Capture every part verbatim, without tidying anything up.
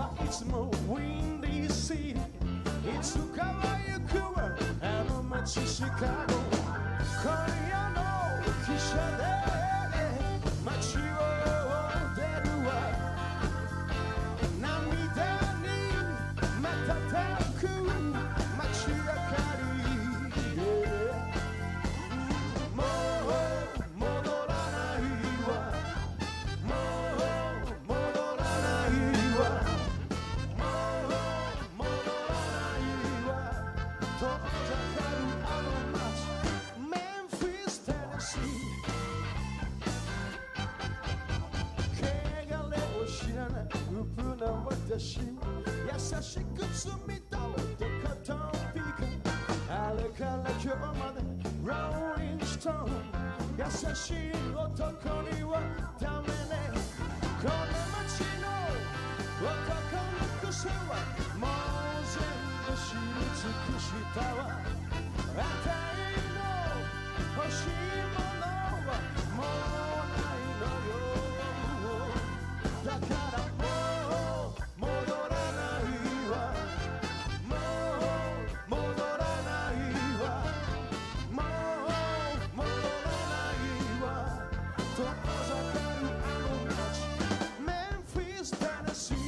はいつもウィンディーシーいつかは行くわあの街シカゴ今夜の汽車で街を出るわ涙に瞬く街明かりもう戻らないわもう戻らないわもう戻らないわ遠ざかるあの街メンフィステネシー汚れを知らない無垢な私優しく摘み取ったカトピカあれから今日までローリングストーン優しい男にはダメねこの街の男の癖はもう全部知り尽くしたわあたいの欲しいものはもうないのよだからもう戻らないわもう戻らないわもう戻らないわ遠ざかるあの街メンフィステネシー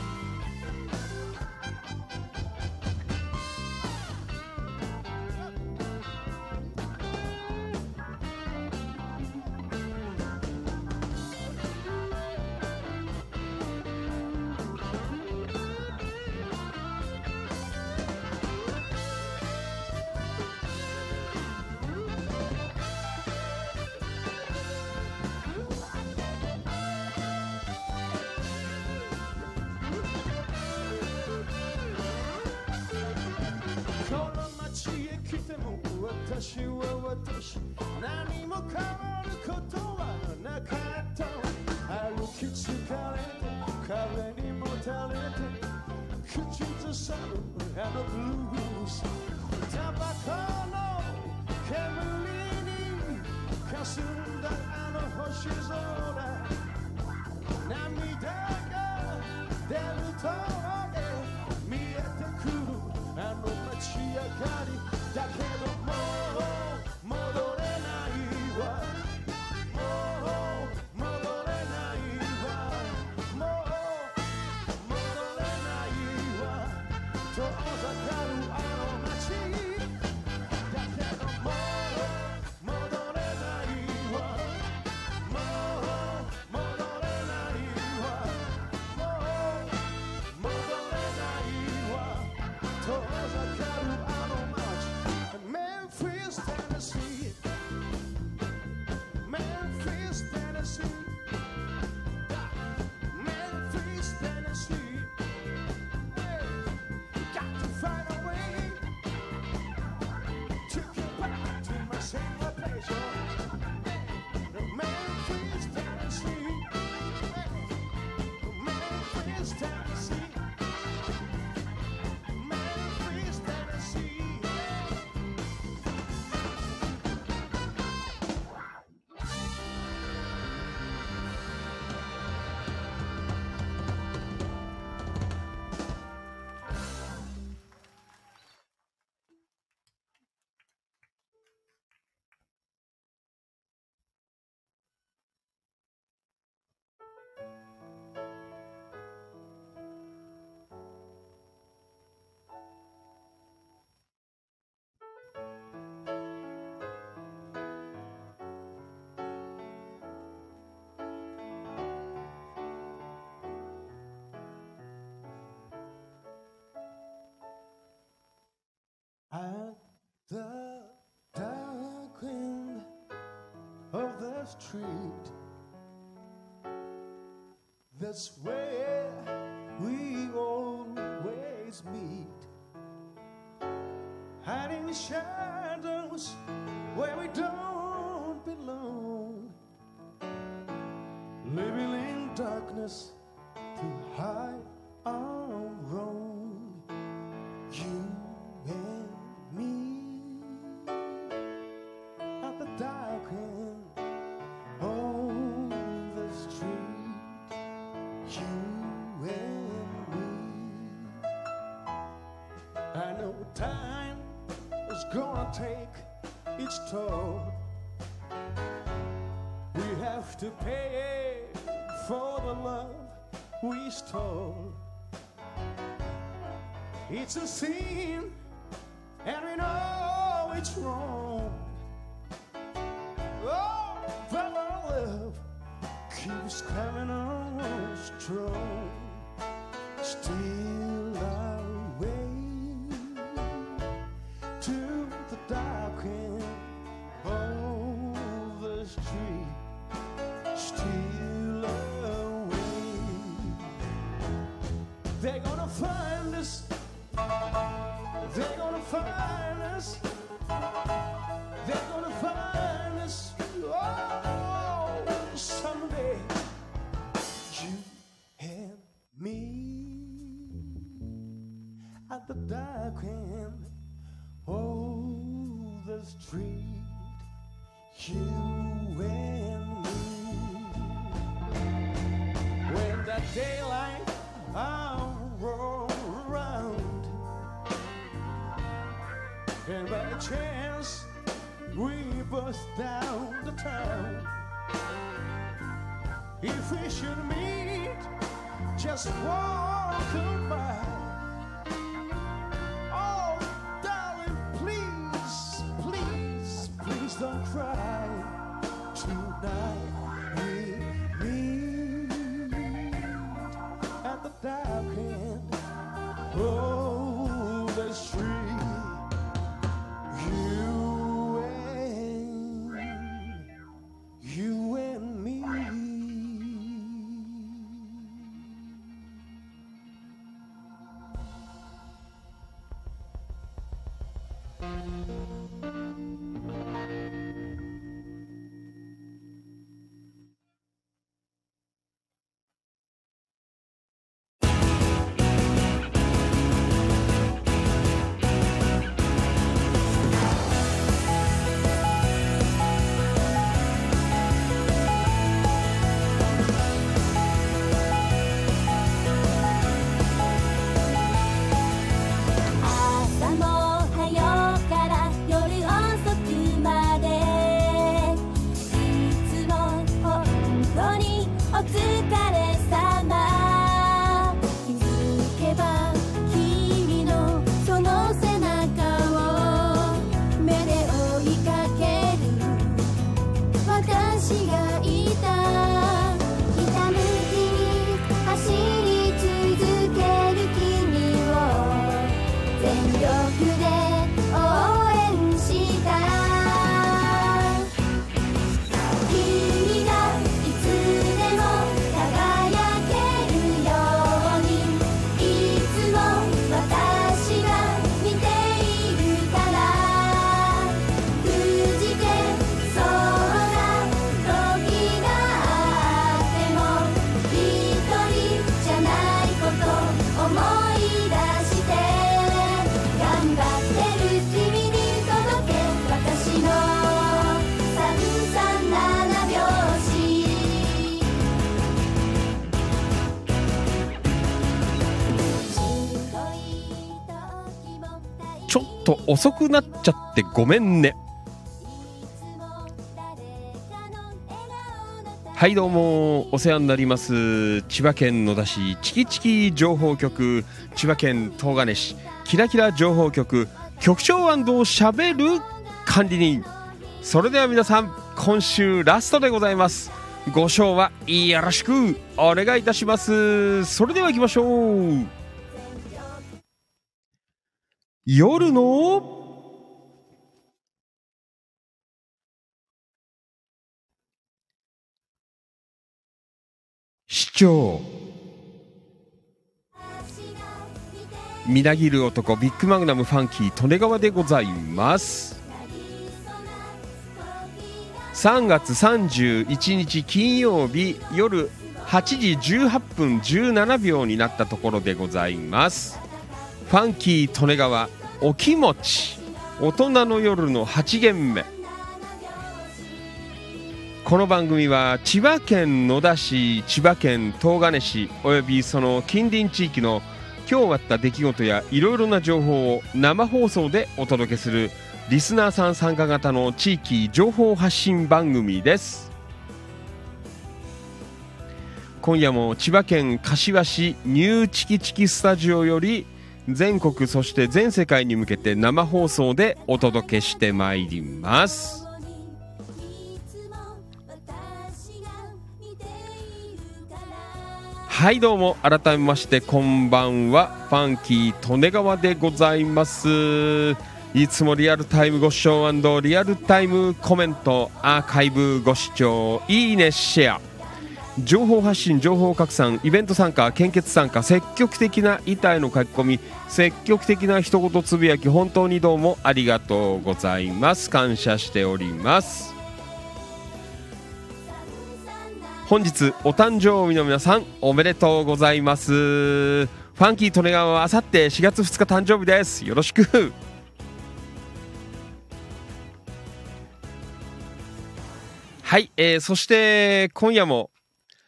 この街へ来ても私は私何も変わることはなかった歩き疲れて壁にもたれて口ずさむあのブルースタバコの煙に霞んだあの星空涙が出ると見えてくるあの街明かりだけどもう戻れないわもう戻れないわもう戻れないわ遠ざかるあの街だけどもう戻れないわもう戻れないわもう戻れないわ遠ざかるあの街メンフィステネシーメンフィステネシーメンフィステネシー Got to find a way to get back to my same location Memphis, Tennessee Memphis, Tennessee Memphis, Tennessee At the dark end of the street, that's where we always meet. Hiding in the shadows where we don't belong. Living in darkness to hide our wrong. You and me at the dark end of the street. You and me. gonna take its toll. We have to pay for the love we stole. It's a sin, and we know it's wrong. Oh, but our love keeps coming on strong. Still our way to the dark end of the street. Still away. They're gonna find us. They're gonna find us. They're gonna find us. Oh, someday. You and me at the dark end of the street. You and me. When the daylight I'll roll around, and by the chance we bust down the town. If we should meet, just walking by. Oh, darling, please, please, please don't cry. Tonight we meet at the dark end of the street. You and, you and me. ちょっと遅くなっちゃってごめんね。はいどうもお世話になります。千葉県野田市チキチキ情報局、千葉県東金市キラキラ情報局局長しゃべる管理人。それでは皆さん今週ラストでございます。ご賞はよろしくお願いいたします。それでは行きましょう。夜の市長、みなぎる男ビッグマグナムファンキー利根川でございます。さんがつさんじゅういちにち金曜日夜はちじじゅうはっぷんじゅうななびょうになったところでございます。ファンキー利根川お気持ち大人の夜のはち限目。この番組は千葉県野田市、千葉県東金市およびその近隣地域の今日あった出来事やいろいろな情報を生放送でお届けするリスナーさん参加型の地域情報発信番組です。今夜も千葉県柏市ニューチキチキスタジオより全国そして全世界に向けて生放送でお届けしてまいります。はいどうも改めましてこんばんは、ファンキー利根川でございます。いつもリアルタイムご視聴&リアルタイムコメントアーカイブご視聴いいねシェア、情報発信情報拡散イベント参加献血参加積極的な板への書き込み積極的な一言つぶやき本当にどうもありがとうございます。感謝しております。本日お誕生日の皆さんおめでとうございます。ファンキー利根川はあさってしがつふつか誕生日です。よろしく。はい、えー、そして今夜も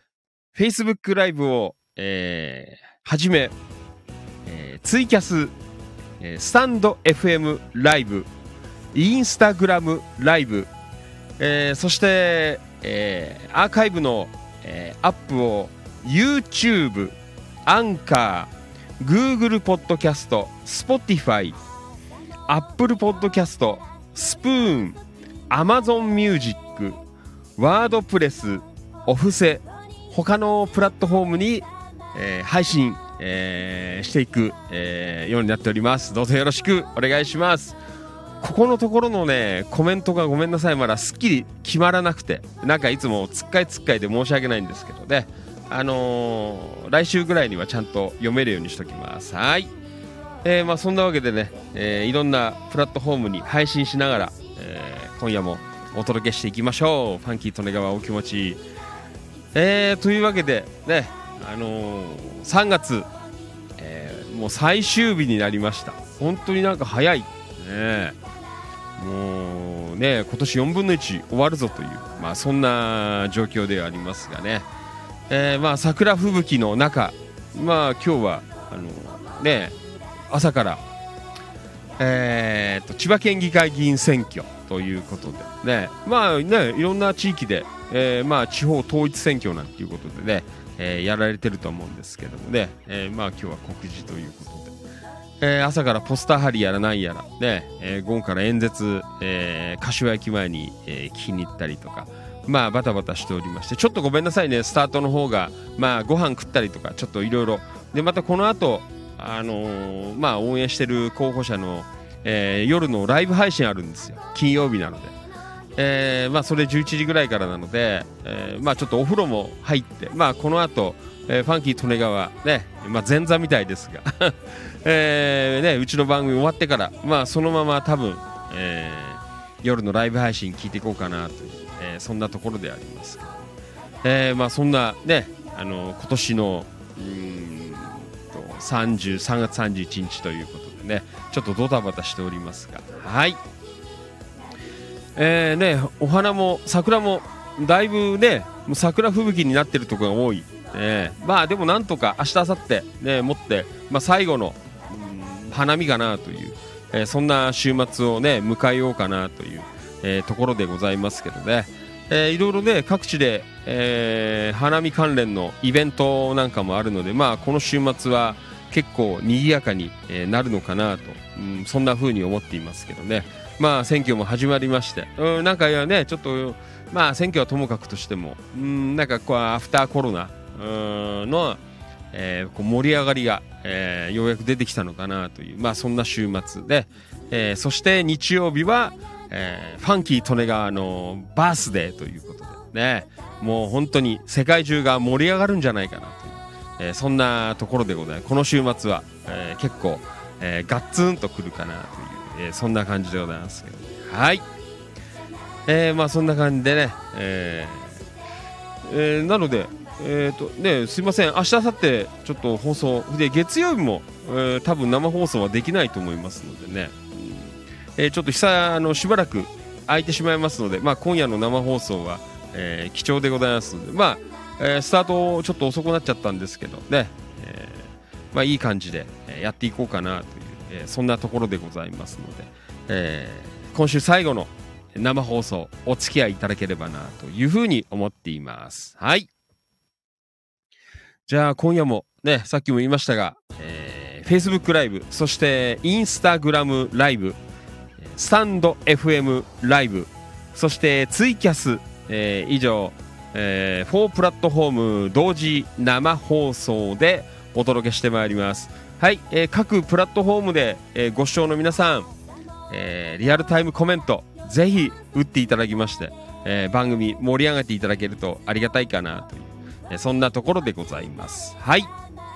Facebook ライブを、えー、はじめ、えー、ツイキャス、えー、スタンド エフエム ライブ、インスタグラムライブ、えー、そしてえー、アーカイブの、えー、アップを YouTube、アンカー、Google ポッドキャスト、Spotify、Apple ポッドキャスト、スプーン、Amazon ミュージック、ワードプレス、オフセ、他のプラットフォームに、えー、配信、えー、していく、えー、ようになっております。どうぞよろしくお願いします。ここのところのねコメントがごめんなさい、まだすっきり決まらなくて、なんかいつもつっかいつっかいで申し訳ないんですけどね、あのー、来週ぐらいにはちゃんと読めるようにしときます。はい、えー、まあそんなわけでね、えー、いろんなプラットフォームに配信しながら、えー、今夜もお届けしていきましょう。ファンキー利根川お気持ちいい、えー、というわけでね、あのー、さんがつ、えー、もう最終日になりました。本当になんか早いね、もうね今年よんぶんのいち終わるぞという、まあ、そんな状況ではありますがね、えー、まあ桜吹雪の中、まあ今日はあのね朝から、えー、と千葉県議会議員選挙ということでね、まあねいろんな地域で、えー、まあ地方統一選挙なんていうことでね、えー、やられてると思うんですけどもね、えー、まあ今日は告示ということで、えー、朝からポスター貼りやらないやらね、えー、午後から演説、えー、柏駅前に、えー、聞きに行ったりとか、まあバタバタしておりまして、ちょっとごめんなさいね、スタートの方がまあご飯食ったりとかちょっといろいろで、またこの後あのー、まあ応援してる候補者の、えー、夜のライブ配信あるんですよ、金曜日なので、えー、まあそれじゅういちじぐらいからなので、えー、まあちょっとお風呂も入って、まあこの後、えー、ファンキー利根川ね、まあ前座みたいですがえーね、うちの番組終わってから、まあ、そのまま多分、えー、夜のライブ配信聞いていこうかなという、えー、そんなところでありますけど、えーまあ、そんな、ね、あの今年のうーんとさんじゅうさんがつさんじゅういちにちということでね、ちょっとドタバタしておりますが、はい、えーね、お花も桜もだいぶねもう桜吹雪になってるところが多い、ね、まあでもなんとか明日明後日ね持って、まあ、最後の花見かなという、えー、そんな週末をね迎えようかなという、えー、ところでございますけどね、えー、いろいろね各地で、えー、花見関連のイベントなんかもあるので、まあこの週末は結構賑やかに、えー、なるのかなと、うん、そんな風に思っていますけどね。まあ選挙も始まりまして、うん、なんかいやねちょっとまあ選挙はともかくとしても、うん、なんかこうアフターコロナの、えー、こう盛り上がりが、えー、ようやく出てきたのかなという、まあそんな週末で、えー、そして日曜日は、えー、ファンキー利根川のバースデーということでね、もう本当に世界中が盛り上がるんじゃないかなという、えー、そんなところでございます。この週末は、えー、結構、えー、ガッツンとくるかなという、えー、そんな感じでございますけど、はい、えー、まあそんな感じでね、えーえー、なのでえーとね、すいません、明日明後日ちょっと放送で月曜日も、えー、多分生放送はできないと思いますのでね、うん、えー、ちょっと久あのしばらく空いてしまいますので、まあ、今夜の生放送は、えー、貴重でございますので、まあえー、スタートちょっと遅くなっちゃったんですけどね、えーまあ、いい感じでやっていこうかなという、えー、そんなところでございますので、えー、 今週最後の生放送お付き合いいただければなというふうに思っています。はい。じゃあ今夜もね、さっきも言いましたが、えー、Facebook ライブ、そして Instagram ライブ、スタンド エフエム ライブ、そしてツイキャス、えー、以上、えー、よんプラットフォーム同時生放送でお届けしてまいります。はい、えー、各プラットフォームで、えー、ご視聴の皆さん、えー、リアルタイムコメントぜひ打っていただきまして、えー、番組盛り上げていただけるとありがたいかなという、えー、そんなところでございます。はい。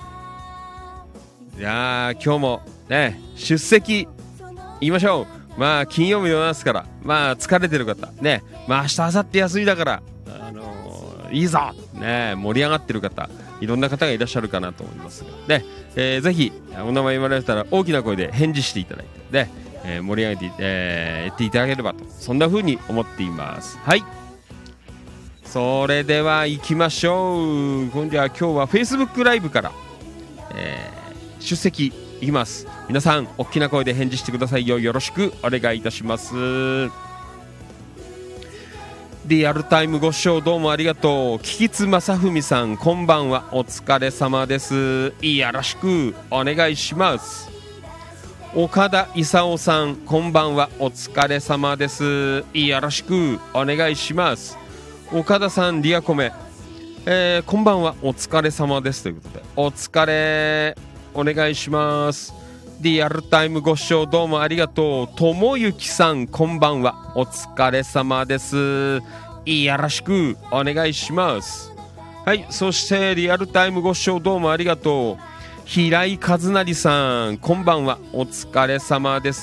いやー今日もね出席言いましょう。まあ金曜日でございますから、まあ疲れてる方ね、まあ明日明後日休みだから、あのー、いいぞね、盛り上がってる方いろんな方がいらっしゃるかなと思いますがね、えー、ぜひお名前言われたら大きな声で返事していただいてね、えー、盛り上げて、えー、言っていただければと、そんな風に思っています。はい、それでは行きましょう。今度は今日は Facebook ライブから、えー、出席いきます。皆さん大きな声で返事してくださいよ。よろしくお願いいたします。リアルタイムご視聴どうもありがとう。菊津正文さんこんばんは、お疲れ様です。よろしくお願いします。岡田勲さんこんばんは、お疲れ様です。よろしくお願いします。岡田さんリアコメ、えー、こんばんは、お疲れ様ですということで、お疲れお願いします。リアルタイムご視聴どうもありがとう。ともゆきさんこんばんは、お疲れ様です。よろしくお願いします。はい、そしてリアルタイムご視聴どうもありがとう。平井和成さんこんばんは、お疲れ様です。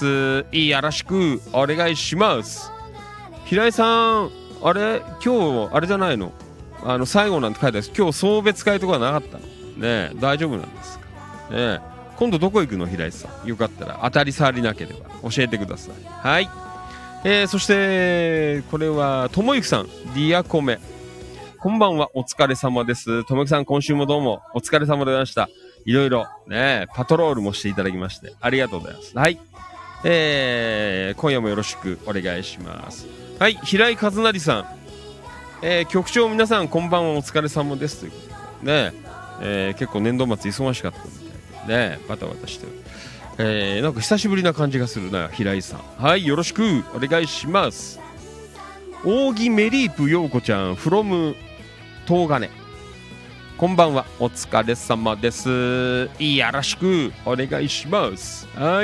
よろしくお願いします。平井さん、あれ今日あれじゃないの、あの最後なんて書いてある。今日送別会とかなかったのね。大丈夫なんですかね。今度どこ行くの平井さん、よかったら当たり障りなければ教えてください。はい、えー、そしてこれはともゆきさんリアコメ、こんばんは、お疲れ様です。ともゆきさん今週もどうもお疲れ様でございました。いろいろねパトロールもしていただきましてありがとうございます。はい、えー、今夜もよろしくお願いします。はい、平井和成さん、えー、局長皆さんこんばんは、お疲れ様ですということでね、えー、結構年度末忙しかったみたいでね、バタバタしてる、えー、なんか久しぶりな感じがするな平井さん。はい、よろしくお願いします。扇メリープ陽子ちゃん from 東金、こんばんは、お疲れ様です。よろしくお願いします。はい、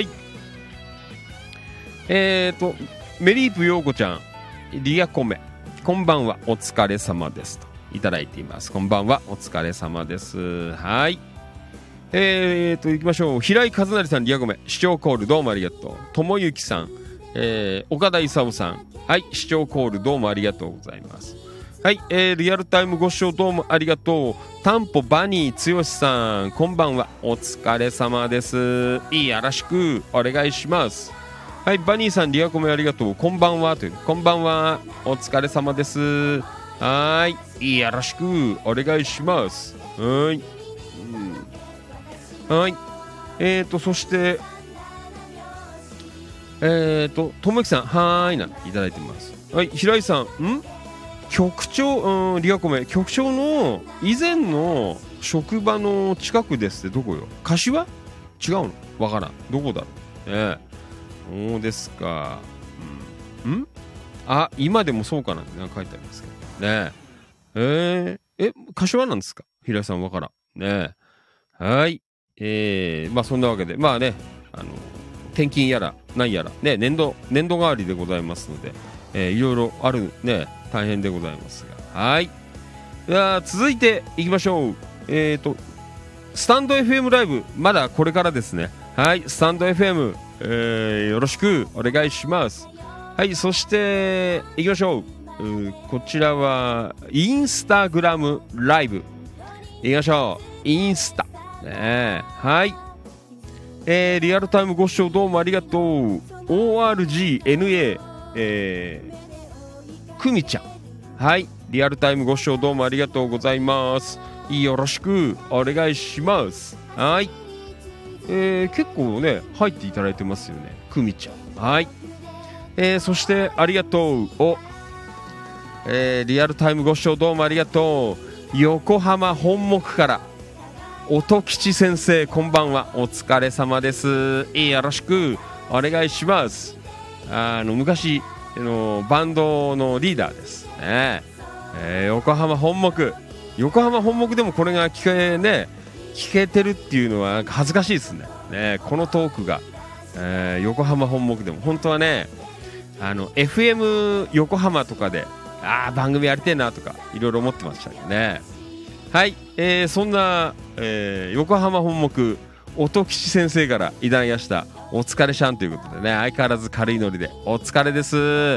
えーとメリープ陽子ちゃんリアコメ、こんばんは、お疲れ様ですといただいています。こんばんは、お疲れ様です。はい、えーと行きましょう。平井和成さんリアコメ、視聴コールどうもありがとう。ともゆきさん、えー、岡田勲さん、はい、視聴コールどうもありがとうございます。はい、えー、リアルタイムご視聴どうもありがとう。タンポバニー剛さんこんばんは、お疲れ様です。よろしくお願いします。はい、バニーさんリアコメありがとう。こんばんはという、こんばんは、お疲れ様です。はい、よろしくお願いします。はい、うん、はい、えーとそしてえーとともゆきさんはーいなんていただいてます。はい、平井さんん局長、うん、リアコメ、局長の以前の職場の近くですって。どこよ、柏違うのわからん、どこだろうね。そうですか、うん、んあ、今でもそうかなんてなんか書いてありますけどね。えー、え柏なんですか平井さん、わからんね。はい、えー、まあそんなわけで、まあね、あの転勤やら何やらね、年度年度代わりでございますので、えー、いろいろあるね、大変でございますが、はい、では続いていきましょう。えーとスタンド エフエム ライブまだこれからですね。はい、スタンド エフエム、えー、よろしくお願いします。はい、そしていきましょう。うこちらはインスタグラムライブいきましょう。インスタね、はい、えー、リアルタイムご視聴どうもありがとう。 オーアールジーエヌエー、えー、くみちゃん、はい、リアルタイムご視聴どうもありがとうございます。よろしくお願いします。はい、えー、結構ね入っていただいてますよね、くみちゃん。はい、 えー、そしてありがとうお、えー、リアルタイムご視聴どうもありがとう。横浜本木から音吉先生、こんばんは、お疲れ様です。よろしくお願いします。あの昔のバンドのリーダーですね、えー、横浜本木横浜本木でもこれが聞けね聞けてるっていうのはなんか恥ずかしいですね。ね、このトークが、えー、横浜本木でも本当はね、あの エフエム 横浜とかであー番組やりてえなとかいろいろ思ってましたけどね。はい、えー、そんな、えー、横浜本木音吉先生からいただきましたお疲れシャンということでね、相変わらず軽いノリでお疲れです、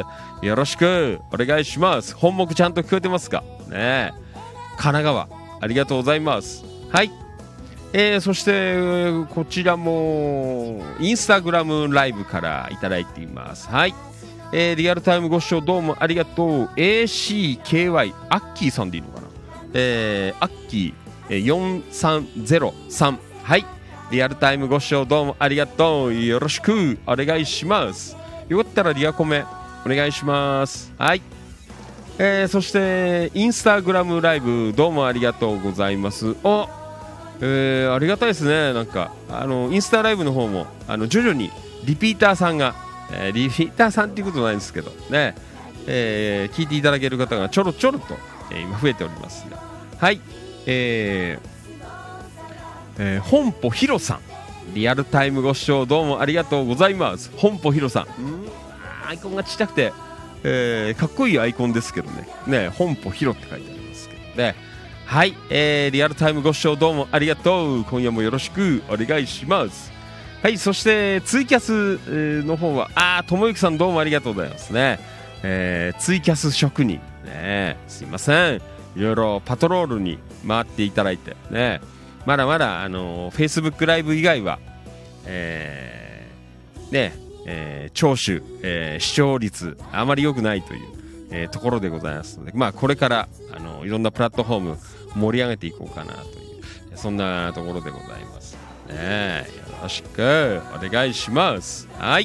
よろしくお願いします。本木ちゃんと聞こえてますかね。神奈川ありがとうございます。はい、えー、そしてこちらもインスタグラムライブからいただいています。はい、えー、リアルタイムご視聴どうもありがとう。 エーシーケーワイ アッキーさんでいいのかな、えー、アッキーよんさんゼロさん、はい、リアルタイムご視聴どうもありがとう。よろしくお願いします。よかったらリアコメお願いします。はい、えー、そしてインスタグラムライブどうもありがとうございます。お、えー、ありがたいですね。なんかあのインスタライブの方もあの徐々にリピーターさんが、えー、リピーターさんっていうことないんですけどね、えー、聞いていただける方がちょろちょろと、えー、今増えておりますが、はい、えーえー、本舗ヒロさん、リアルタイムご視聴どうもありがとうございます。本舗ヒロさん、んアイコンがちっちゃくて、えー、かっこいいアイコンですけどね、ね、本舗ヒロって書いてありますけどね。はい、えー、リアルタイムご視聴どうもありがとう。今夜もよろしくお願いします。はい、そしてツイキャス、えー、の方はあーともゆきさんどうもありがとうございますね、えー、ツイキャス職人ね、すいません、いろいろパトロールに回っていただいてね、まだまだあの Facebook ライブ以外は、えー、ね、えー、聴取、えー、視聴率あまり良くないという、えー、ところでございますので、まあこれからあのいろんなプラットフォーム盛り上げていこうかなというそんなところでございますね。よろしくお願いします。はい、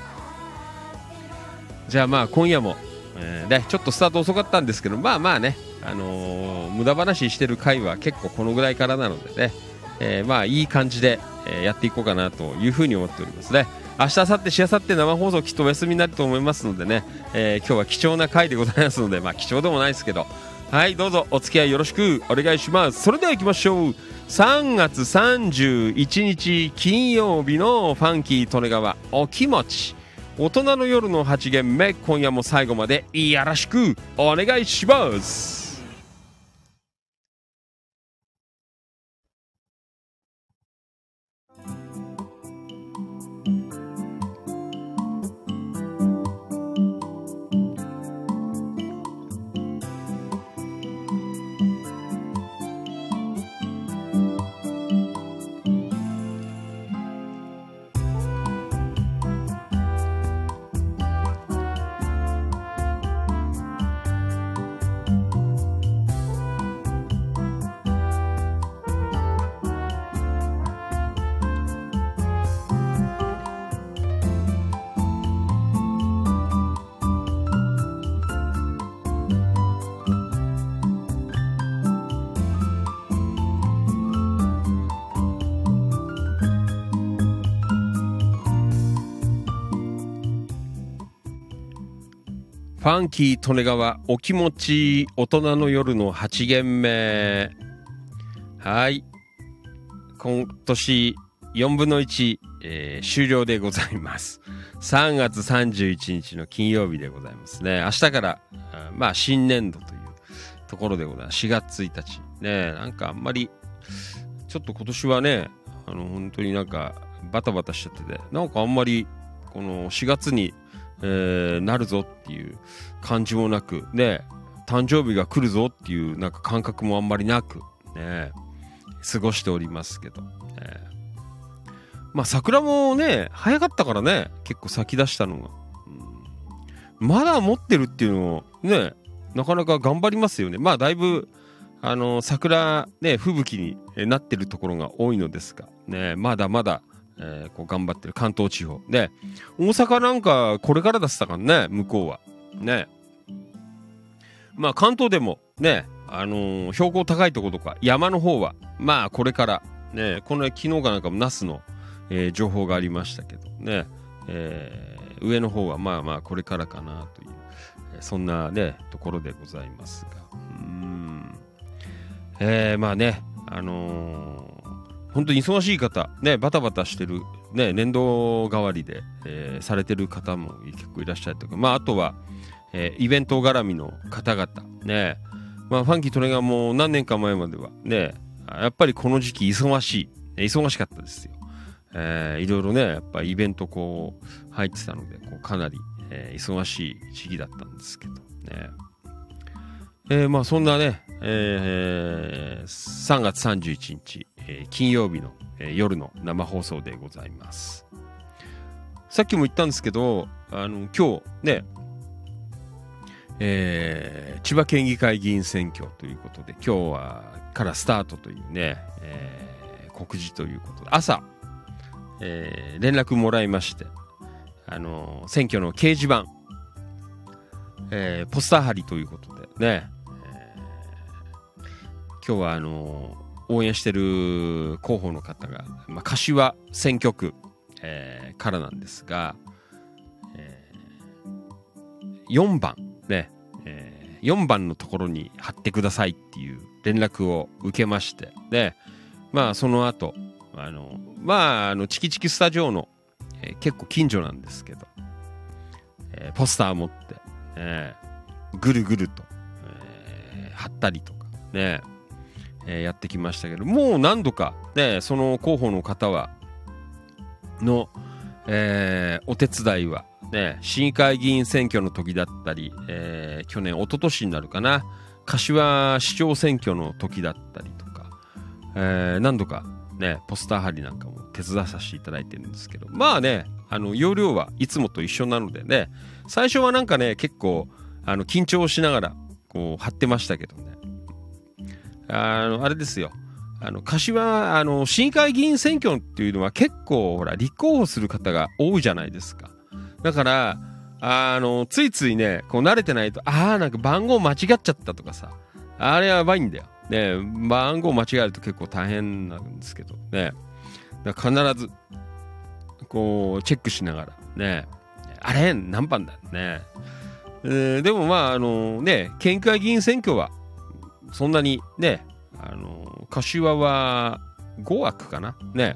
じゃあまあ今夜も、えー、ね、ちょっとスタート遅かったんですけど、まあまあね、あのー、無駄話してる回は結構このぐらいからなのでね、えー、まあいい感じで、えー、やっていこうかなというふうに思っておりますね。明日、明後日、しあさって生放送きっとお休みになると思いますのでね、えー、今日は貴重な回でございますので、まあ貴重でもないですけど、はい、どうぞお付き合いよろしくお願いします。それでは行きましょう。さんがつさんじゅういちにち金曜日のファンキー利根川お気持ち大人の夜のはち限目、今夜も最後までよろしくお願いします。ファンキー利根川お気持ち大人の夜のはち限目、はい、今年よんぶんのいち、えー、終了でございます。さんがつさんじゅういちにちの金曜日でございますね。明日からあまあ新年度というところでございます。しがつついたちね、なんかあんまりちょっと今年はね、あの本当になんかバタバタしちゃってて、なんかあんまりこのしがつにえー、なるぞっていう感じもなくね、誕生日が来るぞっていうなんか感覚もあんまりなくね過ごしておりますけど、ね、まあ桜もね早かったからね、結構咲き出したのが、うん、まだ持ってるっていうのもねなかなか頑張りますよね。まあだいぶあの桜ね吹雪になってるところが多いのですがね、まだまだ、 えー、こう頑張ってる関東地方で、大阪なんかこれからだったからね、向こうはね。まあ関東でもね、あのー、標高高いところとか山の方はまあこれからね、この昨日かなんかも那須の、えー、情報がありましたけどね、えー、上の方はまあまあこれからかなという、えー、そんなねところでございますが、うーん、えー、まあね、あのー、本当に忙しい方ね、バタバタしてるね、年度代わりで、えー、されてる方も結構いらっしゃるとか、まああとは、えー、イベント絡みの方々ね、まあファンキートレガーも何年か前まではね、やっぱりこの時期忙しい忙しかったですよ。えー、いろいろねやっぱイベントこう入ってたので、こうかなり、えー、忙しい時期だったんですけどね。えー、まあそんなね、えー、さんがつさんじゅういちにち、えー、金曜日の、えー、夜の生放送でございます。さっきも言ったんですけど、あの今日ね、えー、千葉県議会議員選挙ということで、今日はからスタートというね、えー、告示ということで、朝、えー、連絡もらいまして、あのー、選挙の掲示板、えー、ポスター貼りということでね、えー、今日はあのー、応援してる候補の方が、まあ、柏選挙区、えー、からなんですが、えー、よんばんね、えー、よんばんのところに貼ってくださいっていう連絡を受けまして、で、まあその後、あのまああのチキチキスタジオの、えー、結構近所なんですけど、えー、ポスター持って、えー、ぐるぐると、えー、貼ったりとかね、えー、やってきましたけど、もう何度かね、その候補の方はの、えー、お手伝いはね、市議会議員選挙の時だったり、えー、去年一昨年になるかな、柏市長選挙の時だったりとか、えー、何度かねポスター貼りなんかも手伝わさせていただいてるんですけど、まあね、あの容量はいつもと一緒なのでね、最初はなんかね結構あの緊張しながらこう貼ってましたけどね、あのあれですよ、あの柏あの市議会議員選挙っていうのは結構ほら立候補する方が多いじゃないですか。だからあのついついねこう慣れてないと、ああなんか番号間違っちゃったとかさ、あれやばいんだよね、番号間違えると結構大変なんですけどね、だから必ずこうチェックしながらね、あれ何番だね、えー、でもまああのね県議会議員選挙はそんなにね、あの柏はごわくかなね、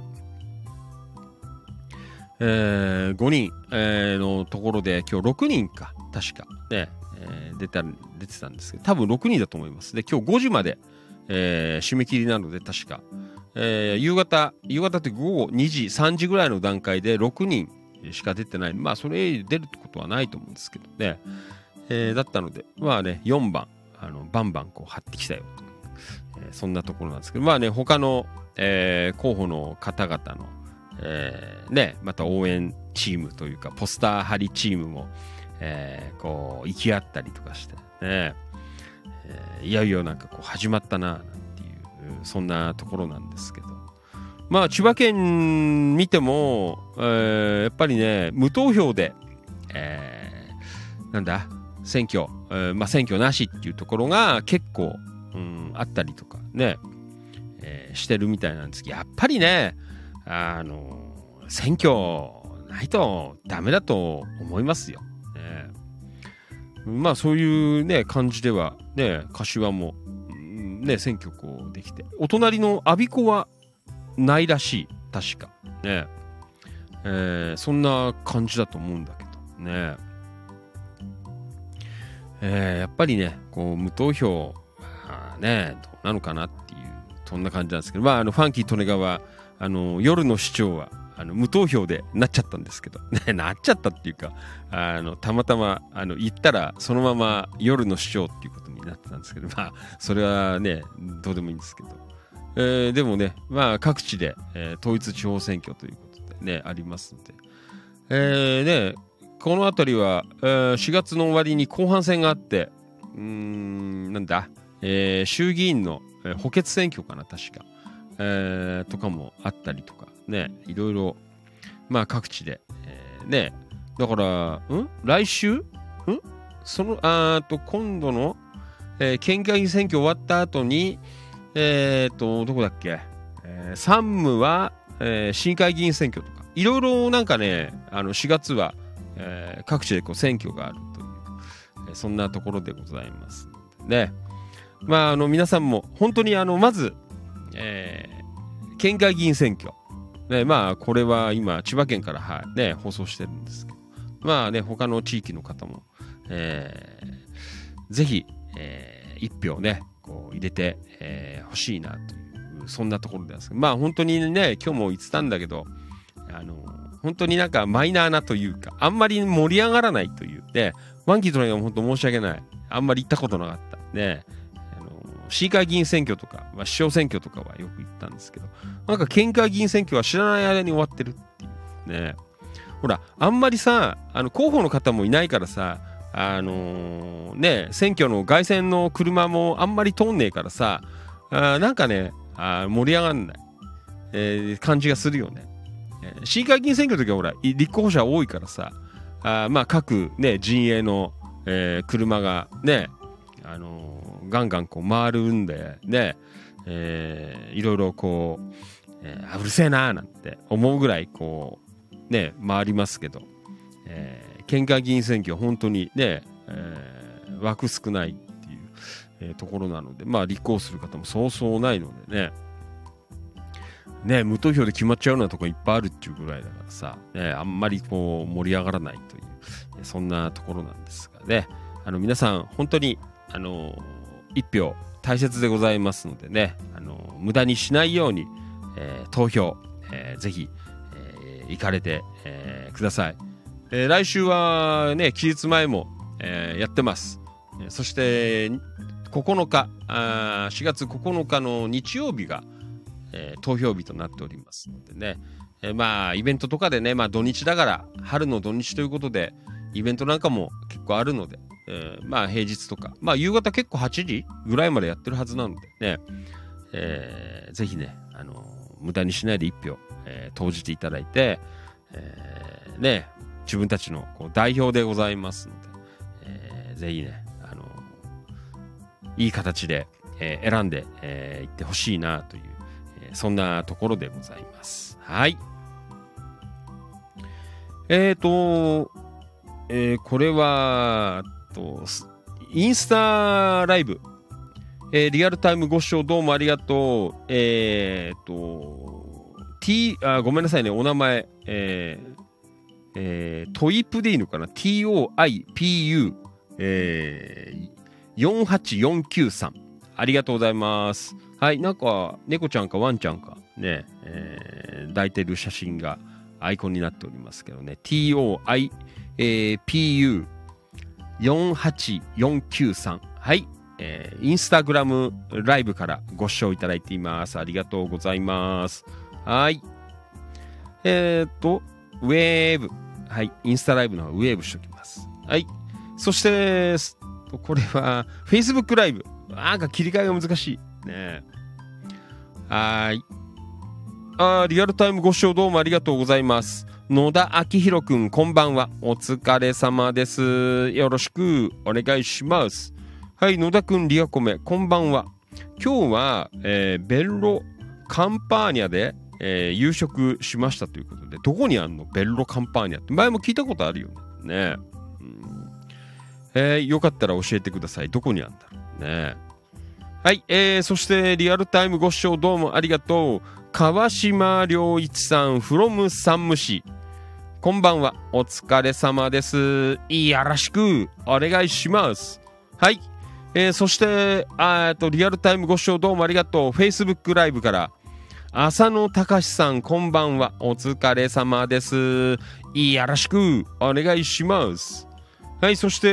えー、ごにん、えー、のところで今日ろくにんか確かね、えー、出た出てたんですけど、多分ろくにんだと思います。で今日ごじまで、えー、締め切りなので確か、えー、夕方夕方って午後にじさんじぐらいの段階でろくにんしか出てない、まあそれ出るってことはないと思うんですけどね、えー、だったのでまあねよんばんあのバンバンこう貼ってきたよという、えー、そんなところなんですけど、まあね他の、えー、候補の方々のえー、ね、また応援チームというかポスター貼りチームも、えー、こう行き合ったりとかしてね、えー、いよいよなんかこう始まったななんていうそんなところなんですけど、まあ千葉県見ても、えー、やっぱりね無投票で、えー、なんだ選挙、えー、まあ選挙なしっていうところが結構、うん、あったりとかね、えー、してるみたいなんですけど、やっぱりねあの選挙ないとダメだと思いますよ、ね、まあそういうね感じではね柏も、ね、選挙こうできて、お隣の我孫子はないらしい確かね、えー、そんな感じだと思うんだけどね、えー、やっぱりねこう無投票はねどうなのかなっていうそんな感じなんですけど、まああのファンキー利根川あの夜の市長はあの無投票でなっちゃったんですけど、ね、なっちゃったっていうかあのたまたまあの行ったらそのまま夜の市長っていうことになってたんですけど、まあそれはねどうでもいいんですけど、えー、でもねまあ各地で、えー、統一地方選挙ということでねありますので、えー、ねこの辺りは、えー、しがつの終わりに後半戦があって、うーんなんだ、えー、衆議院の、えー、補欠選挙かな確か。えー、とかもあったりとかね、いろいろまあ各地で、えー、ね、だから、ん来週んその、あーと、今度の、えー、県議会議員選挙終わった後に、えーと、どこだっけ、えー、山武は、えー、市議会議員選挙とか、いろいろなんかね、あのしがつは、えー、各地でこう選挙があるという、えー、そんなところでございますのでね。まあ、あの皆さんも本当にあのまず、えー、県議会議員選挙、ね、まあこれは今千葉県から、はいね、放送してるんですけど、まあね、他の地域の方も、えー、ぜひ、えー、一票ねこう入れてほ、えー、しいなというそんなところです。まあ本当にね、今日も言ってたんだけど、あの本当になんかマイナーなというか、あんまり盛り上がらないというで、ワンキーとのは本当申し訳ない、あんまり行ったことなかったね。市議会議員選挙とか、まあ、市長選挙とかはよく行ったんですけど、なんか県会議員選挙は知らない間に終わってるっていうね。ほら、あんまりさ、あの候補の方もいないからさ、あのー、ね、選挙の凱旋の車もあんまり通んねえからさ、あなんかね、あ盛り上がんない、えー、感じがするよね。えー、市議会議員選挙の時はほら、立候補者多いからさ、あまあ各、ね、陣営の、えー、車がね、あのーガンガンこう回るんでね、えー、いろいろこう、えー、あうるせえなーなんて思うぐらいこうね回りますけど、えー、県会議員選挙は本当にね、えー、枠少ないっていう、えー、ところなので、まあ立候補する方もそうそうないのでね、ね無投票で決まっちゃうようなとこいっぱいあるっていうぐらいだからさ、ね、あんまりこう盛り上がらないという、そんなところなんですがね、あの皆さん本当にあのー一票大切でございますのでね、あの無駄にしないように、えー、投票、えー、ぜひ、えー、行かれて、えー、ください。えー、来週はね期日前も、えー、やってます。えー、そしてここのかあしがつここのかの日曜日が、えー、投票日となっておりますのでね、えー、まあイベントとかでね、まあ土日だから春の土日ということでイベントなんかも結構あるので、えー、まあ平日とか、まあ夕方結構はちじぐらいまでやってるはずなのでね、えー、ぜひね、あのー、無駄にしないで一票、えー、投じていただいて、えー、ね、自分たちのこう代表でございますので、えー、ぜひね、あのー、いい形で、えー、選んでい、えー、ってほしいなという、えー、そんなところでございます。はい。えーと、えー、これは、とインスタライブ、えー、リアルタイムご視聴どうもありがとう。えー、と T あごめんなさいね、お名前、えーえー、トイプでいいのかな、 ティーオーアイピーユー、えー、よんはちよんきゅうさん、ありがとうございます。はい、なんか猫ちゃんかワンちゃんかね、えー、抱いてる写真がアイコンになっておりますけどね、 ティーオーアイピーユーよんはちよんきゅうさん、はい、えー、インスタグラムライブからご視聴いただいています。ありがとうございます。はい、えー、っとウェーブ、はい、インスタライブの方ウェーブしときます。はい、そしてこれは Facebook ライブ、なんか切り替えが難しいね。はい、あリアルタイムご視聴どうもありがとうございます。野田明宏くん、こんばんは。お疲れ様です。よろしくお願いします。はい、野田くん、リアコメ、こんばんは。今日は、えー、ベルロカンパーニャで、えー、夕食しましたということで、どこにあんのベルロカンパーニャって前も聞いたことあるよね。ね、うん、えー、よかったら教えてください。どこにあんだろうね。はい、えー、そしてリアルタイムご視聴どうもありがとう。川島良一さん from 山武市、こんばんは。お疲れ様です。よろしくお願いします。はい、えー、そしてあとリアルタイムご視聴どうもありがとう。 Facebook ライブから浅野隆さん、こんばんは。お疲れ様です。よろしくお願いします。はい、そして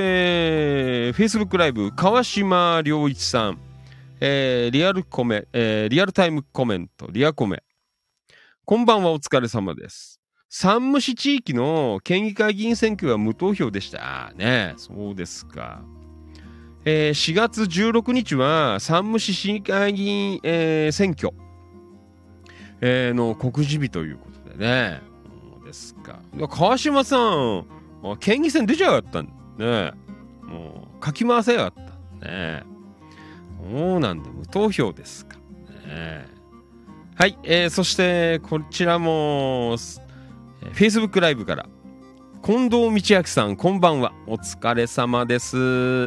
Facebook ライブ川島良一さん、えー、リアルコメ、えー、リアルタイムコメント、リアコメ。こんばんは、お疲れ様です。山武市地域の県議会議員選挙は無投票でした。ね、そうですか。えー、しがつじゅうろくにちは山武市市議会議員、えー、選挙、えー、の告示日ということでね。 ですか。川島さん、県議選出ちゃうやったんね。もう、かき回せやがったね。そうなんで、無投票ですか。ね、はい、えー、そしてこちらも、えー、Facebook ライブから近藤道明さん、こんばんは。お疲れ様です。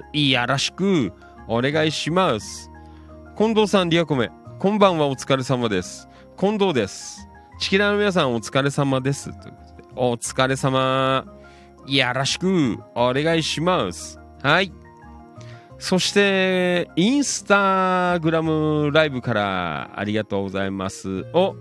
いやらしくお願いします。近藤さん、リアコメ、こんばんは。お疲れ様です。近藤です。チキラの皆さん、お疲れ様です。ということで、お疲れ様。いやらしくお願いします。はい。そして、インスタグラムライブからありがとうございます。お、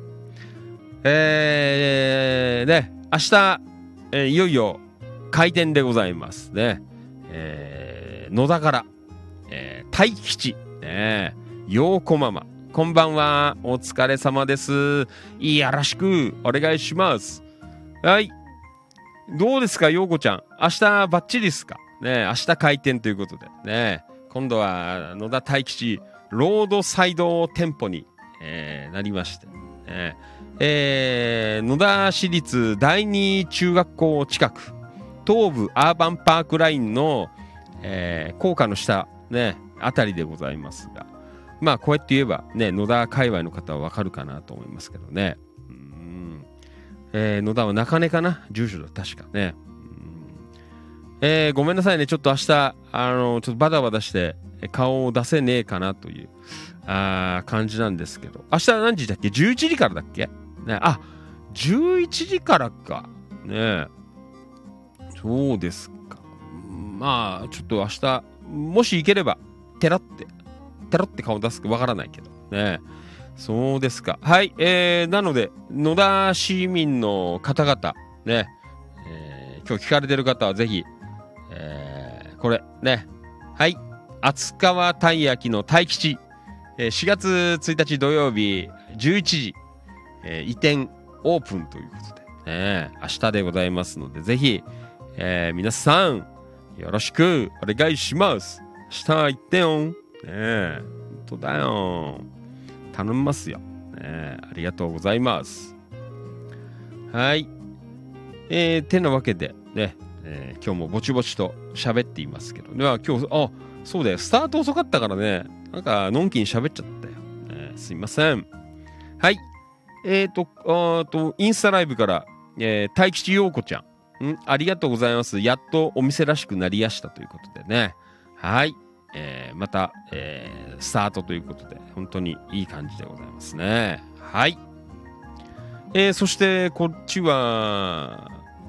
えー、ね、明日、えー、いよいよ開店でございますね。えー、野田から、えー、大吉、ね、ようこママ、こんばんは。お疲れ様です。いやらしくお願いします。はい。どうですか、ようこちゃん。明日バッチリですかね。明日開店ということでね。今度は野田大吉ロードサイド店舗に、えー、なりまして、ねえー、野田市立第二中学校近く東武アーバンパークラインの、えー、高架の下、ね、あたりでございますが、まあこうやって言えば、ね、野田界隈の方はわかるかなと思いますけどね。うーん、えー、野田は中根かな、住所だ確かね。えー、ごめんなさいね、ちょっと明日、あの、ちょっとバタバタして顔を出せねえかなというあ感じなんですけど、明日何時だっけ ?じゅういち 時からだっけね、あ、じゅういちじからか。ね、そうですか。まあ、ちょっと明日、もし行ければ、テラって、テラって顔出すかわからないけど、ね。そうですか。はい、えー、なので、野田市民の方々、ね、えー、今日聞かれてる方はぜひ、えー、これね、はい、厚川たい焼きの大吉、えー、しがつついたち土曜日じゅういちじ、えー、移転オープンということで、ね、明日でございますので、ぜひ、えー、皆さんよろしくお願いします。明日行ってよ、ね、え本当だよ、頼みますよ、ね、ありがとうございます。はい、えー、てなわけでね、えー、今日もぼちぼちと喋っていますけど、では今日、あ、そうだよ、スタート遅かったからね、なんかのんきに喋っちゃったよ、えー、すいません。はい、えーと、あーとインスタライブから、えー、大吉陽子ちゃん、ん、ありがとうございます。やっとお店らしくなりやしたということでね、はい、えー、また、えー、スタートということで本当にいい感じでございますね。はい、えー、そしてこっちは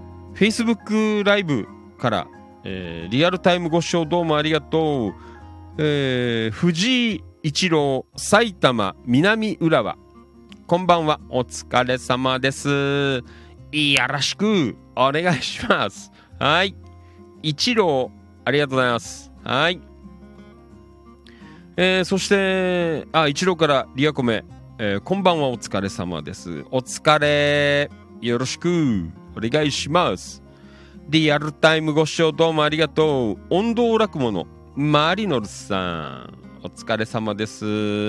Facebook ライブから、えー、リアルタイムご視聴どうもありがとう。えー、藤井一郎埼玉南浦和、こんばんは。お疲れ様です。いやらしくお願いします。はい、一郎ありがとうございます。はい、えー、そしてあ一郎からリアコメ、えー、こんばんは。お疲れ様です。お疲れ、よろしくお願いします。リアルタイムご視聴どうもありがとう。音頭落語のマリノルさん、お疲れ様です。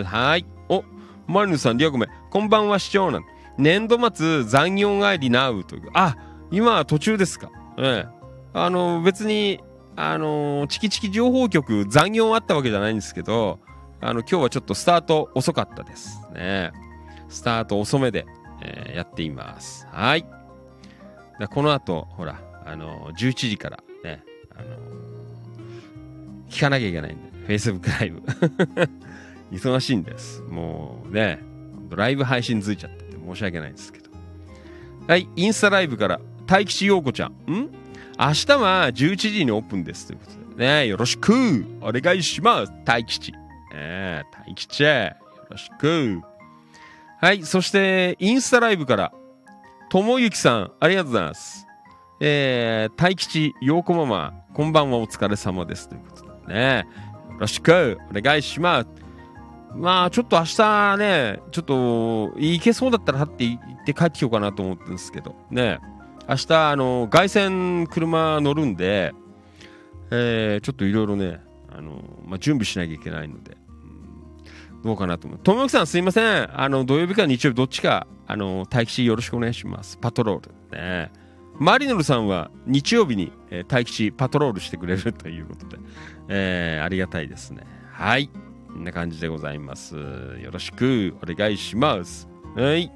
はい、お、マリノルさん、リアコメ、こんばんは。視聴なん年度末残業帰りなうという、あ、今は途中ですか。ええ、あの別にあのチキチキ情報局残業あったわけじゃないんですけど、あの今日はちょっとスタート遅かったですね。スタート遅めで、えー、やっています。はい、だこの後ほら、あのじゅういちじからね、あの聞かなきゃいけないんで Facebook ライブ忙しいんです。もうね、ライブ配信ついちゃってて申し訳ないんですけど、はい、インスタライブから大吉陽子ちゃん、ん明日はじゅういちじにオープンですということでね、よろしくお願いします。大吉、ね、大吉よろしく。はい、そしてインスタライブからともゆきさん、ありがとうございます。えー、大吉陽子ママ、こんばんは。お疲れ様ですということでね、よろしくお願いします。まあちょっと明日ね、ちょっと行けそうだったらって言って帰ってきようかなと思ってるんですけどね、明日あの凱旋車乗るんで、えー、ちょっといろいろね、あの、まあ、準備しなきゃいけないので、うん、 どうかなと思う。ともゆきさんすいません。あの、土曜日か日曜日どっちか、あの、待機よろしくお願いします。パトロール。ね。マリノルさんは日曜日に、えー、待機パトロールしてくれるということで、えー、ありがたいですね。はい。こんな感じでございます。よろしくお願いします。はい。い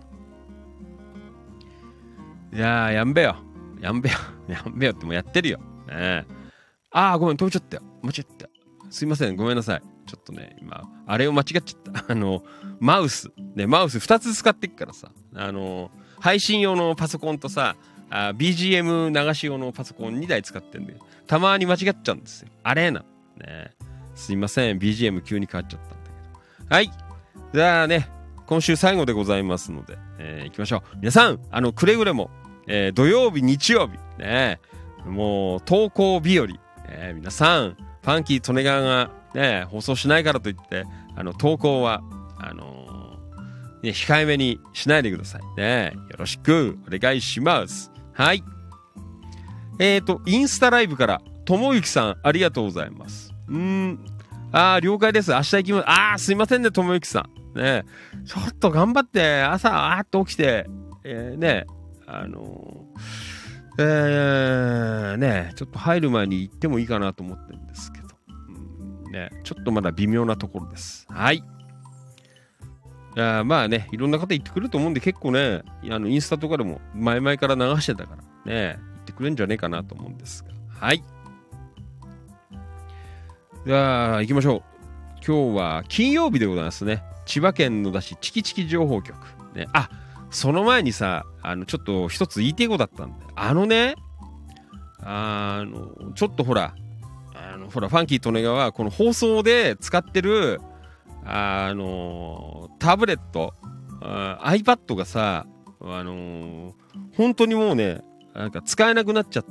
やー、やんべよ。やんべよ。やんべよってもうやってるよ。ね、あー、ごめん、飛びちゃったよ。間違った。すいません、ごめんなさい。ちょっとね、今、あれを間違っちゃった。あの、マウス。ね、マウスふたつ使ってっからさ。あの、配信用のパソコンとさ、あ ビージーエム 流し用のパソコンにだい使ってんで、たまに間違っちゃうんですよ。あれな。ね、すいません、ビージーエム 急に変わっちゃったんだけど。はい。じゃあね、今週最後でございますので、えー、行きましょう。皆さん、あの、くれぐれも、えー、土曜日、日曜日、ね、もう、投稿日和、えー、皆さん、ファンキー・トネガーが、ね、放送しないからといって、あの、投稿は、あのー、ね、控えめにしないでくださいね。よろしくお願いします。はい。えっと、インスタライブから、ともゆきさん、ありがとうございます。うーん。あー、了解です。明日行きます。あー、すいませんね、ともゆきさん。ね、ちょっと頑張って、朝、あーっと起きて、えー、ね、あのー、えー、ね、ちょっと入る前に行ってもいいかなと思ってるんですけど、うん、ね、ちょっとまだ微妙なところです。はい。いやまあね、いろんな方言ってくると思うんで、結構ね、あのインスタとかでも前々から流してたからね、言ってくれるんじゃねえかなと思うんですが。はい。じゃあ、行きましょう。今日は金曜日でございますね。千葉県野田市チキチキ情報局。ね、あ、その前にさ、あの、ちょっと一つ言いてえことだったんだよ。あのね、あの、ちょっとほら、あの、ほら、ファンキー利根川はこの放送で使ってる、あのタブレット、iPad がさ、あのー、本当にもうね、なんか使えなくなっちゃって、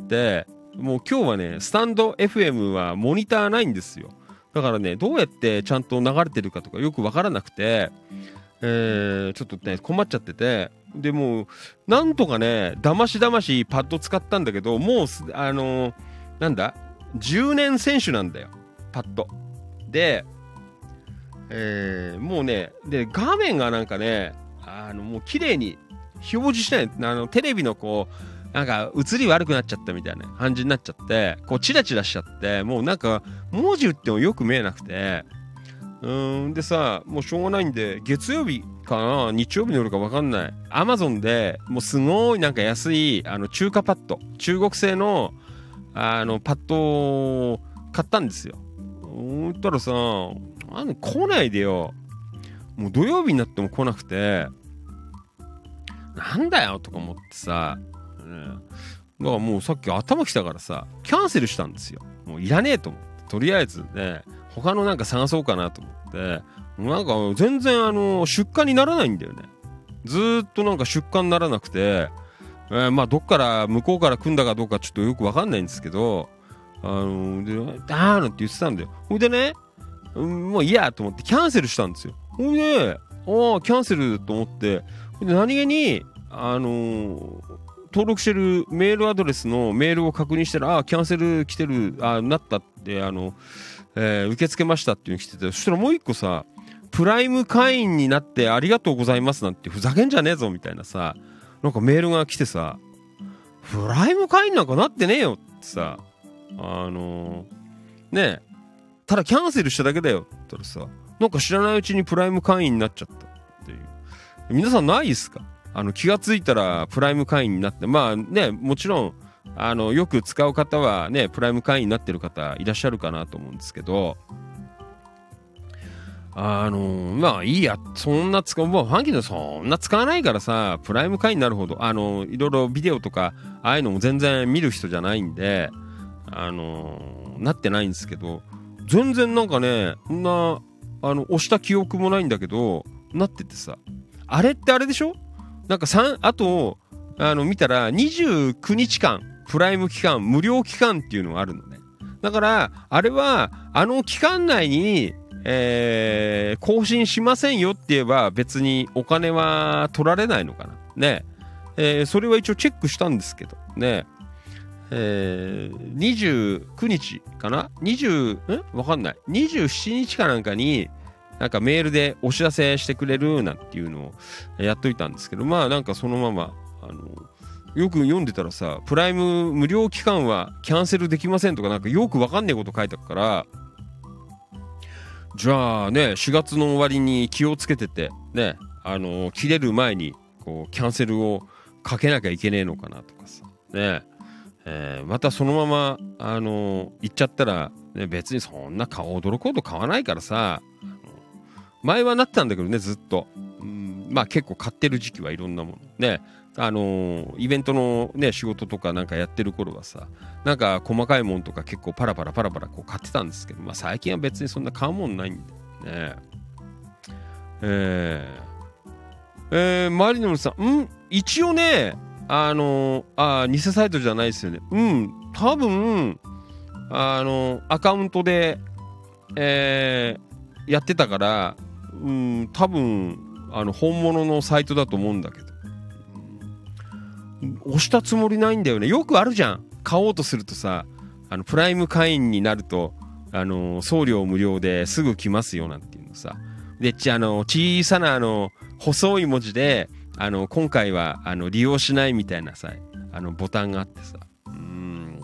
もう今日はね、スタンド エフエム はモニターないんですよ。だからね、どうやってちゃんと流れてるかとかよくわからなくて、えー、ちょっとね、困っちゃってて、でもう、なんとかね、だましだましパッド使ったんだけど、もう、あのー、なんだ、じゅうねん選手なんだよ、パッド。で、えー、もうね、で、画面がなんかね、あの、もう綺麗に表示しない、あの、テレビのこう、なんか映り悪くなっちゃったみたいな感じになっちゃって、こうチラチラしちゃって、もうなんか文字打ってもよく見えなくて、うーん、でさ、もうしょうがないんで、月曜日かな、日曜日の夜か分かんない。アマゾンでもうすごいなんか安い、あの、中華パッド、中国製の、あの、パッドを買ったんですよ。うんったらさ、あの来ないでよ。もう土曜日になっても来なくて、なんだよとか思ってさ、うん、だからもうさっき頭きたからさ、キャンセルしたんですよ。もういらねえと思って、とりあえずね、他のなんか探そうかなと思って、なんか全然あの出荷にならないんだよね。ずーっとなんか出荷にならなくて、えー、まあどっから向こうから来んだかどうかちょっとよくわかんないんですけど、あのー、で、あーなんて言ってたんだよ。ほいでね、うん、もういいやと思ってキャンセルしたんですよ。ほいで、ああ、キャンセルと思って、で何気に、あのー、登録してるメールアドレスのメールを確認したら、ああ、キャンセル来てる、あなったって、あの、えー、受け付けましたっていうの来てて、そしたらもう一個さ、プライム会員になってありがとうございますなんてふざけんじゃねえぞみたいなさ、なんかメールが来てさ、プライム会員なんかなってねえよってさ、あのー、ねえ、ただキャンセルしただけだよって言ったらさ、なんか知らないうちにプライム会員になっちゃったっていう。皆さんないですか？あの気がついたらプライム会員になって、まあね、もちろんあのよく使う方はね、プライム会員になってる方いらっしゃるかなと思うんですけど、あのー、まあいいや、そんな使う、もうファンキーでそんな使わないからさ、プライム会員になるほど、あのー、いろいろビデオとかああいうのも全然見る人じゃないんで、あのー、なってないんですけど、全然なんかね、そんな、あの、押した記憶もないんだけど、なっててさ、あれってあれでしょ？なんかさん、あと、あの、見たら、にじゅうくにちかん、プライム期間、無料期間っていうのがあるのね。だから、あれは、あの期間内に、えー、更新しませんよって言えば、別にお金は取られないのかな。ね。えー、それは一応チェックしたんですけど、ね。えー、にじゅうくにちかな ?にじゅう、んわかんない。にじゅうしちにちかなんかに、 なんかメールでお知らせしてくれるなんていうのをやっといたんですけど、まあなんかそのままあのよく読んでたらさ、プライム無料期間はキャンセルできませんとか、なんかよくわかんねえこと書いてあるから、じゃあねしがつの終わりに気をつけててね、あの切れる前にこうキャンセルをかけなきゃいけねえのかなとかさね、えー、またそのままあの行っちゃったら、ね、別にそんな顔驚くほど買わないからさ、前はなってたんだけどねずっと、うん、まあ結構買ってる時期はいろんなものね、あのー、イベントのね仕事とかなんかやってる頃はさ、なんか細かいもんとか結構パラパラパラパラこう買ってたんですけど、まあ最近は別にそんな買うもんないんでね。えー、えー、マリノルさん、うん一応ねあのー、あ偽サイトじゃないですよね。うん多分あのー、アカウントで、えー、やってたから、うん多分あの本物のサイトだと思うんだけど。押したつもりないんだよね。よくあるじゃん。買おうとするとさ、あのプライム会員になると、あのー、送料無料ですぐ来ますよなんていうのさ。で、ちあの小さなあの細い文字で、あの今回はあの利用しないみたいなさ、あのボタンがあってさ、うーん、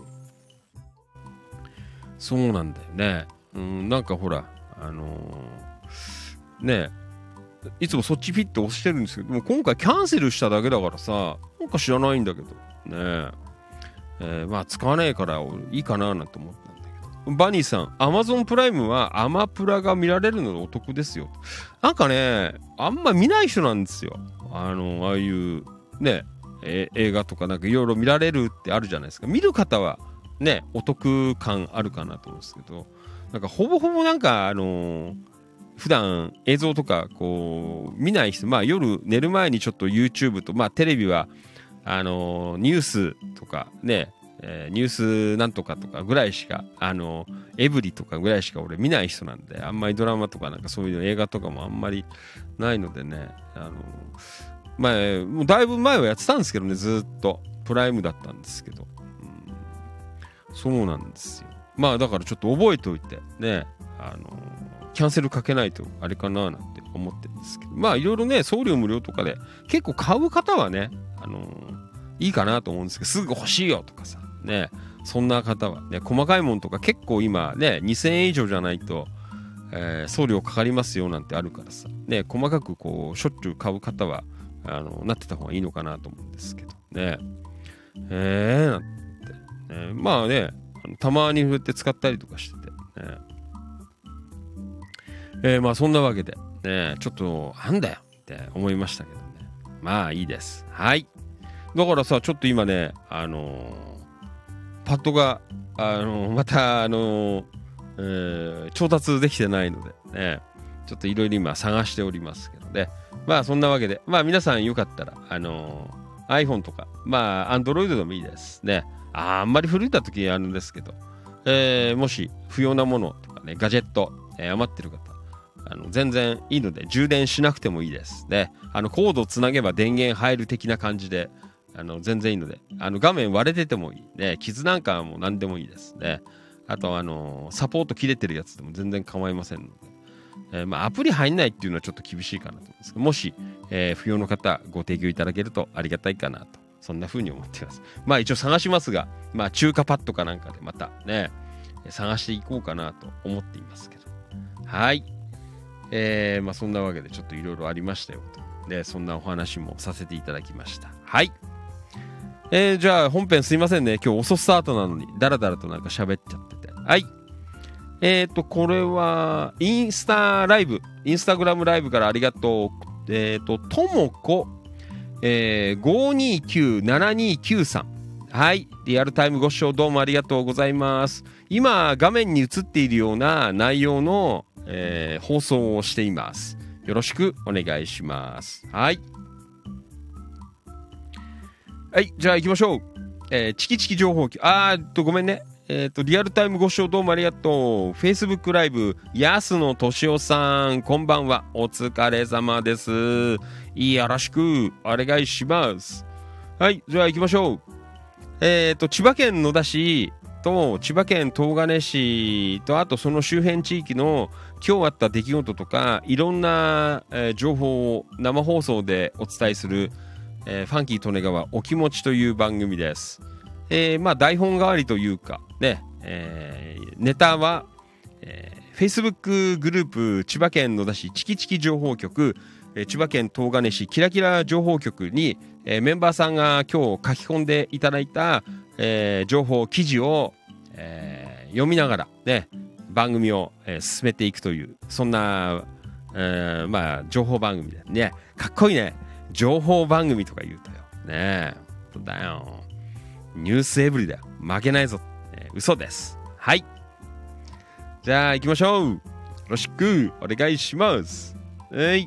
そうなんだよね。うん、なんかほら、あのー、ねえ。いつもそっちピッと押してるんですけども、今回キャンセルしただけだからさ、なんか知らないんだけどねえ、えー、まあ使わねえからいいかななんて思ったんだけど、バニーさん、アマゾンプライムはアマプラが見られるのでお得ですよ。なんかねあんま見ない人なんですよ。あのああいうねえ映画とかなんかいろいろ見られるってあるじゃないですか。見る方はねお得感あるかなと思うんですけど、なんかほぼほぼなんかあのー普段映像とかこう見ない人、まあ夜寝る前にちょっと YouTube と、まあテレビはあのー、ニュースとかね、えー、ニュースなんとかとかぐらいしか、あのー、エブリとかぐらいしか俺見ない人なんで、あんまりドラマとかなんかそういう映画とかもあんまりないのでね、あのー、まあもうだいぶ前はやってたんですけどね、ずっとプライムだったんですけど、うん、そうなんですよ。まあだからちょっと覚えておいてね、あのーキャンセルかけないとあれかななんて思ってるんですけど、まあいろいろね送料無料とかで結構買う方はね、あのー、いいかなと思うんですけど、すぐ欲しいよとかさね、そんな方はね細かいもんとか結構今ねにせんえん以上じゃないと、えー、送料かかりますよなんてあるからさね、細かくこうしょっちゅう買う方はあのなってた方がいいのかなと思うんですけどね、えーなんて、ね、まあねたまにそうやって使ったりとかしててね。えー、まあそんなわけでねちょっとなんだよって思いましたけどね、まあいいです。はい、だからさちょっと今ねあのー、パッドがあのー、またあのーえー、調達できてないのでねちょっといろいろ今探しておりますけどね、まあそんなわけでまあ皆さんよかったらあのー、iPhone とかまあ Android でもいいですね。あ, あんまり古いた時あるんですけど、えー、もし不要なものとかねガジェット、えー、余ってる方あの全然いいので充電しなくてもいいですね。あのコードをつなげば電源入る的な感じであの全然いいので、あの画面割れててもいいね、傷なんかも何でもいいですね。あとあのサポート切れてるやつでも全然構いませんので、えー、まあアプリ入んないっていうのはちょっと厳しいかなと思うんですけど、もし、えー、不要の方ご提供いただけるとありがたいかなと、そんな風に思っています。まあ一応探しますが、まあ中華パッドかなんかでまたね探していこうかなと思っていますけど、はい。えー、まあそんなわけでちょっといろいろありましたよと。で、そんなお話もさせていただきました。はい。えー、じゃあ本編すいませんね。今日遅スタートなのにダラダラとなんか喋っちゃってて。はい。えーと、これはインスタライブ、インスタグラムライブからありがとう。えーと、ともこ、えー、ごにきゅうななにきゅうさん。はい。リアルタイムご視聴どうもありがとうございます。今画面に映っているような内容のえー、放送をしています。よろしくお願いします。はい。はい、じゃあ行きましょう。えー、チキチキ情報機。あーっと、ごめんね。えー、っと、リアルタイムご視聴どうもありがとう。Facebook ライブ、安野俊夫さん、こんばんは。お疲れ様です。よろしくお願いします。はい、じゃあ行きましょう。えー、っと、千葉県野田市、 と千葉県東金市とあとその周辺地域の今日あった出来事とかいろんな、えー、情報を生放送でお伝えする、えー、ファンキー利根川お気持ちという番組です。えー、まあ台本代わりというかね、えー、ネタは、えー、Facebook グループ千葉県野田市チキチキ情報局、えー、千葉県東金市キラキラ情報局に、えー、メンバーさんが今日書き込んでいただいた、えー、情報記事を、えー、読みながらね番組を、えー、進めていくというそんな、えー、まあ情報番組でねかっこいいね情報番組とか言うとよね本当だよニュースエブリだよ負けないぞ、えー、嘘です。はいじゃあ行きましょうよろしくお願いします。はい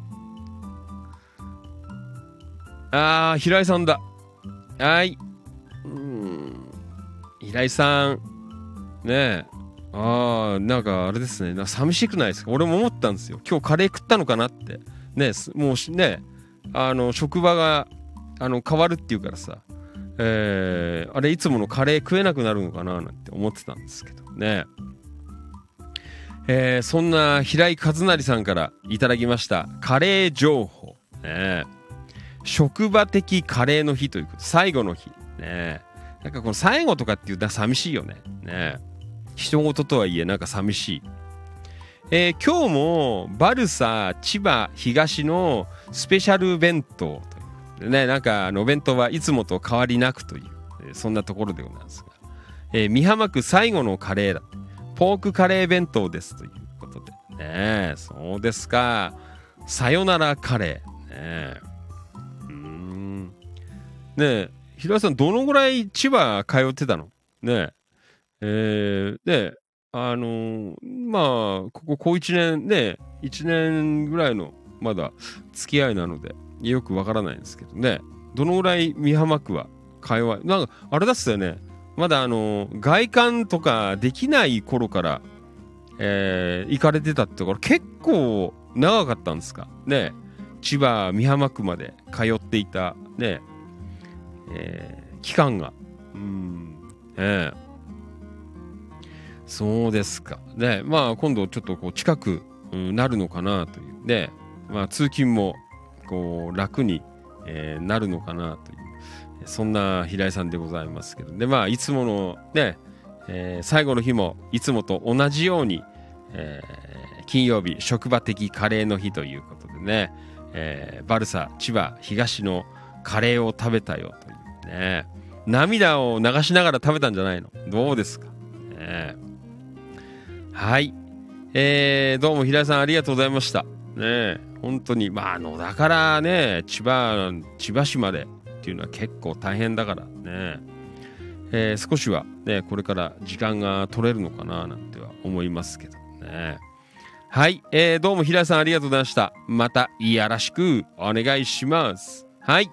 あー平井さんだはいうん平井さんねえああなんかあれですねなんか寂しくないですか。俺も思ったんですよ今日カレー食ったのかなってねもうねあの職場があの変わるっていうからさえー、あれいつものカレー食えなくなるのかななんて思ってたんですけどねえー、そんな平井和成さんからいただきましたカレー情報ね職場的カレーの日ということ最後の日ねなんかこの最後とかっていうのは寂しいよねね人事とはいえなんか寂しい、えー、今日もバルサ千葉東のスペシャル弁当というねなんかあのお弁当はいつもと変わりなくという、えー、そんなところでございますが、えー、美浜区最後のカレーだポークカレー弁当ですということでねそうですかさよならカレーねうーんねえ平井さんどのぐらい千葉通ってたのねえー、であのー、まあこここういちねんねいちねんぐらいのまだ付き合いなのでよくわからないんですけどねどのぐらい美浜区は通わなんかあれだっすよねまだあのー、外観とかできない頃から、えー、行かれてたってところ結構長かったんですかね千葉美浜区まで通っていたねえー、期間がうんええそうですかねまあ今度ちょっとこう近く、うん、なるのかなというねまあ通勤もこう楽に、えー、なるのかなというそんな平井さんでございますけどでまあいつものね、えー、最後の日もいつもと同じように、えー、金曜日職場的カレーの日ということでね、えー、バルサ千葉東のカレーを食べたよというね涙を流しながら食べたんじゃないのどうですか、ね、はい、えー、どうも平井さんありがとうございましたね本当にまあ野田からね千葉千葉市までっていうのは結構大変だからね、えー、少しはねこれから時間が取れるのかななんては思いますけどねはい、えー、どうも平井さんありがとうございましたまたよろしくお願いしますはい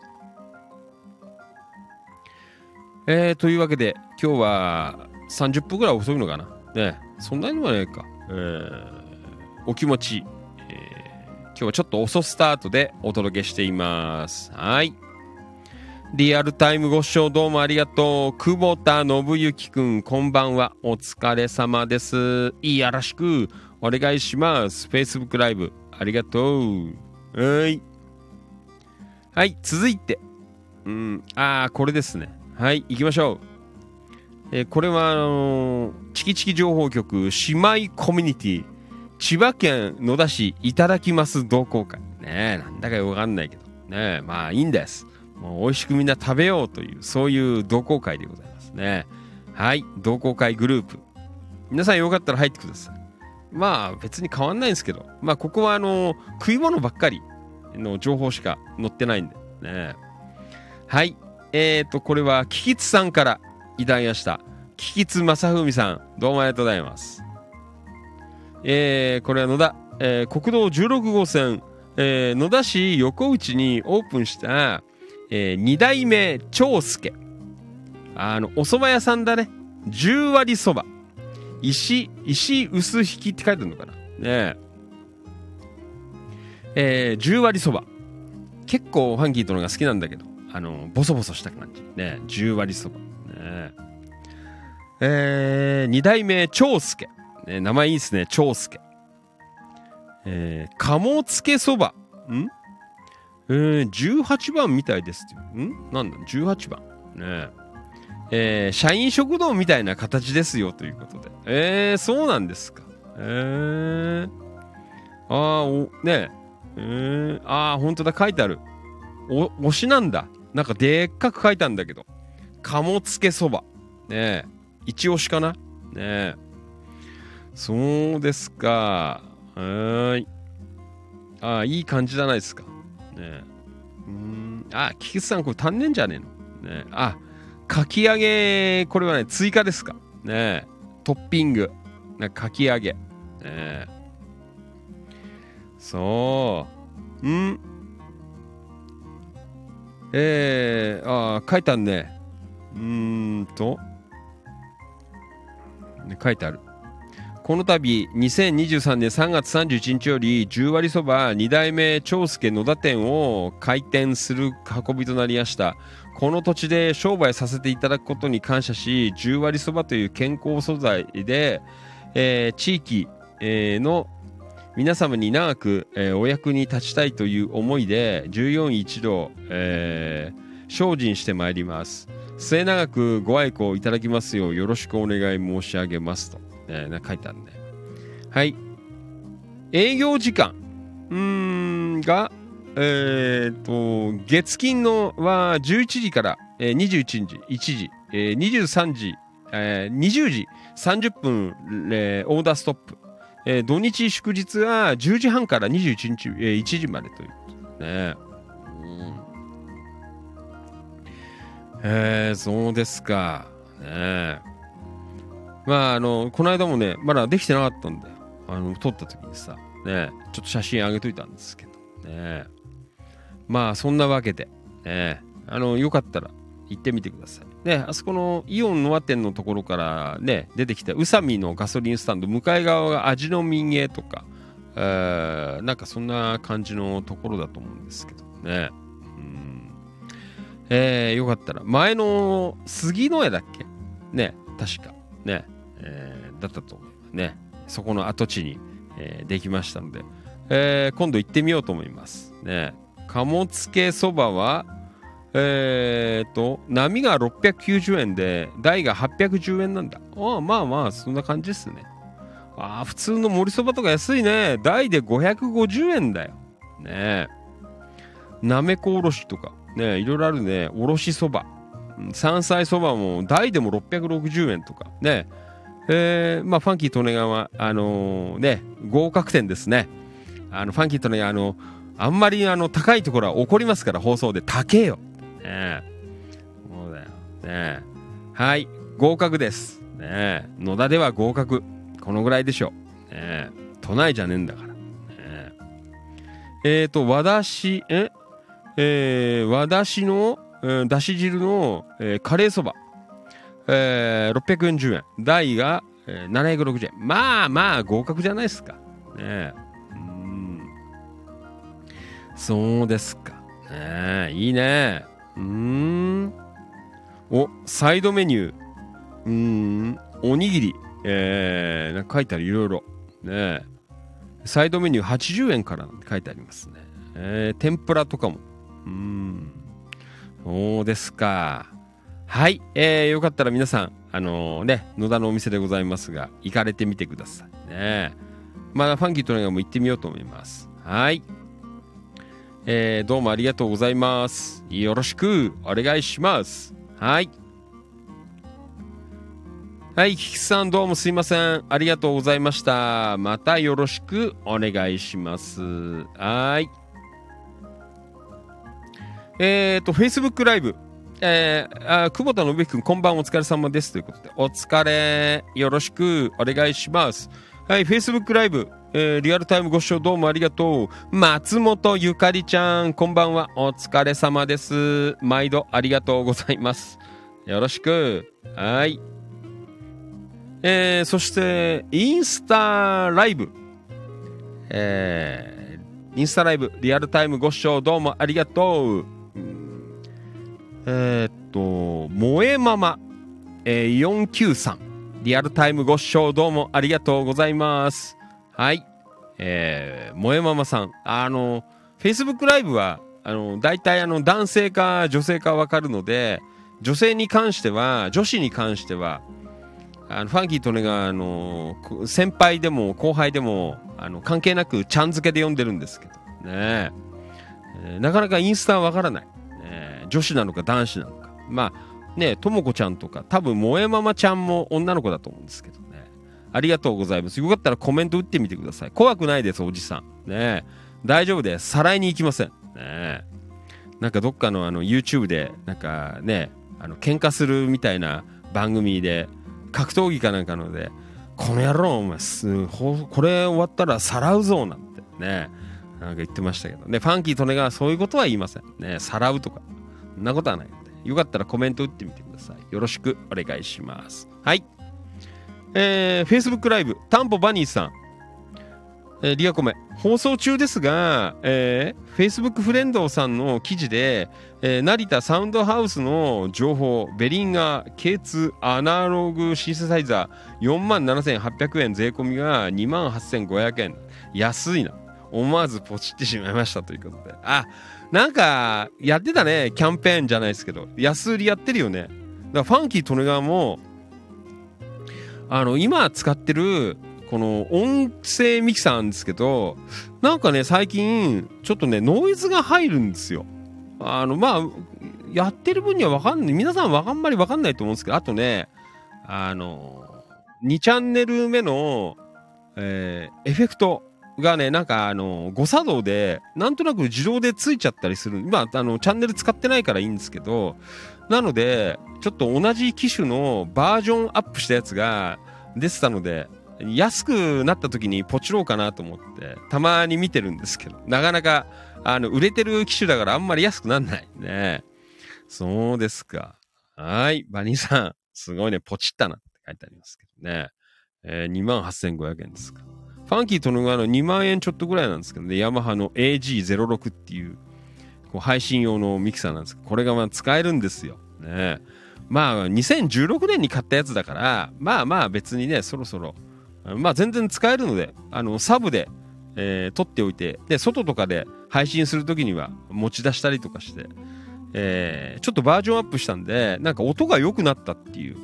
えー、というわけで今日はさんじゅっぷんぐらい遅いのかなねそんなにもないか、えー、お気持ち、えー、今日はちょっと遅スタートでお届けしていますはいリアルタイムご視聴どうもありがとう久保田信之くんこんばんはお疲れ様ですよろしくお願いします Facebook ライブありがとうはいはい続いてうんあーこれですねはい行きましょう、えー、これはあのー、チキチキ情報局姉妹コミュニティ千葉県野田市いただきます同好会ねえなんだかわかんないけどねえまあいいんですもう美味しくみんな食べようというそういう同好会でございますねはい同好会グループ皆さんよかったら入ってくださいまあ別に変わんないんですけどまあここはあのー、食い物ばっかりの情報しか載ってないんでねはいえーとこれはキキツさんからいただきましたキキツ正文さんどうもありがとうございますえー、これは野田、えー、国道じゅうろく号線、えー、野田市横内にオープンした、えー、に代目長介あのお蕎麦屋さんだねじゅう割そば石石薄引きって書いてあるのかなねえー、じゅう割そば結構ファンキーとのが好きなんだけどあのボソボソした感じねじゅう割そばねえー、二代目長介、ね、名前いいですね、長介。えー、鴨つけそばん、えー、じゅうはちばんみたいですって。んなんだじゅうはちばんねえー、社員食堂みたいな形ですよということで。えー、そうなんですか。えー、あーおねえー、あーほんとだ、書いてある。お推しなんだ。なんかでっかく書いたんだけど、鴨つけそばねえ、一押しかなねえ。そうですか。はーい。ああ、いい感じじゃないですか。ねえ。うーん。あ、菊池さん、これ足んねんじゃねえのねえ。あ、かき揚げ、これはね、追加ですかねえ。トッピング。ね、かき揚げ。ねえ。そう。んえー、ああ、書いてあるね。うーんと。ね、書いてある。この度にせんにじゅうさんねんさんがつさんじゅういちにちよりじゅう割そばに代目長介野田店を開店する運びとなりました。この土地で商売させていただくことに感謝し、じゅう割そばという健康素材で、えー、地域、えー、の皆様に長く、えー、お役に立ちたいという思いでじゅうよん一度、えー、精進してまいります。末永くご愛顧いただきますようよろしくお願い申し上げますと、えー、書いてあるね。はい。営業時間うーんが、えー、と月金のはじゅういちじから、えー、にじゅういちじ、いちじ、えー、にじゅうさんじ、えー、にじゅうじさんじゅっぷん、えー、オーダーストップ、えー、土日祝日はじゅうじはんからにじゅういちにち、えー、いちじまでということね。うんえー、そうですか。ねまあ、あの、この間もね、まだできてなかったんだよ。あの、撮った時にさ、ねちょっと写真上げといたんですけど、ねまあ、そんなわけで、ねあの、よかったら行ってみてください。ねあそこのイオンノア店のところからね、出てきた宇佐美のガソリンスタンド、向かい側が味の民営とか、えー、なんかそんな感じのところだと思うんですけどね。えー、よかったら前の杉野屋だっけね確かね、えー、だったと思いますね。そこの跡地に、えー、できましたので、えー、今度行ってみようと思いますね。鴨つけそばはえーと波がろっぴゃくきゅうじゅうえんで大がはっぴゃくじゅうえんなんだ。ああまあまあそんな感じですね。ああ普通の盛りそばとか安いね。大でごひゃくごじゅうえんだよね。なめこおろしとかねいろいろあるね。おろしそば、山菜そばも大でもろっぴゃくろくじゅうえんとかね。えー、まあファンキー利根川あのー、ね合格点ですね。あのファンキー利根川あのあんまりあの高いところは怒りますから放送で高えよ。ねそうだよね。はい合格ですね。野田では合格このぐらいでしょうね。都内じゃねえんだからね。えーと和だしええー、和だしの、えー、だし汁の、えー、カレーそば、えー、ろっぴゃくよんじゅうえん大が、えー、ななひゃくろくじゅうえん。まあまあ合格じゃないですかね。うんそうですかね。いいね。うんおサイドメニューうんおにぎり、えー、なんか書いてあるいろいろね。サイドメニューはちじゅうえんから書いてありますね。えー、天ぷらとかもうーんそうですか。はい、えー、よかったら皆さんあのー、ね野田のお店でございますが行かれてみてくださいね。まだファンキートレーナーも行ってみようと思います。はい、えー、どうもありがとうございます。よろしくお願いします。はいはいキキさんどうもすいませんありがとうございました。またよろしくお願いします。はいえーと、Facebook ライブ、えー、あ久保田信之君、こんばんお疲れ様です。ということで、お疲れ、よろしくお願いします。はい、Facebook ライブ、えー、リアルタイムご視聴どうもありがとう。松本ゆかりちゃん、こんばんは、お疲れ様です。毎度ありがとうございます。よろしく。はい。えー、そして、インスタライブ、えー、インスタライブ、リアルタイムご視聴どうもありがとう。えー、っと、萌えママ、えー、よんきゅうさん。 リアルタイムご視聴どうもありがとうございます。はい。えー、萌えママさん。あの、Facebook ライブは、あの、大体あの、男性か女性かわかるので、女性に関しては、女子に関しては、あのファンキーとねが、あの、先輩でも後輩でも、あの、関係なくちゃん付けで呼んでるんですけど、ねえー、なかなかインスタはわからない。ね、女子なのか男子なのか。まあ、ね、ともこちゃんとか、多分萌えママちゃんも女の子だと思うんですけどね。ありがとうございます。よかったらコメント打ってみてください。怖くないです、おじさん。ね、大丈夫です。さらいに行きません。ね、なんかどっかのあの YouTube で、なんかね、あの喧嘩するみたいな番組で、格闘技かなんかので、この野郎、お前す、これ終わったらさらうぞなんてね、なんか言ってましたけどね、ファンキーとねがそういうことは言いません。ね、さらうとか、そんなことはないので、よかったらコメント打ってみてください。よろしくお願いします。はい。えー、Facebook ライブ、タンポバニーさん。えー、リアコメ、放送中ですが、えー、Facebook フレンドさんの記事で、えー、成田サウンドハウスの情報、ベリンガー ケーツー アナログシンセサイザーよんまんななせんはっぴゃくえん、税込みがにまんはっせんごひゃくえん。安いな。思わずポチってしまいましたということで。あ、なんか、やってたね。キャンペーンじゃないですけど。安売りやってるよね。だからファンキー利根川も、あの、今使ってる、この音声ミキサーなんですけど、なんかね、最近、ちょっとね、ノイズが入るんですよ。あの、まあ、やってる分にはわかんない。皆さんはあんまりわかんないと思うんですけど、あとね、あの、にチャンネル目の、えー、エフェクトがね、なんかあの、誤作動で、なんとなく自動でついちゃったりする。まあ、あの、チャンネル使ってないからいいんですけど、なので、ちょっと同じ機種のバージョンアップしたやつが出てたので、安くなった時にポチろうかなと思ってたまに見てるんですけど、なかなかあの売れてる機種だからあんまり安くなんないね。そうですか。はい、バニーさんすごいね、ポチったなって書いてありますけどね、えー、にまんはっせんごひゃくえんですか。ファンキーとのがのにまんえんちょっとぐらいなんですけどね、ヤマハの エージーゼロろく っていうこう配信用のミキサーなんですけど、これがまあ使えるんですよね。まあにせんじゅうろくねんに買ったやつだから、まあまあ別にね、そろそろまあ全然使えるので、あのサブで、えー、取っておいて、で外とかで配信するときには持ち出したりとかして、えー、ちょっとバージョンアップしたんで、なんか音が良くなったっていう。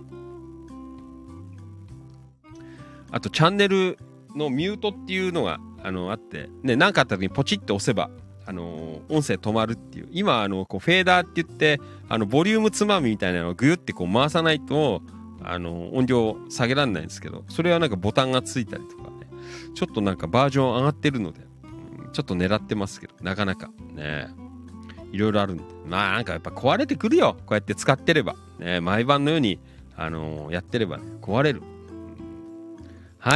あとチャンネルのミュートっていうのがあのあって、ね、なんかあった時にポチッと押せば、あのー、音声止まるっていう。今あのこうフェーダーって言って、あのボリュームつまみみたいなのをグーってこう回さないと。あの音量下げられないんですけど、それはなんかボタンがついたりとかね、ちょっとなんかバージョン上がってるので、うん、ちょっと狙ってますけど、なかなかね、いろいろあるんで、まあなんかやっぱ壊れてくるよ、こうやって使ってればね、毎晩のようにあのー、やってればね壊れる、うん、はい、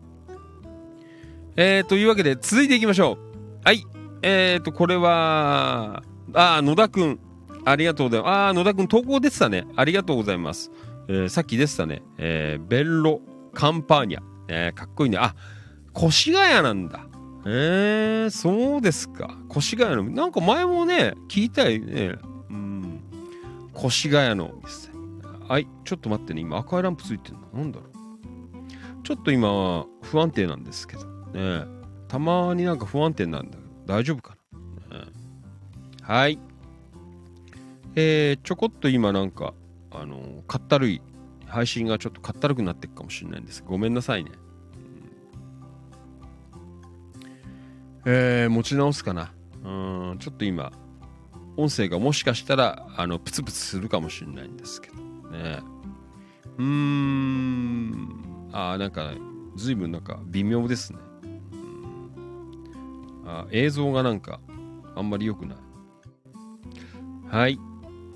えーというわけで続いていきましょう。はい、えーとこれはあ野田くんありがとうございます。あ野田くん投稿出てたね、ありがとうございます。えー、さっきでしたね、えー、ベッロカンパーニャ、えー、かっこいいね。あ、越谷なんだ。えー、そうですか。越谷のなんか前もね聞いたいね。うん、越谷の店。はい、ちょっと待ってね、今赤いランプついてるのなんだろう。ちょっと今不安定なんですけどね、たまになんか不安定なんだけど大丈夫かな、ね、はい、えー、ちょこっと今なんかあのー、かったるい配信がちょっとかったるくなっていくかもしれないんです。ごめんなさいね。うん、えー、持ち直すかな。うん、ちょっと今音声がもしかしたらあのプツプツするかもしれないんですけどね。うーん、あーなんかずいぶんなんか微妙ですね。うん、あ映像がなんかあんまり良くない。はい。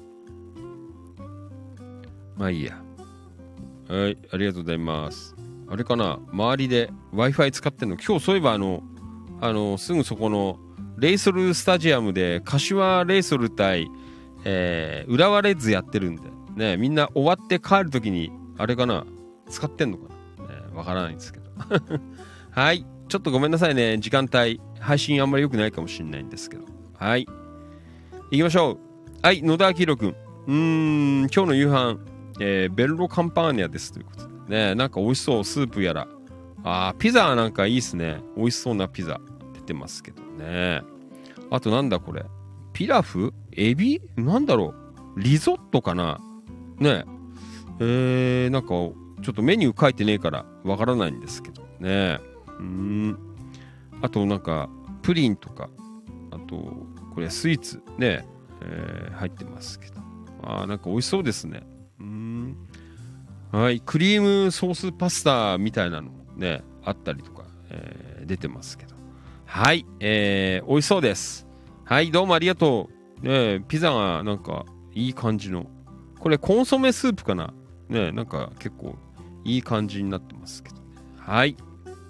まあいいや。はい、ありがとうございます。あれかな、周りで Wi-Fi 使ってんの。今日そういえばあの、あの、すぐそこのレイソルスタジアムで柏レイソル対、えー、浦和レッズやってるんで、ね、みんな終わって帰るときに、あれかな、使ってんのかな、ね、わからないんですけど。はい、ちょっとごめんなさいね、時間帯、配信あんまり良くないかもしれないんですけど。はい。行きましょう。はい、野田明宏くん。うーん、今日の夕飯、 えー、ベルロカンパーニャですということでね、なんか美味しそう、スープやら。あー、ピザなんかいいっすね。美味しそうなピザ出てますけどね。あとなんだこれ。ピラフ？エビ？なんだろう。リゾットかなね。えー、なんかちょっとメニュー書いてねえからわからないんですけどね。うーん。あとなんかプリンとか、あとこれスイーツね、えー、入ってますけど。あー、なんか美味しそうですね。うーん。はい、クリームソースパスタみたいなのね、あったりとか、えー、出てますけど。はい、えー、美味しそうです。はい、どうもありがとう。ね、ピザがなんかいい感じの。これコンソメスープかなね、なんか結構いい感じになってますけどね。はい。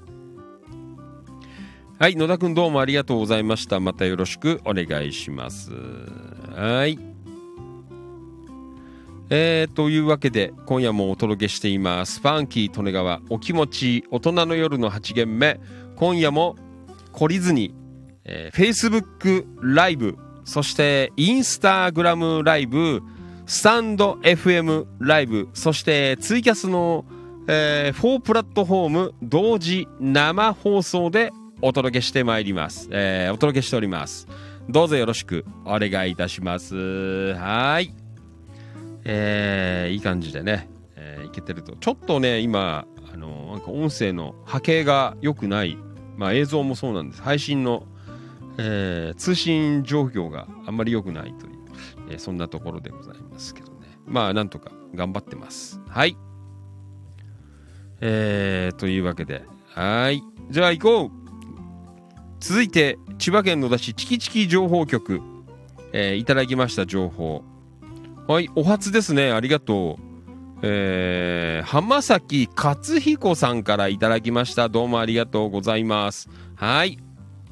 はい、野田くんどうもありがとうございました。またよろしくお願いします。はい。えー、というわけで今夜もお届けしていますファンキー利根川お気持ち大人の夜のはち限目、今夜も懲りずに、えー、Facebook ライブ、そしてインスタグラムライブ、スタンド エフエム ライブ、そしてツイキャスの、えー、よんプラットフォーム同時生放送でお届けしてまいります、えー、お届けしております。どうぞよろしくお願いいたします。はい、えー、いい感じでね、えー、いけてると。ちょっとね今あのなんか音声の波形が良くない、まあ映像もそうなんです。配信の、えー、通信状況があんまり良くないという、えー、そんなところでございますけどね。まあなんとか頑張ってます。はい、えー、というわけで、はい、じゃあ行こう。続いて千葉県野田市チキチキ情報局、えー、いただきました情報。はい、お初ですね。ありがとう。えー、浜崎勝彦さんからいただきました。どうもありがとうございます。はい。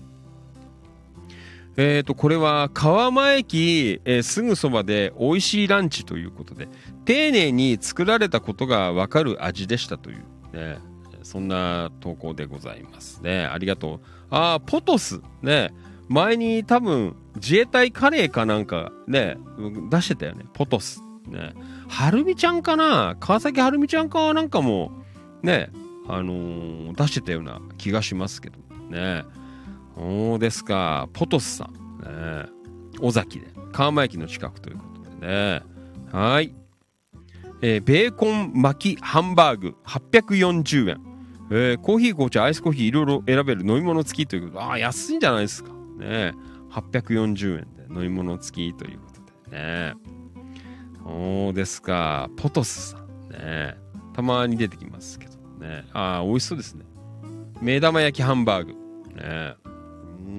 えーと、これは川間駅、えー、すぐそばで美味しいランチということで、丁寧に作られたことがわかる味でしたという、ね、そんな投稿でございますね。ありがとう。あー、ポトス。ね。前に多分自衛隊カレーかなんかね出してたよね、ポトスね。はるみちゃんかな、川崎はるみちゃんかなんかもね、あのー、出してたような気がしますけどね。そうですか、ポトスさんね、尾崎で川間駅の近くということでね。はい、えー、ベーコン巻きハンバーグはっぴゃくよんじゅうえん、えー、コーヒー紅茶アイスコーヒーいろいろ選べる飲み物付きということで、ああ安いんじゃないですかね。はっぴゃくよんじゅうえんで飲み物付きということでね。そうですか、ポトスさんね、たまに出てきますけどね。ああ美味しそうですね。目玉焼きハンバーグね。うん、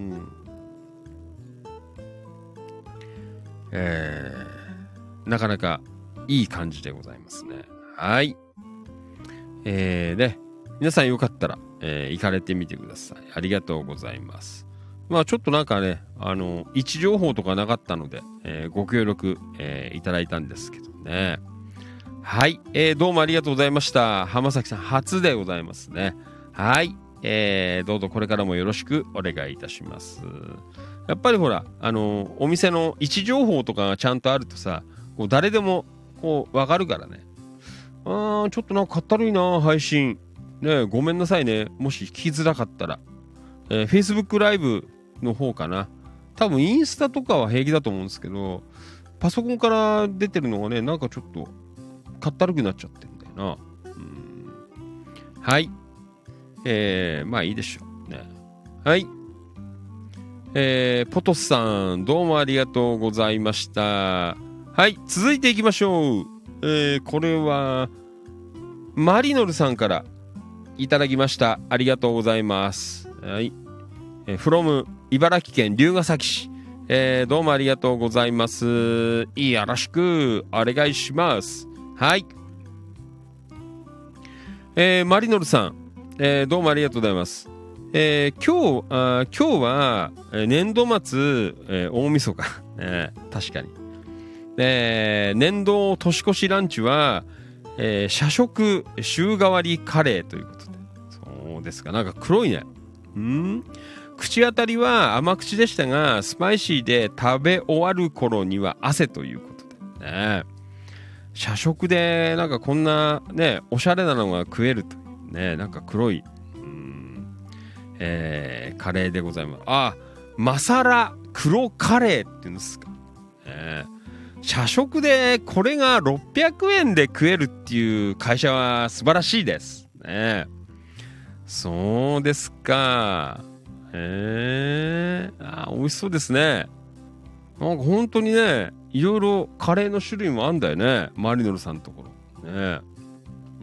えー、なかなかいい感じでございますね。はい、えー、ね、皆さんよかったら、えー、行かれてみてください。ありがとうございます。まあちょっとなんかね、あの位置情報とかなかったので、えー、ご協力、えー、いただいたんですけどね。はい、えー、どうもありがとうございました。浜崎さん初でございますね。はい、えー、どうぞこれからもよろしくお願いいたします。やっぱりほら、あのお店の位置情報とかがちゃんとあるとさ、こう誰でもこう分かるからね。あー、ちょっとなんかかったるいな配信ね、ごめんなさいね、もし聞きづらかったら、えー、Facebook ライブの方かな。多分インスタとかは平気だと思うんですけど、パソコンから出てるのがね、なんかちょっとかったるくなっちゃってるんだよな。うん、はい、えー、まあいいでしょうね。はい、えー、ポトスさんどうもありがとうございました。はい、続いていきましょう。えー、これはマリノルさんからいただきました。ありがとうございます。はい、えー、from 茨城県龍ケ崎市、えー、どうもありがとうございます。よろしくお願いします。はい、えー、マリノルさん、えー、どうもありがとうございます。えー、今日あ今日は、えー、年度末、えー、大晦日、えー、確かに、えー、年度年越しランチは、えー、社食週替わりカレーということで。そうですか、なんか黒いね。うん、口当たりは甘口でしたがスパイシーで食べ終わる頃には汗ということでね。 社食でなんかこんなねおしゃれなのが食えるとね、なんか黒い、うん、えー、カレーでございます。あ、マサラ黒カレーっていうんですか、えー、社食でこれがろっぴゃくえんで食えるっていう会社は素晴らしいですね。そうですか。へえー、あ、美味しそうですね。なんか本当にね、いろいろカレーの種類もあんだよね、マリノルさんのところね。うん、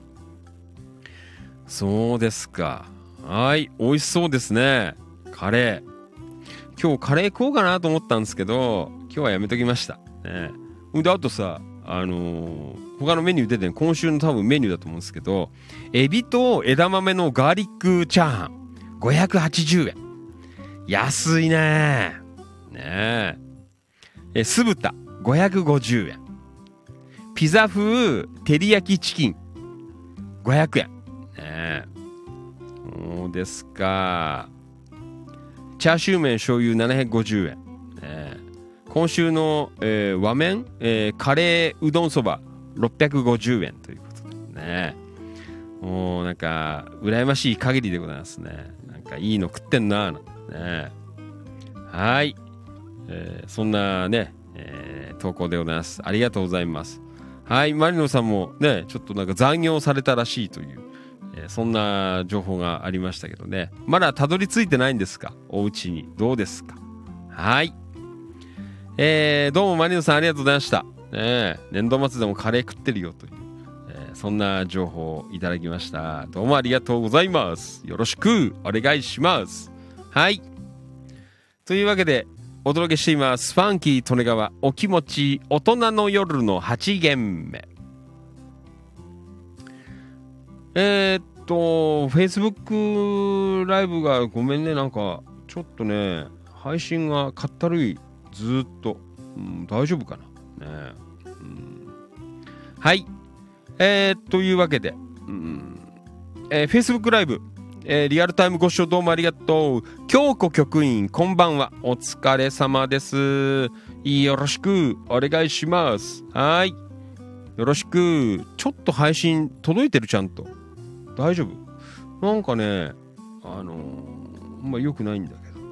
そうですか。はい、美味しそうですね、カレー。今日カレー食おうかなと思ったんですけど、今日はやめときましたね。で、あとさ、あのー、他のメニュー出てる、今週の多分メニューだと思うんですけど、エビと枝豆のガーリックチャーハンごひゃくはちじゅうえん。安いねねえ。え、酢豚ごひゃくごじゅうえん。ピザ風照り焼きチキンごひゃくえん。ねえ。そうですか。チャーシュー麺醤油ななひゃくごじゅうえん。ねえ。今週の、えー、和麺、えー、カレーうどんそばろっぴゃくごじゅうえんということでね。もうなんか羨ましい限りでございますね。なんかいいの食ってんなーね。はい、えー、そんなね、えー、投稿でございます。ありがとうございます。はい、マリノさんもねちょっとなんか残業されたらしいという、えー、そんな情報がありましたけどね。まだたどり着いてないんですか、お家に。どうですか。はい、えー、どうもマリノさんありがとうございました、ね、年度末でもカレー食ってるよという、えー、そんな情報をいただきました。どうもありがとうございます。よろしくお願いします。はい、というわけでお届けしていますファンキー利根川お気持ち大人の夜のはち限目。えー、っと Facebook ライブがごめんね、なんかちょっとね配信がかったるい、ずっと、うん、大丈夫かなね、うん、はい、えー、というわけで、うん、えー、Facebook ライブ、えー、リアルタイムご視聴どうもありがとう。京子局員こんばんは、お疲れ様です。よろしくお願いします。はい、よろしく。ちょっと配信届いてる、ちゃんと大丈夫。なんかねあのー、まあ良くないんだけど、うん、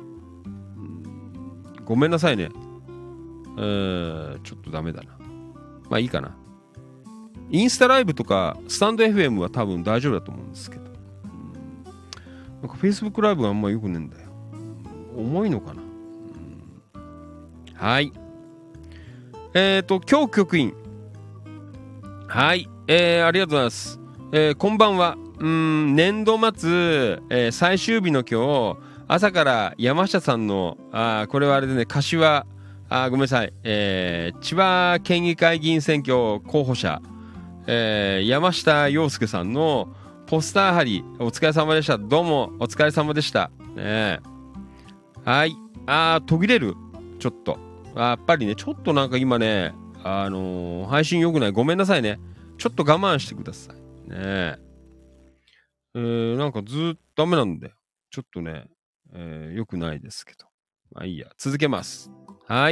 ごめんなさいね。えー、ちょっとダメだな。まあいいかな。インスタライブとかスタンド エフエム は多分大丈夫だと思うんですけど、なんか Facebook ライブがあんま良くねえんだよ。重いのかな、うん、はい、えっ、ー、と今日局員、はい、えー、ありがとうございます、えー、こんばんは。うーん、年度末、えー、最終日の今日朝から山下さんのあこれはあれでね、柏あごめんなさい、えー、千葉県議会議員選挙候補者、えー、山下洋介さんのポスター貼りお疲れ様でした。どうもお疲れ様でしたね。はい、あー途切れるちょっと、あやっぱりねちょっとなんか今ねあのー、配信良くない、ごめんなさいね。ちょっと我慢してくださいね。えー、なんかずっとダメなんだよちょっとね、えー、良くないですけど、まあいいや、続けます。はい、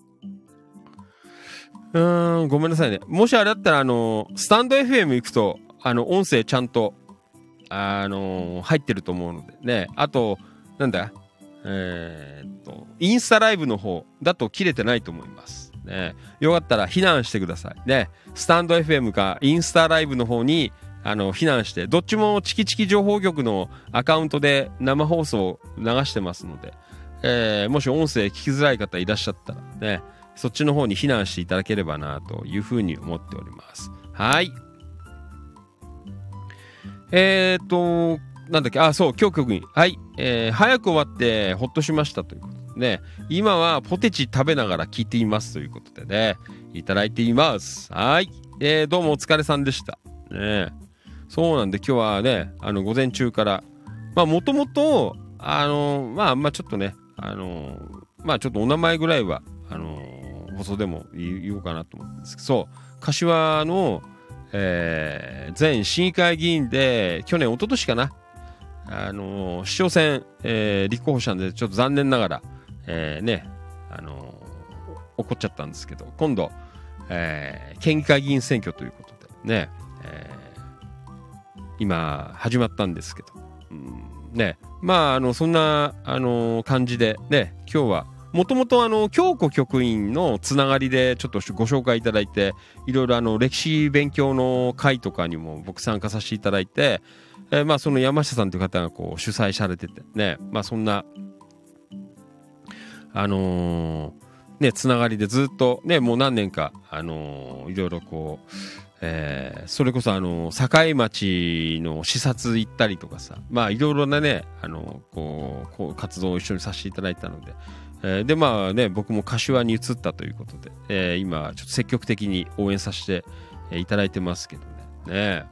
うーんごめんなさいね。もしあれだったらあのー、スタンド エフエム 行くとあの音声ちゃんとあのー、入ってると思うのでね。あとなんだえー、っとインスタライブの方だと切れてないと思いますね。よかったら避難してくださいね。スタンド エフエム かインスタライブの方にあの避難して、どっちもチキチキ情報局のアカウントで生放送流してますので、えー、もし音声聞きづらい方いらっしゃったらね、そっちの方に避難していただければなというふうに思っております。はい、えー、っとなんだっけ、あそう今日局員、はい、えー、早く終わってほっとしましたということでね、今はポテチ食べながら聞いていますということでね、いただいています。はい、えー、どうもお疲れさんでしたね。そうなんで今日はねあの午前中からまあもともとあのまあまあちょっとねあのまあちょっとお名前ぐらいはあの放送でも言おうかなと思うんですけど、そう柏の、えー、前市議会議員で去年一昨年かな、あの市長選、えー、立候補したんでちょっと残念ながら、えー、ねあの起こっちゃったんですけど、今度えー、県議会議員選挙ということでね、えー、今始まったんですけど、うんね、まああのそんなあの感じでね、今日はもともとあの京子局員のつながりでちょっとご紹介いただいて、いろいろあの歴史勉強の会とかにも僕参加させていただいて、えー、まあその山下さんという方がこう主催されててね、まあそんなあのー、ねつながりでずっとねもう何年かあのー、いろいろこう、えー、それこそあのー、境町の視察行ったりとかさ、まあいろいろなねあのー、こうこう活動を一緒にさせていただいたので、えー、でまあね僕も柏に移ったということで、えー、今ちょっと積極的に応援させていただいてますけどね。ね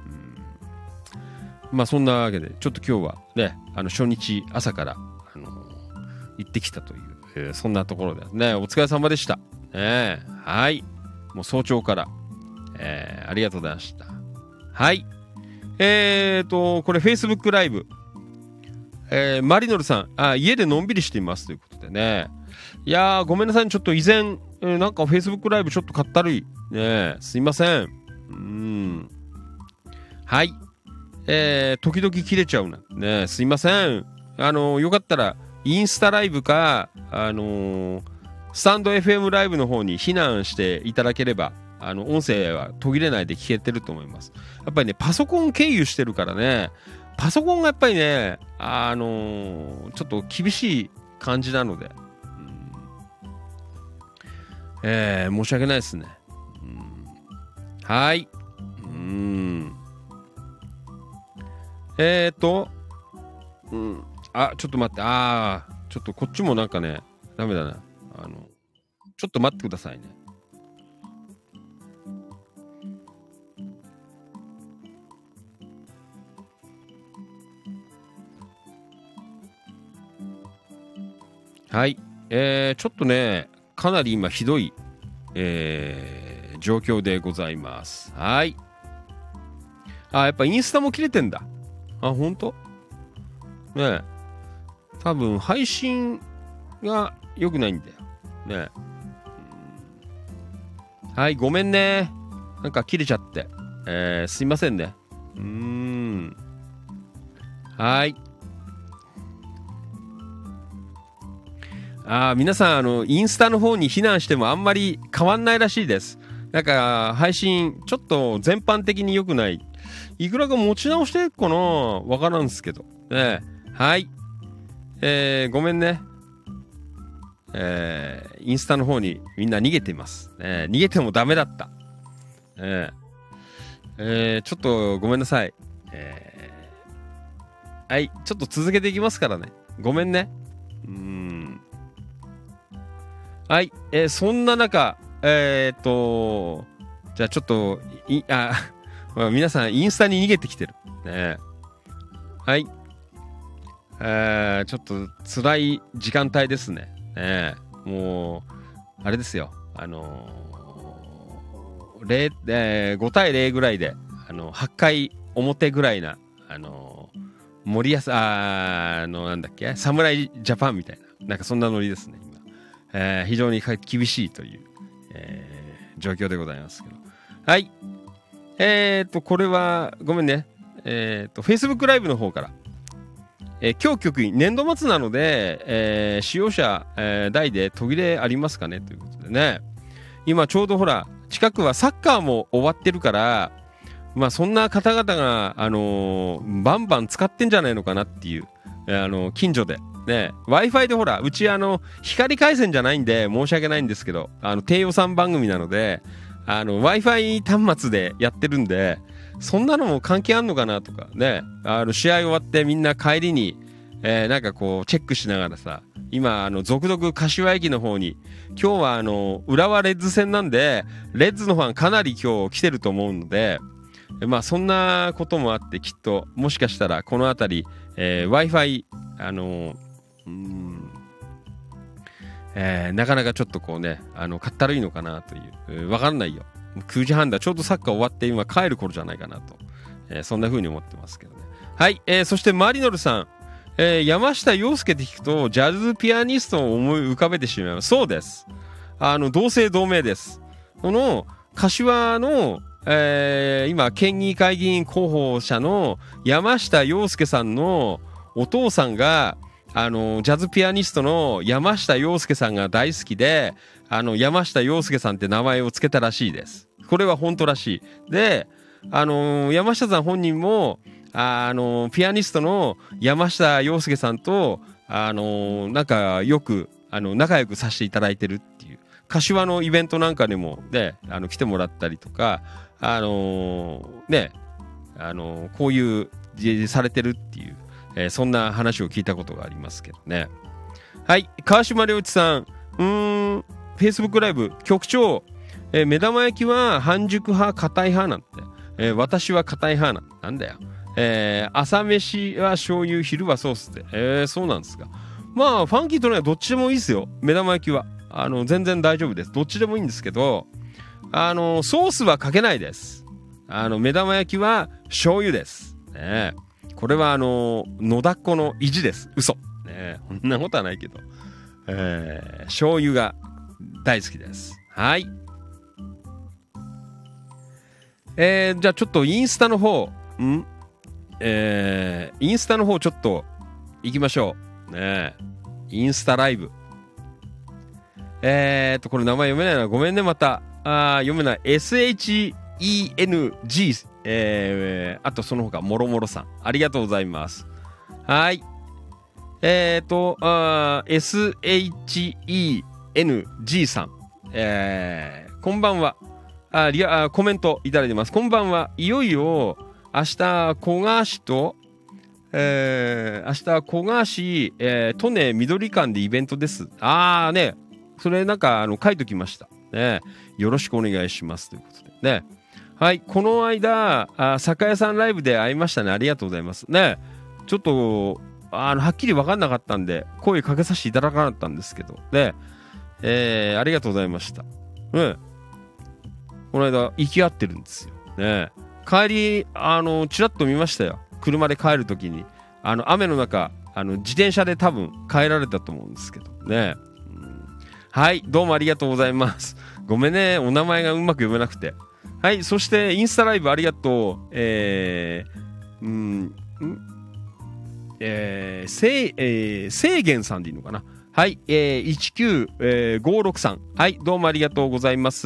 まあそんなわけでちょっと今日はねあの初日朝から、あのー、行ってきたという、えー、そんなところですね。お疲れ様でした、ね、はいもう早朝から、えー、ありがとうございました。はいえーとこれ Facebook ライブ、えー、マリノルさんあ家でのんびりしていますということでね、いやーごめんなさいちょっと以前、えー、なんか Facebook ライブちょっとかったるいねすいません。うーんはいえー、時々切れちゃうなねすいません。あのー、よかったらインスタライブかあのー、スタンド エフエム ライブの方に避難していただければあの音声は途切れないで聞けてると思います。やっぱりねパソコン経由してるからね、パソコンがやっぱりねあのー、ちょっと厳しい感じなので、うん、えー、申し訳ないですね。うん、はいうんえーと、うん、あ、ちょっと待って、あー、ちょっとこっちもなんかね、ダメだな。あの、ちょっと待ってくださいね。はい、えー、ちょっとね、かなり今ひどい、えー、状況でございます。はい。あ、やっぱインスタも切れてんだ。あ、ほんと？ねえ。多分配信が良くないんだよ。ねえ。はい、ごめんね。なんか切れちゃって。えー、すいませんね。うーん。はい。あー、皆さん、あの、インスタの方に避難してもあんまり変わんないらしいです。なんか、配信、ちょっと全般的に良くない。いくらか持ち直してるかなわからんすけど。ね、はい。えー、ごめんね。えー、インスタの方にみんな逃げています。ね、逃げてもダメだった。ね、えー、ちょっとごめんなさい。えー、はい。ちょっと続けていきますからね。ごめんね。うーん。はい。えー、そんな中、えーっと、じゃあちょっと、い、あ、皆さんインスタに逃げてきてる。ね、はい。えー、ちょっと辛い時間帯ですね。ねもう、あれですよ。あのー、れいえー、ごたいゼロぐらいで、あの、はちかい表ぐらいな、あのー、森保、あー、あの、なんだっけ、侍ジャパンみたいな、なんかそんなノリですね、今。えー、非常に厳しいという、えー、状況でございますけど。はい。えーと、これは、ごめんね。えーと、Facebook ライブの方から、えー、今日局員、年度末なので、えー、使用者、えー、代で途切れありますかねということでね。今ちょうどほら、近くはサッカーも終わってるから、まあそんな方々が、あのー、バンバン使ってんじゃないのかなっていう、えー、あのー、近所で。ね、Wi-Fi でほら、うちあの、光回線じゃないんで申し訳ないんですけど、あの、低予算番組なので、あの Wi-Fi 端末でやってるんで、そんなのも関係あんのかなとかね、あの試合終わってみんな帰りに、えー、なんかこうチェックしながらさ、今あの続々柏駅の方に、今日はあの浦和レッズ戦なんでレッズのファンかなり今日来てると思うので、まあそんなこともあってきっともしかしたらこの辺り、えー、Wi-Fi あのー、うーんえー、なかなかちょっとこうね、あのかったるいのかなという、えー、わかんないよ。くじはんだ、ちょうどサッカー終わって今帰る頃じゃないかなと、えー、そんな風に思ってますけどね。はい、えー、そしてマリノルさん、えー、山下洋輔って聞くとジャズピアニストを思い浮かべてしまいます。そうです。あの同姓同名です。 その柏の、えー、今県議会議員候補者の山下洋輔さんのお父さんがあのジャズピアニストの山下洋輔さんが大好きで、あの山下洋輔さんって名前を付けたらしいです。これは本当らしい。で、あの山下さん本人もあのピアニストの山下洋輔さんとあのなんかよくあの仲良くさせていただいてるっていう、柏のイベントなんかにもねあの来てもらったりとか、あのねあのこういうされてるっていう、えー、そんな話を聞いたことがありますけどね。はい、川島良一さん、うーん、Facebook ライブ局長、えー、目玉焼きは半熟派硬い派なんて、えー、私は硬い派なんなんだよ。えー、朝飯は醤油、昼はソースで、えー、そうなんですか。まあファンキーとねどっちでもいいですよ。目玉焼きはあの全然大丈夫です。どっちでもいいんですけど、あのソースはかけないです。あの目玉焼きは醤油です、ね、これはあの野田っ子の意地です。嘘、ね、こんなことはないけど、えー、醤油が大好きです。はい、えー、じゃあちょっとインスタの方んえー、インスタの方ちょっと行きましょうね。インスタライブ、えーっとこれ名前読めないな、ごめんね。またあ読めない。 エスエイチイーエヌジー、えー、あとその他もろもろさんありがとうございます。はい、えーっとあ エスエイチイーエヌジー さん、えー、こんばんは。あリアあコメントいただいてます。こんばんは。いよいよ明日古河市と、えー、明日古河市、えー、利根緑館でイベントです。あーね、それなんかあの書いときましたね。よろしくお願いしますということでね。はい、この間あ酒屋さんライブで会いましたね。ありがとうございますね。ちょっとあのはっきり分かんなかったんで声かけさせていただかなかったんですけどね、えー、ありがとうございました。ね、この間行き合ってるんですよね。帰りあのちらっと見ましたよ。車で帰るときにあの雨の中あの自転車で多分帰られたと思うんですけどね、うん、はいどうもありがとうございます。ごめんねお名前がうまく読めなくて。はい、そしてインスタライブありがとう。えー、うんんえー、せい、えー、せいげんさんでいいのかな。はい、えー、いちきゅうごろくさん、はいどうもありがとうございます。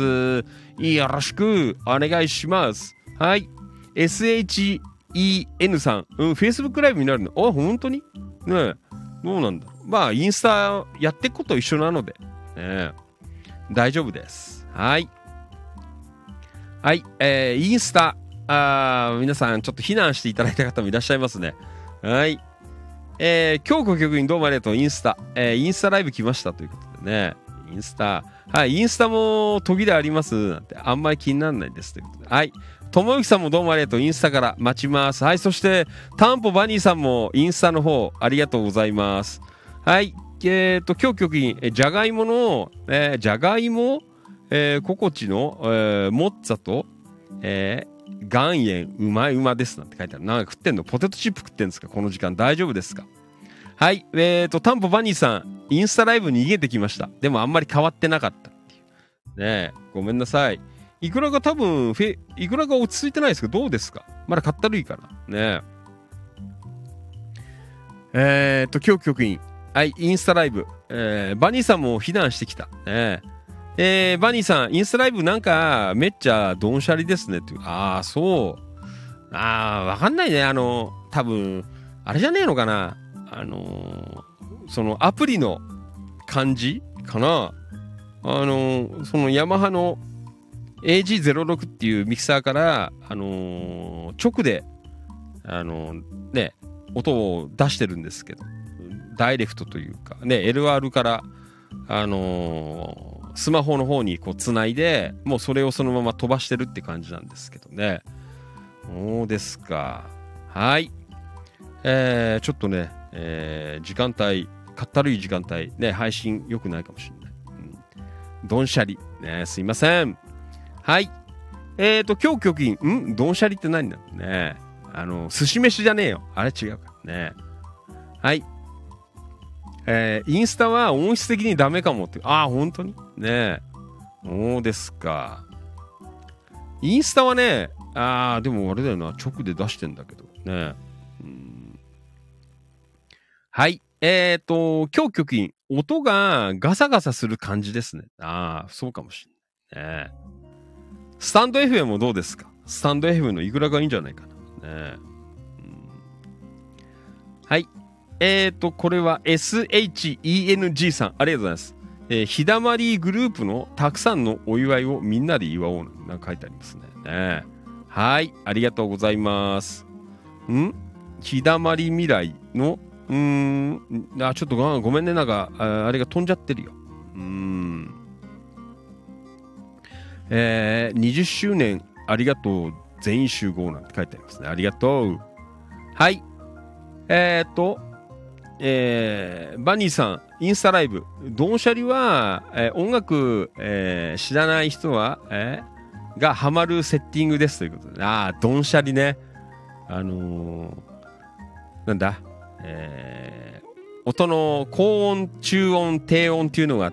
よろしくお願いします。はい、エスエイチイーエヌ さん、うん、Facebook ライブになるの。あ、本当にねえ、どうなんだろう。まあ、インスタやっていくこと一緒なので、ね、大丈夫です。はい。はい、えー、インスタ、あ皆さんちょっと避難していただいた方もいらっしゃいますね。はい。えー、京子局員どうもありがとう。インスタ、えー、インスタライブ来ましたということでね。インスタ、はい、インスタも途切れありますなんてあんまり気にならないですということで。はい。ともゆきさんもどうもありがとう。インスタから待ちます。はい。そして、タンポバニーさんもインスタの方、ありがとうございます。はい。えっと、今日局員、じゃがいもの、えー、じゃがいも、えー、ココチの、えー、モッツァと、えー、岩塩、うまいうまですなんて書いてある。なんか食ってんの？ポテトチップ食ってんですか？この時間大丈夫ですか？はい。えっと、タンポバニーさん、インスタライブに逃げてきました。でもあんまり変わってなかったっていう。ねえ、ごめんなさい。いくらが多分フェいくらが落ち着いてないですけどどうですか？まだかったるいかなねえ。えー、っと今日局員、はいインスタライブ、えー、バニーさんも避難してきたねえー、バニーさんインスタライブなんかめっちゃドンシャリですねっていう。ああそうああわかんないね。あの多分あれじゃねえのかな、あのー、そのアプリの感じかな。あのー、そのヤマハのエージーゼロろく っていうミキサーから、あのー、直で、あのー、ね、音を出してるんですけど、ダイレクトというか、ね、エルアール から、あのー、スマホの方にこうつないで、もうそれをそのまま飛ばしてるって感じなんですけどね。そうですか。はい。えー、ちょっとね、えー、時間帯、かったるい時間帯、ね、配信良くないかもしれない。うん、ドンシャリ、ね、すいません。はい。えーと、今日局員、んドンシャリって何だろうね。あの、寿司飯じゃねえよ。あれ違うからね。はい。えー、インスタは音質的にダメかもって。ああ、本当にねえ。 そうですか。インスタはね、あー、でもあれだよな、直で出してんだけどね。うん、はい。えっ、ー、と、今日局員、音がガサガサする感じですね。ああ、そうかもしれない。ね、スタンド エフエム もどうですか？スタンド エフエム のいくらがいいんじゃないかな。ね、うん、はい。えっ、ー、と、これは エスエイチイーエヌジー さん、ありがとうございます。えー、ひだまりグループのたくさんのお祝いをみんなで祝おうなんて書いてありますね。ね、はい、ありがとうございます。ん？ひだまり未来のうーん、あ、ちょっとごごめんね、なんか あ, あれが飛んじゃってるよ。うーん。えー、にじゅっしゅうねんありがとう全員集合なんて書いてありますね。ありがとう。はい。えー、っと、えー、バニーさん、インスタライブ。ドンシャリは、えー、音楽、えー、知らない人は、えー、がハマるセッティングですということで。ああ、ドンシャリね。あのー、なんだ、えー、音の高音、中音、低音っていうのがあって、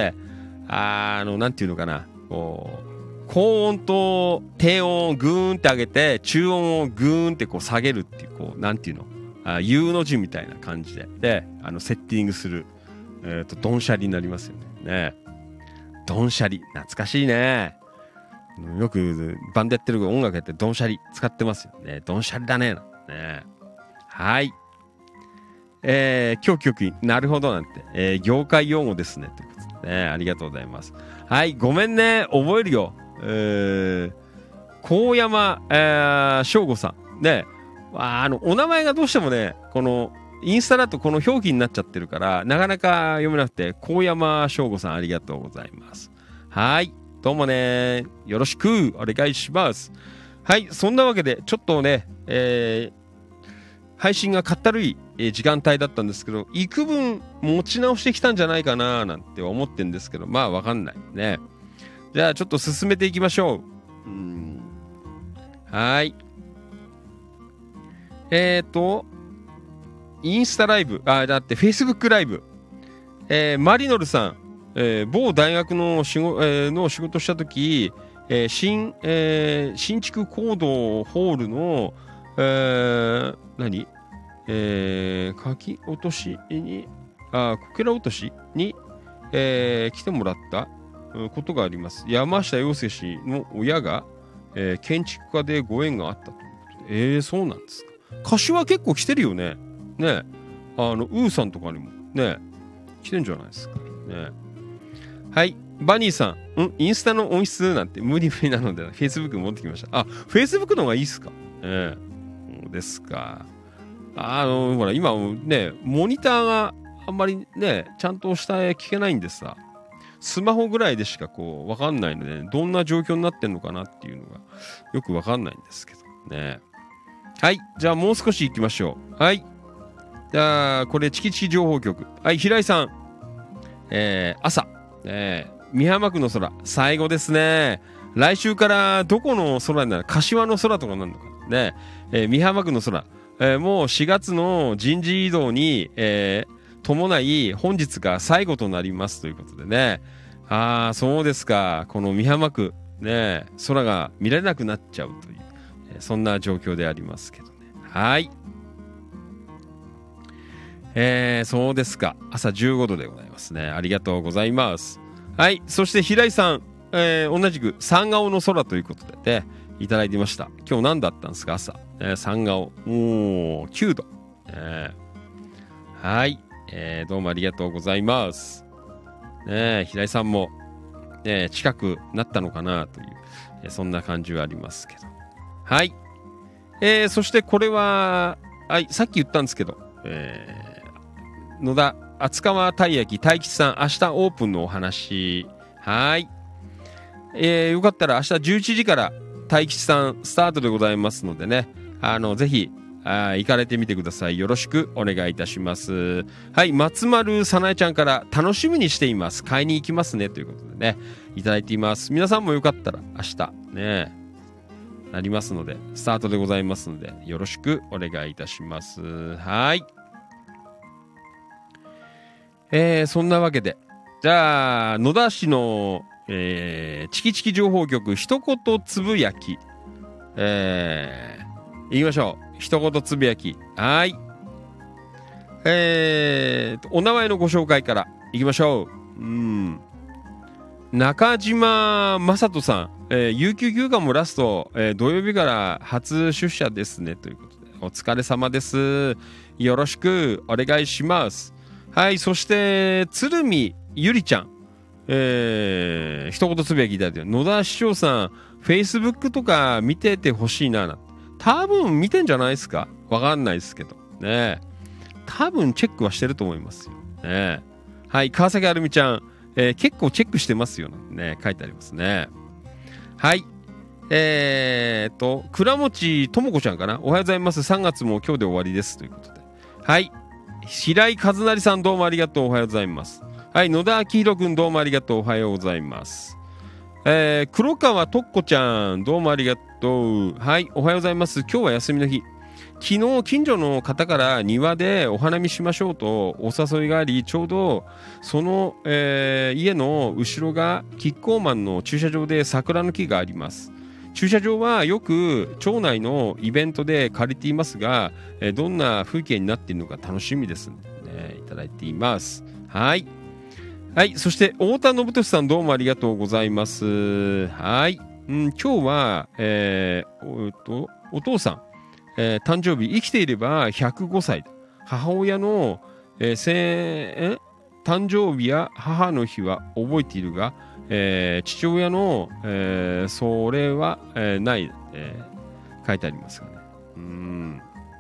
あ, あの、なんていうのかな、こう、高音と低音をグーンって上げて、中音をグーンってこう下げるっていう、こう、なんていうの、あ U の字みたいな感じで、で、あの、セッティングする、えっと、ドンシャリになりますよね。ね。ドンシャリ、懐かしいね。よくバンドやってる音楽やってドンシャリ使ってますよね。ドンシャリだね。ね、はい。えー、今日局員、なるほどなんて、えー、業界用語ですね。ということでね、ありがとうございます。はい、ごめんね、覚えるよ。えー、高山、えー、翔吾さん。ね、あの、お名前がどうしてもね、この、インスタだとこの表記になっちゃってるから、なかなか読めなくて、高山翔吾さんありがとうございます。はい、どうもね、よろしくお願いします。はい、そんなわけで、ちょっとね、えー、配信がかったるい時間帯だったんですけど、幾分持ち直してきたんじゃないかななんて思ってんですけど、まあわかんないね。じゃあちょっと進めていきましょう。うーん、はい。えっ、ー、と、インスタライブ、あ、だって Facebook ライブ、えー、マリノルさん、えー、某大学の仕事、えー、の仕事したとき、えー、新、えー、新築講堂ホールの、えー、何えー、書き落としに、あ、こけら落としに、えー、来てもらったことがあります。山下洋介氏の親が、えー、建築家でご縁があったということで。えー、そうなんですか。柏結構来てるよね。ね。あの、ウーさんとかにもね、来てんじゃないですか。ね。はい。バニーさん、んインスタの音質なんて無理無理なので、Facebook 持ってきました。あ、Facebook の方がいいっすか。ええー。そうですか。あの、ほら、今ね、モニターがあんまりね、ちゃんと下へ聞けないんでさ、スマホぐらいでしかこう、わかんないので、どんな状況になってんのかなっていうのが、よくわかんないんですけどね。はい。じゃあもう少し行きましょう。はい。じゃあ、これ、チキチキ情報局。はい、平井さん。えー、朝。えー、美浜区の空、最後ですね。来週からどこの空になる？柏の空とかなるのかね。えー、美浜区の空。えー、もうしがつの人事異動に、えー、伴い本日が最後となりますということでね。ああ、そうですか。この美浜区、ね、空が見られなくなっちゃうという、えー、そんな状況でありますけどね。はい。えー、そうですか。朝じゅうごどでございますね。ありがとうございます。はい。そして平井さん、えー、同じく三顔の空ということでね、いただいていました。今日何だったんですか、朝。えー、三顔。おー、きゅうど。えー、はい、えー。どうもありがとうございます。ね、平井さんも、ね、近くなったのかなという、えー、そんな感じはありますけど。はい。えー、そしてこれは、はい、さっき言ったんですけど、えー、野田、厚川たい焼き大吉さん、明日オープンのお話。はい。えー、よかったら明日じゅういちじから大吉さんスタートでございますのでね、あの、ぜひ、あ行かれてみてください。よろしくお願いいたします。はい、松丸さなえちゃんから楽しみにしています。買いに行きますね。ということでね、いただいています。皆さんもよかったら明日ね、なりますので、スタートでございますので、よろしくお願いいたします。はい。えー、そんなわけで、じゃあ、野田市のえー、チキチキ情報局、一言つぶやき。えー、行きましょう。一言つぶやき。はい。えー、お名前のご紹介から行きましょう。うん。中島正人さん、えー、有給休暇もラスト、えー、土曜日から初出社ですね。ということで、お疲れ様です。よろしくお願いします。はい、そして、鶴見ゆりちゃん。えー、一言つぶやきいただいて、野田市長さん、Facebook とか見ててほしいな。多分見てんじゃないですか。わかんないですけど。ね。多分チェックはしてると思いますよ。ね。はい、川崎あるみちゃん、えー、結構チェックしてますよ。ね、書いてありますね。はい。えーっと、倉持智子ちゃんかな。おはようございます。さんがつも今日で終わりです。ということで。はい。白井和成さんどうもありがとう。おはようございます。はい。野田明宏くんどうもありがとう。おはようございます。えー、黒川とっこちゃんどうもありがとう。はい。おはようございます。今日は休みの日。昨日近所の方から庭でお花見しましょうとお誘いがあり、ちょうどその、えー、家の後ろがキッコーマンの駐車場で桜の木があります。駐車場はよく町内のイベントで借りていますが、えー、どんな風景になっているのか楽しみですね。いただいています。はい。はい。そして太田信俊さんどうもありがとうございます。はい。うん、今日は、えー、お, とお父さん、えー、誕生日、生きていればひゃくごさい。母親の、えー、せえ誕生日や母の日は覚えているが、えー、父親の、えー、それは、えー、ない、えー、書いてありますがね。うーん。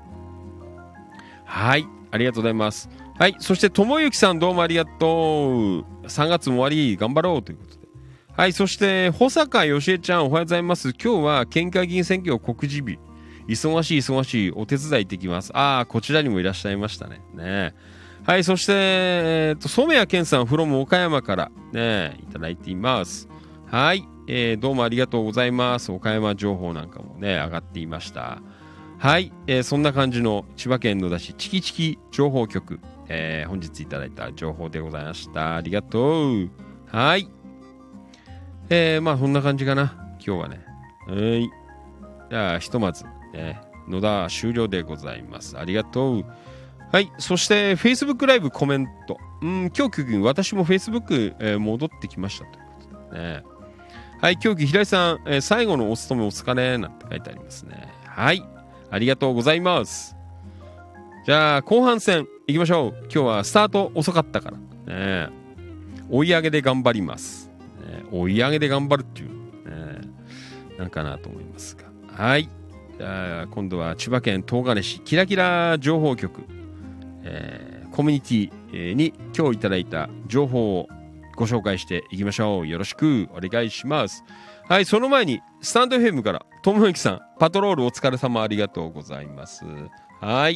はい。ありがとうございます。はい。そして、ともゆきさんどうもありがとう。さんがつも終わり、頑張ろうということで。はい。そして、保坂よしえちゃんおはようございます。今日は県会議員選挙告示日。忙しい忙しいお手伝い行ってきます。ああ、こちらにもいらっしゃいましたね。ねはい、そして、えっと、染谷健さん from 岡山からね、いただいています。はい、えー、どうもありがとうございます。岡山情報なんかもね、上がっていました。はい、えー、そんな感じの千葉県野田市チキチキ情報局、えー、本日いただいた情報でございました。ありがとう。はい。えー、まあ、そんな感じかな。今日はね。はい。じゃあ、ひとまず。ね、野田終了でございます。ありがとう。はい。そして、Facebook ライブコメント。うん、今日、君、私も Facebook、えー、戻ってきましたということでね。はい。今日、平井さん、えー、最後のお勤めお疲れなんて書いてありますね。はい。ありがとうございます。じゃあ、後半戦行きましょう。今日はスタート遅かったから。ね、追い上げで頑張ります。ね、追い上げで頑張るっていう、ね、なんかなと思いますが。はい。じゃあ今度は千葉県東金市キラキラ情報局、えー、コミュニティに今日いただいた情報をご紹介していきましょう。よろしくお願いします。はい、その前にスタンド エフエム からともゆきさんパトロールお疲れ様ありがとうございます。はい、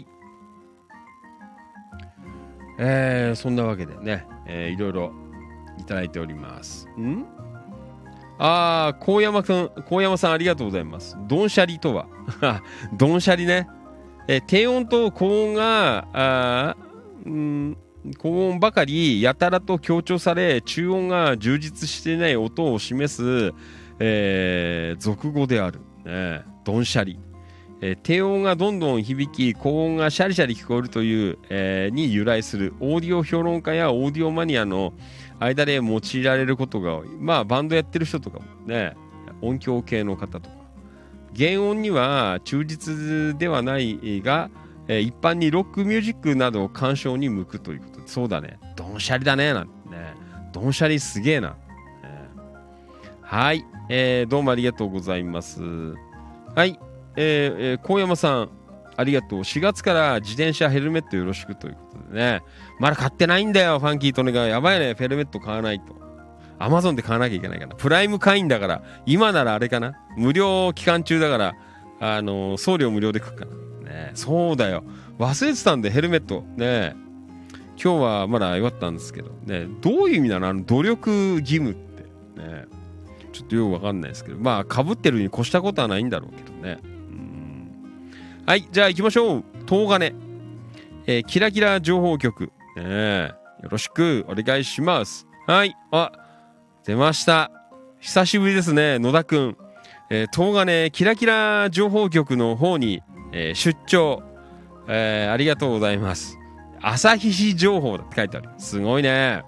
えー、そんなわけでね、えー、いろいろいただいております。んああ、高山くん、高山さんありがとうございます。ドンシャリとはドンシャリね。え低音と高音が、あん高音ばかりやたらと強調され、中音が充実していない音を示す、えー、俗語である。ね、ドンシャリ。えー、低音がどんどん響き、高音がシャリシャリ聞こえるという、えー、に由来するオーディオ評論家やオーディオマニアの間で用いられることが多い。まあバンドやってる人とかもね、音響系の方とか。原音には忠実ではないが、えー、一般にロックミュージックなどを鑑賞に向くということで、そうだね。ドンシャリだね。なんてね。ドンシャリすげえな。えー、はい、えー。どうもありがとうございます。はい。えーえー、高山さん、ありがとう。しがつから自転車ヘルメットよろしくということでね。まだ買ってないんだよ、ファンキートネが。やばいね、ヘルメット買わないと。アマゾンで買わなきゃいけないかな。プライム会員だから、今ならあれかな。無料期間中だから、あのー、送料無料で来るかな。ね、そうだよ。忘れてたんで、ヘルメット。ね、今日はまだよかったんですけど、ね、どういう意味なのあの、努力義務って。ね、ちょっとよくわかんないですけど、まあ、被ってるに越したことはないんだろうけどね。はい、じゃあ行きましょう。東金、えー、キラキラ情報局、ね、よろしくお願いします。はい、あ、出ました。 久しぶりですね、野田くん。えー、東金キラキラ情報局の方に、えー、出張、えー、ありがとうございます。旭市情報だって書いてある。すごいね。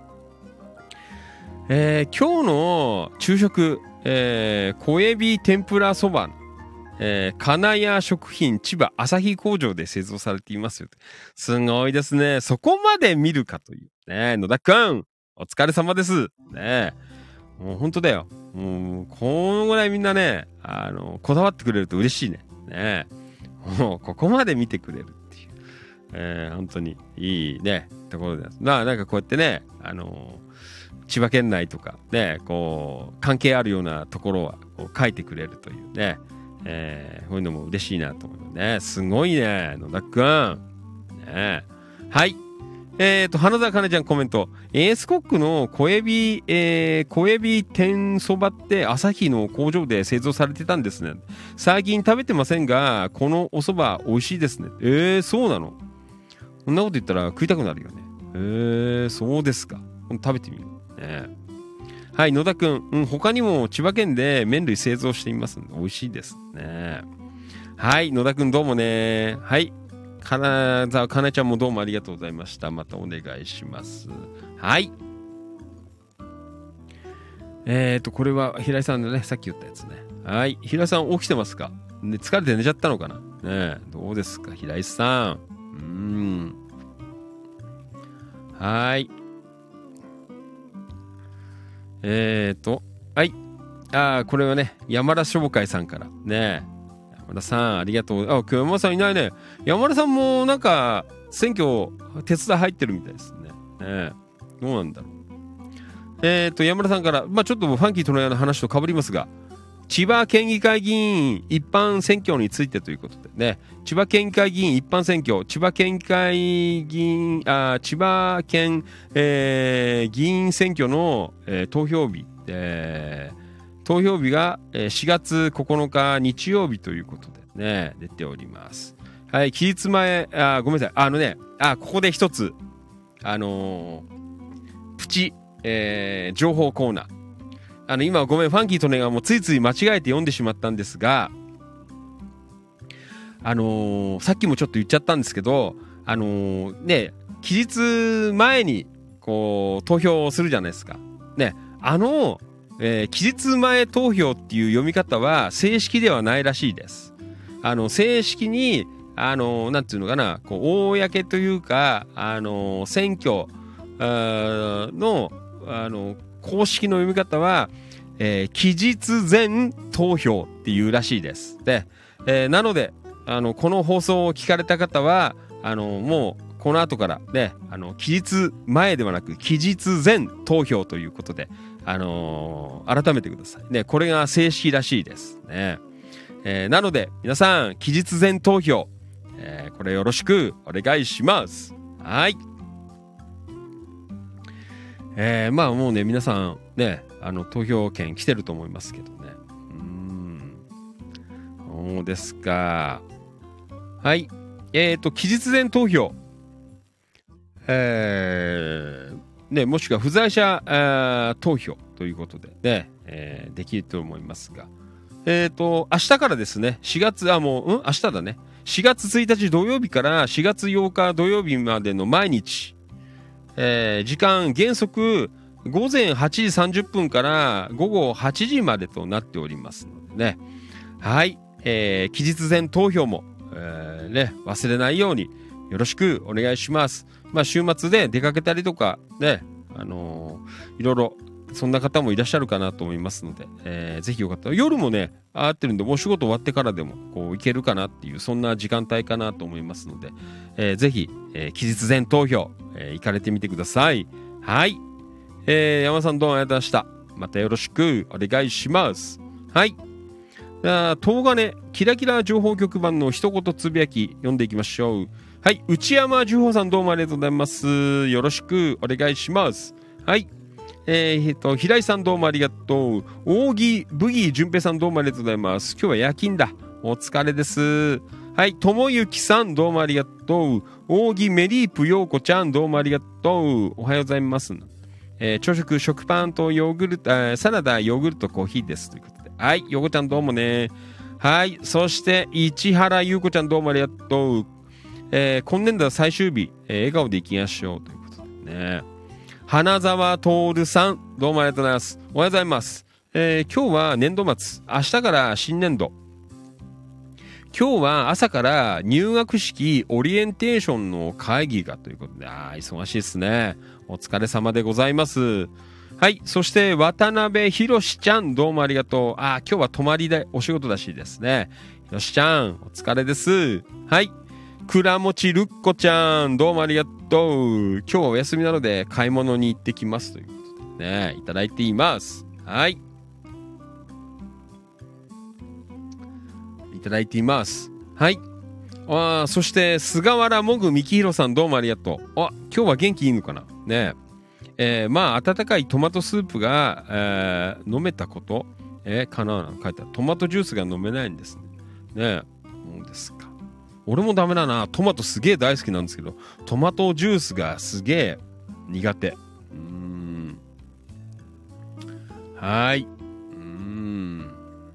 えー、今日の昼食、えー、小エビ天ぷらそば、えー、金谷食品千葉旭工場で製造されていますよ。すごいですね。そこまで見るかという。ね、野田くん、お疲れ様です。ね、もう本当だよ。もう、このぐらいみんなね、あの、こだわってくれると嬉しいね。ね、もう、ここまで見てくれるっていう。えー、本当にいいね、ところです。まあ、なんかこうやってね、あのー、千葉県内とかね、こう、関係あるようなところは、こう書いてくれるというね、えー、こういうのも嬉しいなと思うね。すごいね、野田くん。ね、はい。えっと、花澤香菜ちゃんコメント。エースコックの小エビ、えー、小エビ天そばって旭の工場で製造されてたんですね。最近食べてませんが、このお蕎麦美味しいですね。えー、そうなの？こんなこと言ったら食いたくなるよね。えー、そうですか。食べてみよう。ね、はい、野田くん。うん、他にも千葉県で麺類製造していますので、美味しいですね。はい、野田くんどうもね。はい。金沢かなちゃんもどうもありがとうございました。またお願いします。はい。えーと、これは平井さんのね、さっき言ったやつね。はい。平井さん起きてますか？ね、疲れて寝ちゃったのかなね、どうですか、平井さん。うーん。はい。えーと、はい。ああ、これはね、山田商会さんからね。山田さん、ありがとう。あ、山田さんいないね。山田さんもなんか、選挙、手伝い入ってるみたいですね。ね、どうなんだろう。えっと、山田さんから、まあちょっとファンキーとのの話と被りますが、千葉県議会議員一般選挙についてということでね、千葉県議会議員一般選挙、千葉県議会議員、あ、千葉県、えー、議員選挙の、えー、投票日、えー投票日がしがつここのか日曜日ということでね、出ております。はい、期日前、あ、ごめんなさい。あのね、あ、ここで一つ、あのー、プチ、えー、情報コーナー。あの、今ごめん、ファンキーとねがもうついつい間違えて読んでしまったんですが、あのー、さっきもちょっと言っちゃったんですけど、あのー、ね、期日前に、こう、投票するじゃないですか。ね、あの、えー、期日前投票っていう読み方は正式ではないらしいです。あの正式にあのなんていうのかな、こう公というかあの選挙のあの公式の読み方は、えー、期日前投票っていうらしいです。で、えー、なのであのこの放送を聞かれた方はあのもうこの後からね、あの期日前ではなく期日前投票ということで、あのー、改めてくださいね。これが正式らしいですね。えー、なので皆さん期日前投票、えー、これよろしくお願いします。はい。えー、まあもうね皆さんね、あの投票権来てると思いますけどね。うーん。そうですか。はい。えっと期日前投票。えー、ね、もしくは不在者投票ということでね、えー、できると思いますが、えっと、明日からですね、しがつ、あ、もう、うん、明日だね、しがつついたち土曜日からしがつようか土曜日までの毎日、えー、時間原則ごぜんはちじさんじゅっぷんからごごはちじまでとなっておりますのでね、はい、えー、期日前投票も、えー、ね、忘れないようによろしくお願いします。まあ、週末で出かけたりとかね、あのー、いろいろそんな方もいらっしゃるかなと思いますので、えー、ぜひよかったら夜もね合ってるんで、お仕事終わってからでもこう行けるかなっていう、そんな時間帯かなと思いますので、えー、ぜひ、えー、期日前投票、えー、行かれてみてください。はい、えー、山田さんどうもありがとうございました。またよろしくお願いします。はい。東金キラキラ情報局版の一言つぶやき読んでいきましょう。はい、内山十穂さんどうもありがとうございます。よろしくお願いします。はい、えー、と平井さんどうもありがとう。扇ブギー淳平さんどうもありがとうございます。今日は夜勤だ、お疲れです。はい、ともゆきさんどうもありがとう。扇メリープようこちゃんどうもありがとう。おはようございます。 えー、朝食食パンとヨーグルト、えー、サラダヨーグルトコーヒーですということで、はい、ヨコちゃんどうもね。はい、そして市原優子ちゃんどうもありがとう。えー、今年度は最終日、えー、笑顔でいきましょうということでね。花沢徹さんどうもありがとうございます。おはようございます。えー、今日は年度末、明日から新年度。今日は朝から入学式オリエンテーションの会議がということで、あー忙しいですね。お疲れ様でございます。はい、そして渡辺博ちゃんどうもありがとう。あー今日は泊まりでお仕事らしいですね。博ちゃんお疲れです。はい、倉持るっこちゃんどうもありがとう。今日はお休みなので買い物に行ってきますということでね、いただいています。はい、いただいています。はい。あ、そして菅原もぐみきひろさんどうもありがとう。あ、今日は元気いいのかなねえ。えー、まあ温かいトマトスープが、えー、飲めたこと、えー、かななんか書いてある。トマトジュースが飲めないんですね。ねえ、そうですか。俺もダメだな。トマトすげえ大好きなんですけど、トマトジュースがすげえ苦手。うーん。はい。うーん。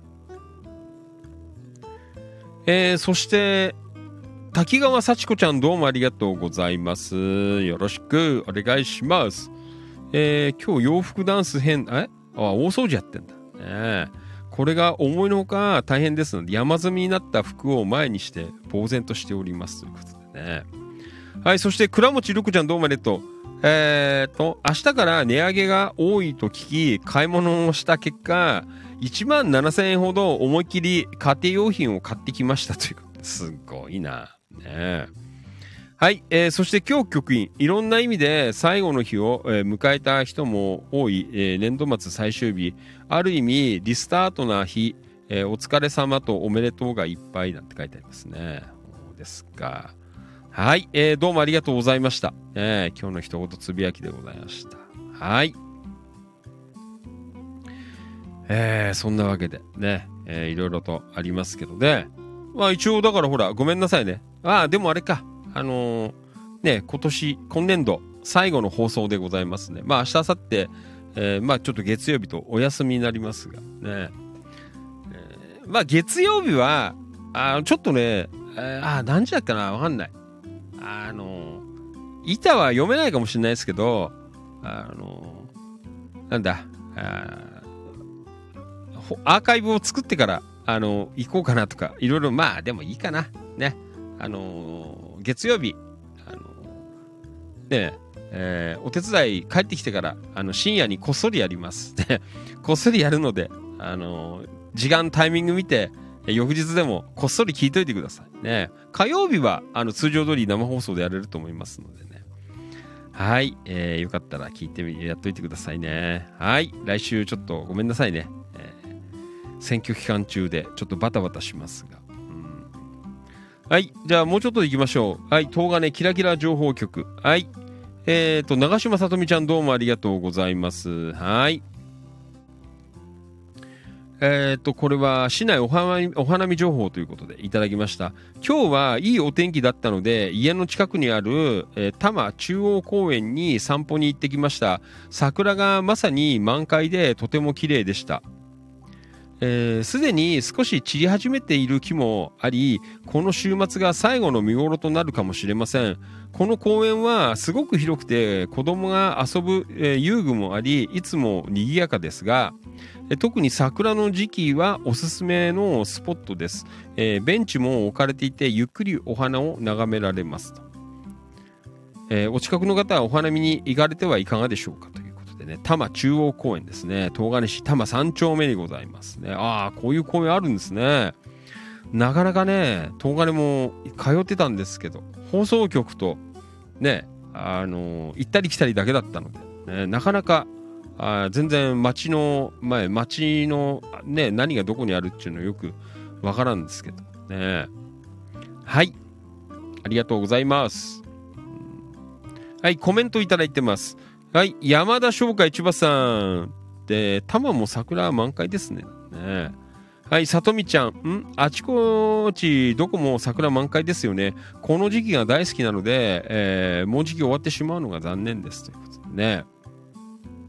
えー、そして滝川幸子ちゃんどうもありがとうございます。よろしくお願いします。えー、今日洋服ダンス編、えあ、大掃除やってんだ。ね、これが思いのほか大変ですので、山積みになった服を前にして呆然としておりますということでね。はい、そして倉持るくちゃんどうもありがとう。えーと、明日から値上げが多いと聞き、買い物をした結果、いちまんななせんえんほど思いっきり家庭用品を買ってきましたということで、すごいな。ね、はい、えー、そして今日局員いろんな意味で最後の日を、えー、迎えた人も多い、えー、年度末最終日、ある意味リスタートな日、えー、お疲れ様とおめでとうがいっぱいなんて書いてありますね。そうですか。はい、えー、どうもありがとうございました、えー、今日の一言つぶやきでございました。はい、えー、そんなわけでね、えー、いろいろとありますけどね。まあ一応だからほらごめんなさいね。ああでもあれか、あのー、ね今年今年度最後の放送でございますね。まあ明日明後日、えー、まあちょっと月曜日とお休みになりますがね、えー、まあ月曜日はあちょっとね、えー、あ何時だっけなわかんない。あのー、板は読めないかもしれないですけど、あのー、なんだあアーカイブを作ってからあの行こうかなとかいろいろ、まあでもいいかなね。あのー、月曜日あのー、ねえー、お手伝い帰ってきてからあの深夜にこっそりやりますこっそりやるので、あのー、時間タイミング見て翌日でもこっそり聞いといてくださいね。火曜日はあの通常通り生放送でやれると思いますのでね。はい、えー、よかったら聞いてみやっといてくださいね。はい、来週ちょっとごめんなさいね。選挙期間中でちょっとバタバタしますが、うん、はい、じゃあもうちょっと行きましょう。はい、東金キラキラ情報局、はい、えーと長島さとみちゃんどうもありがとうございます。はい、えーとこれは市内お花見、お花見情報ということでいただきました。今日はいいお天気だったので家の近くにある、えー、多摩中央公園に散歩に行ってきました。桜がまさに満開でとても綺麗でした。すで、えー、に少し散り始めている木もあり、この週末が最後の見頃となるかもしれません。この公園はすごく広くて子供が遊ぶ、えー、遊具もあり、いつも賑やかですが、えー、特に桜の時期はおすすめのスポットです。えー、ベンチも置かれていてゆっくりお花を眺められますと。えー、お近くの方はお花見に行かれてはいかがでしょうかという。ね、多摩中央公園ですね。東金市多摩三丁目にございますね。ああ、こういう公園あるんですね。なかなかね、東金も通ってたんですけど、放送局とね、あの行ったり来たりだけだったので、ね、なかなかあ全然街の前街のね何がどこにあるっていうのよくわからんですけどね。はい、ありがとうございます。はい、コメントいただいてます。はい、山田商会千葉さんで、多摩も桜満開ですね。ね、はい、さとみちゃん、んあちこちどこも桜満開ですよね。この時期が大好きなので、えー、もうじき終わってしまうのが残念ですということでね。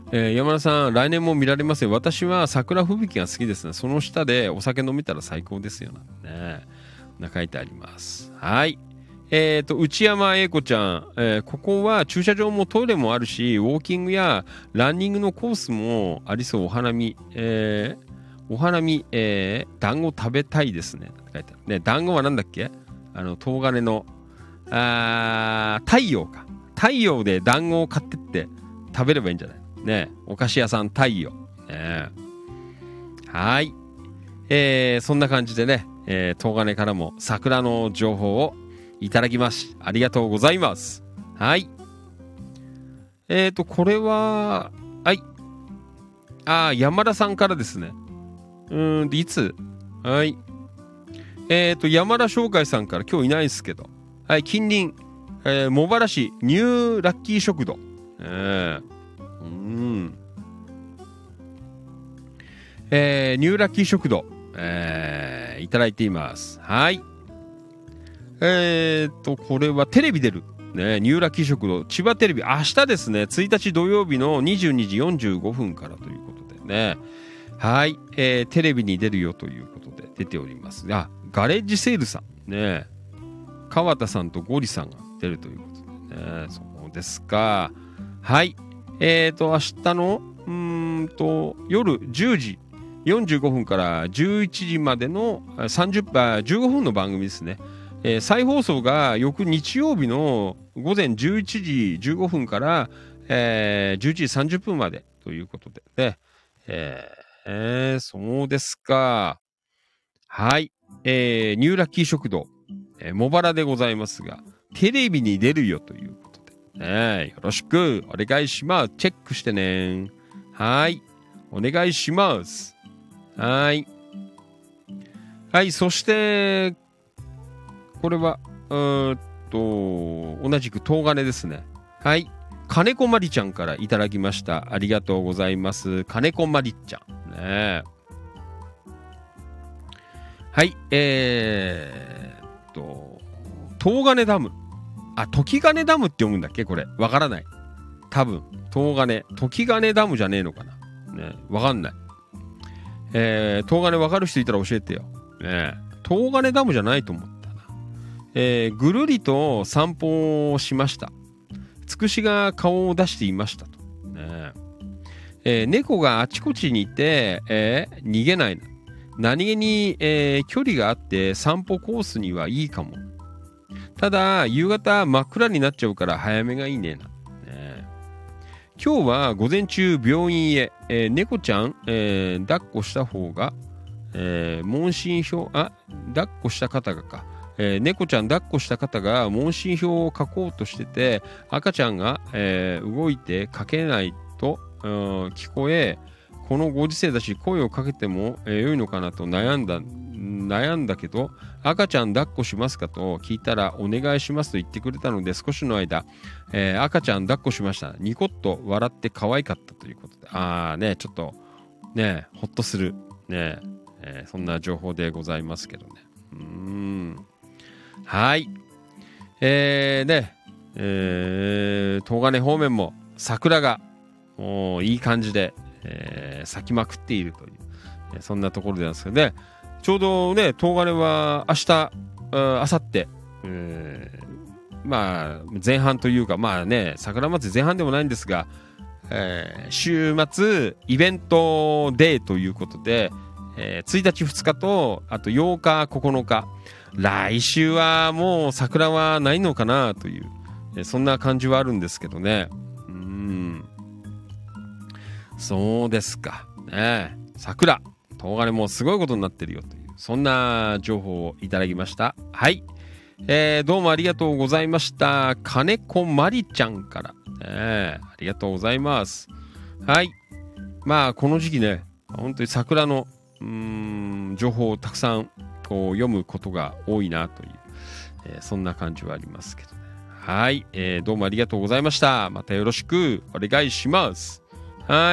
えー、山田さん、来年も見られますよ。私は桜吹雪が好きですね。その下でお酒飲めたら最高ですよね。ね、書いてあります。はい。えっ、ー、と、内山英子ちゃん、えー、ここは駐車場もトイレもあるし、ウォーキングやランニングのコースもありそう。お花見、えー、お花見、えー、団子食べたいですね。書いてある。ね、団子はなんだっけ？あの、東金の、あー、太陽か。太陽で団子を買ってって食べればいいんじゃないね。お菓子屋さん太陽。ね、はい。えー、そんな感じでね、えー、東金からも桜の情報をいただきます。ありがとうございます。はい。えっ、ー、と、これは、はい。あー、山田さんからですね。うーん、いつはい。えっ、ー、と、山田商会さんから今日いないですけど。はい、近隣、えー、茂原市ニューラッキー食堂。えー、うん。えー、ニューラッキー食堂、えー、いただいています。はい。えーと、これはテレビ出る。ね、ニューラッキー食堂、千葉テレビ、明日ですね、ついたち土曜日のにじゅうにじよんじゅうごふんからということでね。はい、えー、テレビに出るよということで出ております。あ、ガレージセールさん。ね。川田さんとゴリさんが出るということでね。そうですか。はい。えーと、明日の、うーんと、夜じゅうじよんじゅうごふんからじゅういちじまでのさんじゅう、じゅうごふんの番組ですね。えー、再放送が翌日曜日の午前じゅういちじじゅうごふんから、えー、じゅういちじさんじゅっぷんまでということでね。えーえー、そうですか。はい。えー、ニューラッキー食堂、えー、茂原でございますが、テレビに出るよということで、ね、よろしくお願いします。チェックしてね。はい。お願いします。はい。はい、そして、これは、うーんと、同じく東金ですね。はい。金子まりちゃんからいただきました。ありがとうございます。金子まりちゃん。ね、はい。えー、っと、東金ダム。あ、時金ダムって読むんだっけこれ。わからない。多分、東金。時金ダムじゃねえのかな。ね、わかんない。えー、東金わかる人いたら教えてよ。ね、東金ダムじゃないと思ったな。えー、ぐるりと散歩をしました。つくしが顔を出していましたと。ねえー、猫があちこちにいて、えー、逃げないな。何気に、えー、距離があって散歩コースにはいいかも。ただ、夕方真っ暗になっちゃうから早めがいいねな。ね、今日は午前中病院へ、えー、猫ちゃん、えー、抱っこした方が、えー、問診票、あ、抱っこした方がか。えー、猫ちゃん抱っこした方が問診票を書こうとしてて、赤ちゃんが、えー、動いて書けないと、うん、聞こえ、このご時世だし声をかけても、えー、良いのかなと悩んだ、悩んだけど、赤ちゃん抱っこしますかと聞いたら、お願いしますと言ってくれたので、少しの間、えー、赤ちゃん抱っこしました。ニコッと笑って可愛かったということで、あーね、ちょっと、ね、ほっとする、ね、えー、そんな情報でございますけどね。うーん。はい。えー、ね、えー、東金方面も桜が、もういい感じで、えー、咲きまくっているという、えー、そんなところなんですけどね、ちょうどね、東金は明日、あさって、えー、まあ、前半というか、まあね、桜祭り前半でもないんですが、えー、週末、イベントデーということで、えー、ついたちふつかと、あとようか、ここのか、来週はもう桜はないのかなという、えー、そんな感じはあるんですけどね。うーん。そうですか。ね、桜、東金もすごいことになってるよという、そんな情報をいただきました。はい。えー、どうもありがとうございました。金子まりちゃんから、ね。ありがとうございます。はい。まあ、この時期ね、本当に桜の、うーん、情報をたくさんこう読むことが多いなという、えー、そんな感じはありますけどね。はい、えー、どうもありがとうございました。またよろしくお願いします。はい。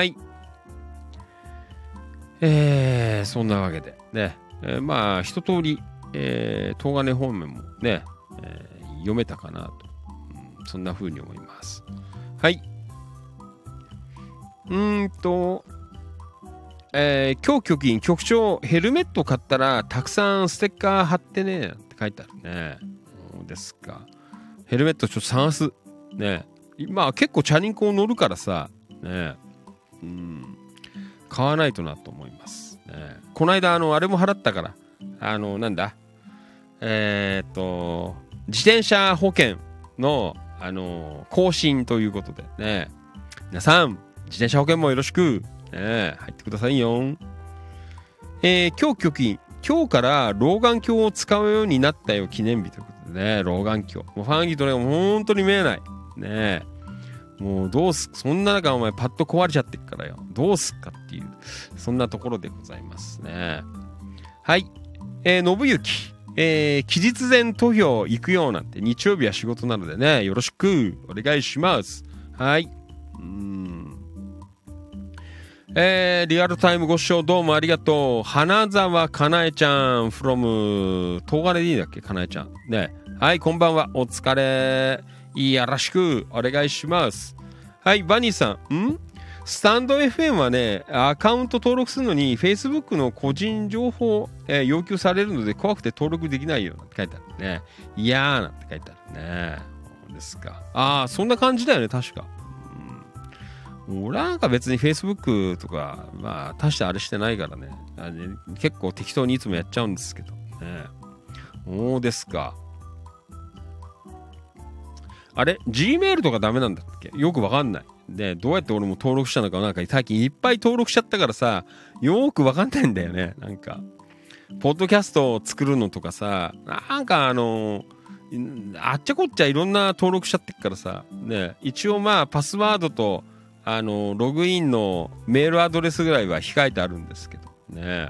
えー、そんなわけでね、えー、まあ一通り、えー、東金方面もね、えー、読めたかなと、うん、そんな風に思います。はい。 うーんと、えー、今日局員局長ヘルメット買ったらたくさんステッカー貼ってねって書いてあるね。そうですか。ヘルメットちょっと探すね。まあ結構チャリンコ乗るからさね、うん、買わないとなと思いますね。この間あのあれも払ったから、あのなんだえー、っと自転車保険のあの更新ということでね、皆さん自転車保険もよろしくね入ってくださいよ。えー、今日局員今日から老眼鏡を使うようになったよ記念日ということでね、老眼鏡もうファンギーとね本当に見えないね。もうどうすそんな中お前パッと壊れちゃってっからよ、どうすっかっていうそんなところでございますね。はい、えー、信行、えー、期日前投票行くよなんて、日曜日は仕事なのでねよろしくお願いします。はい、うーんえー、リアルタイムご視聴どうもありがとう。花沢かなえちゃん from 東金でいいんだっけ、かなえちゃんね。はい、こんばんは、お疲れ、よろしくお願いします。はい、バニーさん、んスタンド エフエム はねアカウント登録するのに Facebook の個人情報、えー、要求されるので怖くて登録できないよなんて書いてあるね。いやーなんて書いてあるね。そうですか。ああそんな感じだよね確か。俺なんか別に Facebook とかまあ大してあれしてないからね、あね結構適当にいつもやっちゃうんですけどね。そうですか。あれ Gmail とかダメなんだっけ、よくわかんないで、どうやって俺も登録したのかなんか最近いっぱい登録しちゃったからさよくわかんないんだよね。なんかポッドキャストを作るのとかさ、なんかあのあっちゃこっちゃいろんな登録しちゃってっからさね、一応まあパスワードとあのログインのメールアドレスぐらいは控えてあるんですけどね。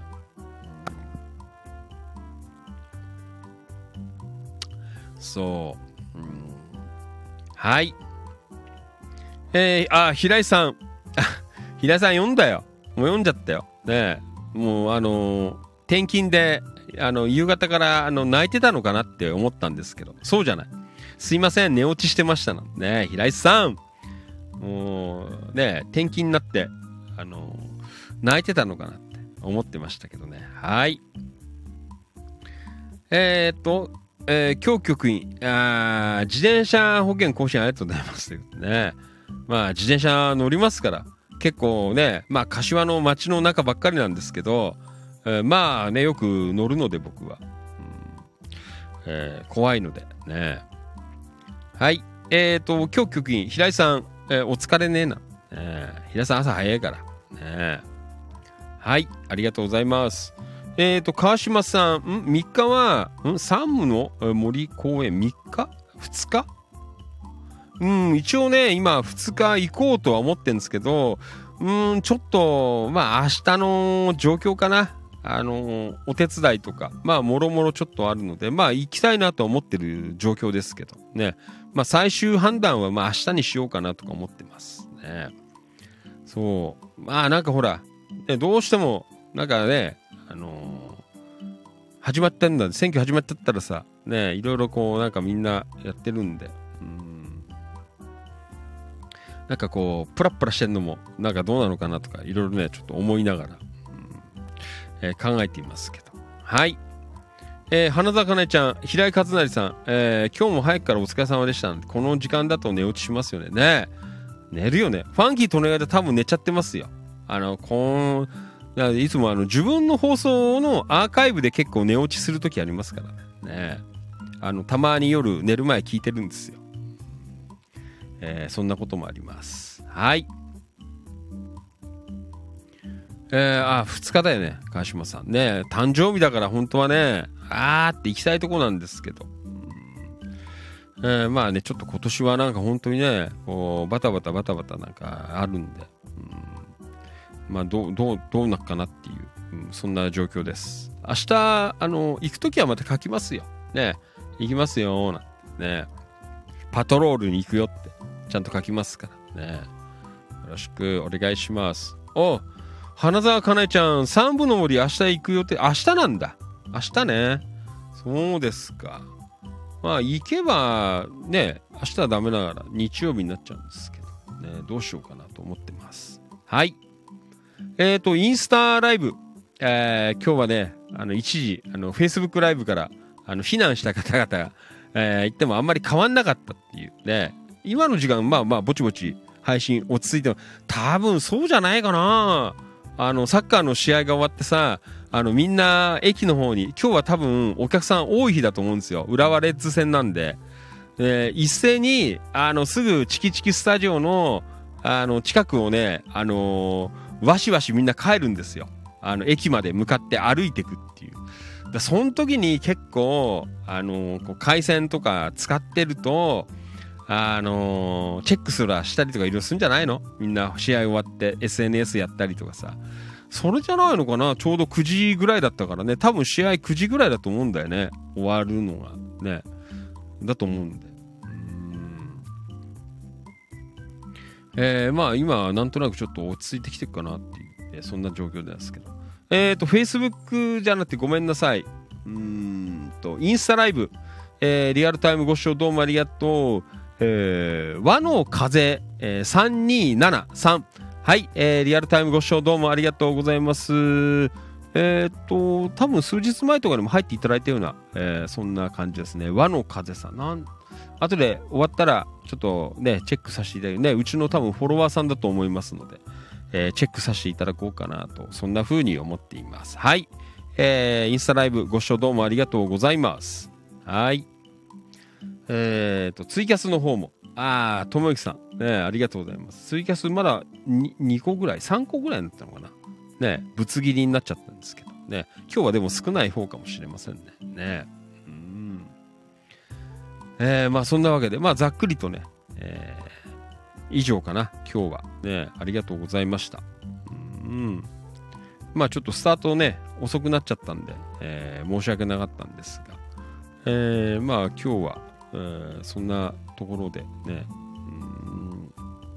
そう、うん、はい、えー、あ平井さん平井さん読んだよ、もう読んじゃったよね。もうあのー、転勤であの夕方からあの泣いてたのかなって思ったんですけどそうじゃない、すいません寝落ちしてましたのね。平井さんもうね転勤になってあの泣いてたのかなって思ってましたけどね。はい、えー、っと、えー、今日局員あ自転車保険更新ありがとうございますね。まあ自転車乗りますから結構ね、まあ柏の街の中ばっかりなんですけど、えー、まあねよく乗るので僕は、うんえー、怖いのでね。はい、えー、っと今日局員平井さんえー、お疲れねえな、えー、平さん朝早いからね。はいありがとうございます。えーと川島さんんみっかはん山武の森公園みっかふつかうん一応ね今ふつか行こうとは思ってるんですけど、うんちょっとまあ明日の状況かな、あのー、お手伝いとかまあもろもろちょっとあるのでまあ行きたいなと思ってる状況ですけどね。まあ最終判断はまあ明日にしようかなとか思ってますね。そうまあなんかほら、ね、どうしてもなんかねあのー、始まったんだ選挙始まっちゃったらさねいろいろこうなんかみんなやってるんで、うんなんかこうプラプラしてんのもなんかどうなのかなとかいろいろねちょっと思いながら、うんえー、考えていますけど。はい、えー、花澤香菜ちゃん平井和成さん、えー、今日も早くからお疲れ様でした。この時間だと寝落ちしますよね。ね寝るよね。ファンキーとの間多分寝ちゃってますよ。あのこんいつもあの自分の放送のアーカイブで結構寝落ちする時ありますからね。ねあのたまに夜寝る前聞いてるんですよ。えー、そんなこともあります。はい、えー、あふつかだよね川島さんね。誕生日だから本当はねあーって行きたいとこなんですけど、うんえー、まあねちょっと今年はなんか本当にねこうバタバタバタバタなんかあるんで、うん、まあどうどうどうなっかなっていう、うん、そんな状況です。明日あの行くときはまた書きますよね。行きますよなんてね、パトロールに行くよってちゃんと書きますからね。よろしくお願いします。お花澤香菜ちゃん三部の森明日行く予定。明日なんだ。明日ね。そうですか。まあ行けばね明日はダメながら日曜日になっちゃうんですけどね、どうしようかなと思ってます。 はい。えっと、インスタライブ、えー、今日はね、あの、一時、あの、Facebook ライブから、あの、避難した方々が、えー、言ってもあんまり変わんなかったっていうね。今の時間、まあまあ、ぼちぼち配信落ち着いても、多分そうじゃないかな。あの、サッカーの試合が終わってさ、あの、みんな駅の方に、今日は多分お客さん多い日だと思うんですよ。浦和レッズ戦なんで。えー、一斉に、あの、すぐチキチキスタジオの、あの、近くをね、あのー、わしわしみんな帰るんですよ。あの、駅まで向かって歩いてくっていう。だその時に結構、あのー、こう回線とか使ってると、あのー、チェックすらしたりとかいろいろするんじゃないの？みんな試合終わって エスエヌエス やったりとかさ。それじゃないのかな？ちょうどくじぐらいだったからね。多分試合くじぐらいだと思うんだよね。終わるのがね。だと思うんで。うーん。えー、まあ今はなんとなくちょっと落ち着いてきてるかなっていう、えー、そんな状況ですけど。えっと、Facebook じゃなくてごめんなさい。うーんと、インスタライブ、えー、リアルタイムご視聴どうもありがとう。えー、和の風、えー、さんにーななさん。はい、えー、リアルタイムご視聴どうもありがとうございます。えー、っと、多分数日前とかにも入っていただいたような、えー、そんな感じですね。和の風さん。なん後で終わったら、ちょっとね、チェックさせていただきね、うちの多分フォロワーさんだと思いますので、えー、チェックさせていただこうかなと、そんな風に思っています。はい。えー、インスタライブご視聴どうもありがとうございます。はい。えーと、ツイキャスの方も、あー、ともゆきさん、ね、ありがとうございます。ツイキャスまだ 2, 2個ぐらい、さんこぐらいになったのかな。ね、ぶつ切りになっちゃったんですけど、ね、今日はでも少ない方かもしれませんね。ね。うん。えー、まあそんなわけで、まあざっくりとね、えー、以上かな、今日は。ね、ありがとうございました。うん。まあちょっとスタートね、遅くなっちゃったんで、えー、申し訳なかったんですが、えー、まあ今日は、えー、そんなところでね、うん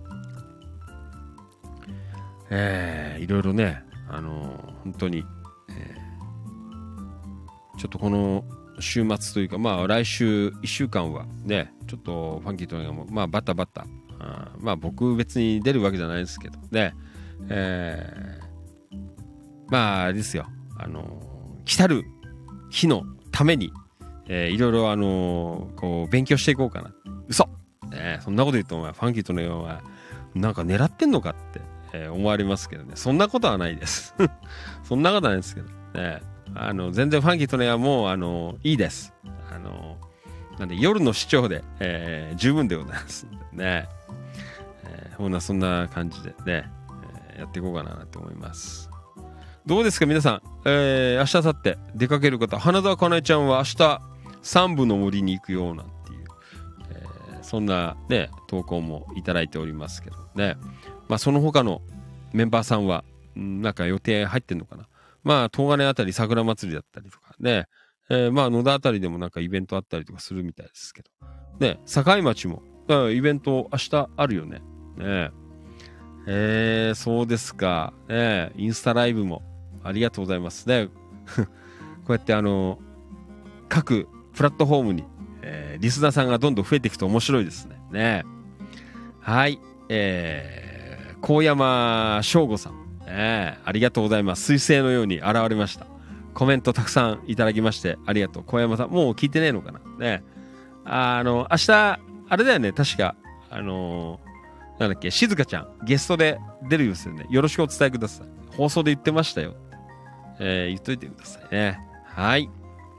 えー、いろいろね、あのー、本当に、えー、ちょっとこの週末というか、まあ来週いっしゅうかんはね、ちょっとファンキートレーナーも、まあバタバタ、あまあ僕別に出るわけじゃないですけど、ね、えー、まああれですよ、あのー、来たる日のために、えー、いろいろあのー、こう勉強していこうかな。嘘、ね、そんなこと言うとお前ファンキーとのようはなんか狙ってんのかって、えー、思われますけどね。そんなことはないですそんなことはないですけどね。あの全然ファンキーとのようはもうあのー、いいです。あのー、なんで夜の視聴で、えー、十分でございますんでね。えー、ほんなそんな感じでね、えー、やっていこうかなと思います。どうですか皆さん、えー、明日明後日出かける方、花澤香菜ちゃんは明日三部の森に行くようなんていう、えー、そんなね投稿もいただいておりますけどね。まあその他のメンバーさんは、うん、なんか予定入ってんのかな。まあ東金あたり桜祭りだったりとかね、えー、まあ野田あたりでもなんかイベントあったりとかするみたいですけどね。境町もイベント明日あるよね。ねえー、そうですか。ねインスタライブもありがとうございますね。こうやってあの各プラットフォームに、えー、リスナーさんがどんどん増えていくと面白いですね。ねはい、えー、高山翔吾さん、えー、ありがとうございます。彗星のように現れました。コメントたくさんいただきましてありがとう。高山さん、もう聞いてねえのかな。ねあの明日あれだよね、確かあのー、なんだっけ、静香ちゃんゲストで出るようですよね。よろしくお伝えください。放送で言ってましたよ。えー、言っといてくださいね。はい。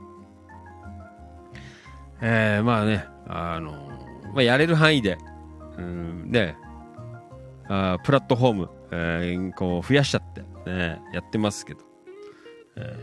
えー、まあね、あのー、まあ、やれる範囲で、うんね、あプラットフォーム、えー、こう増やしちゃって、ね、やってますけど、え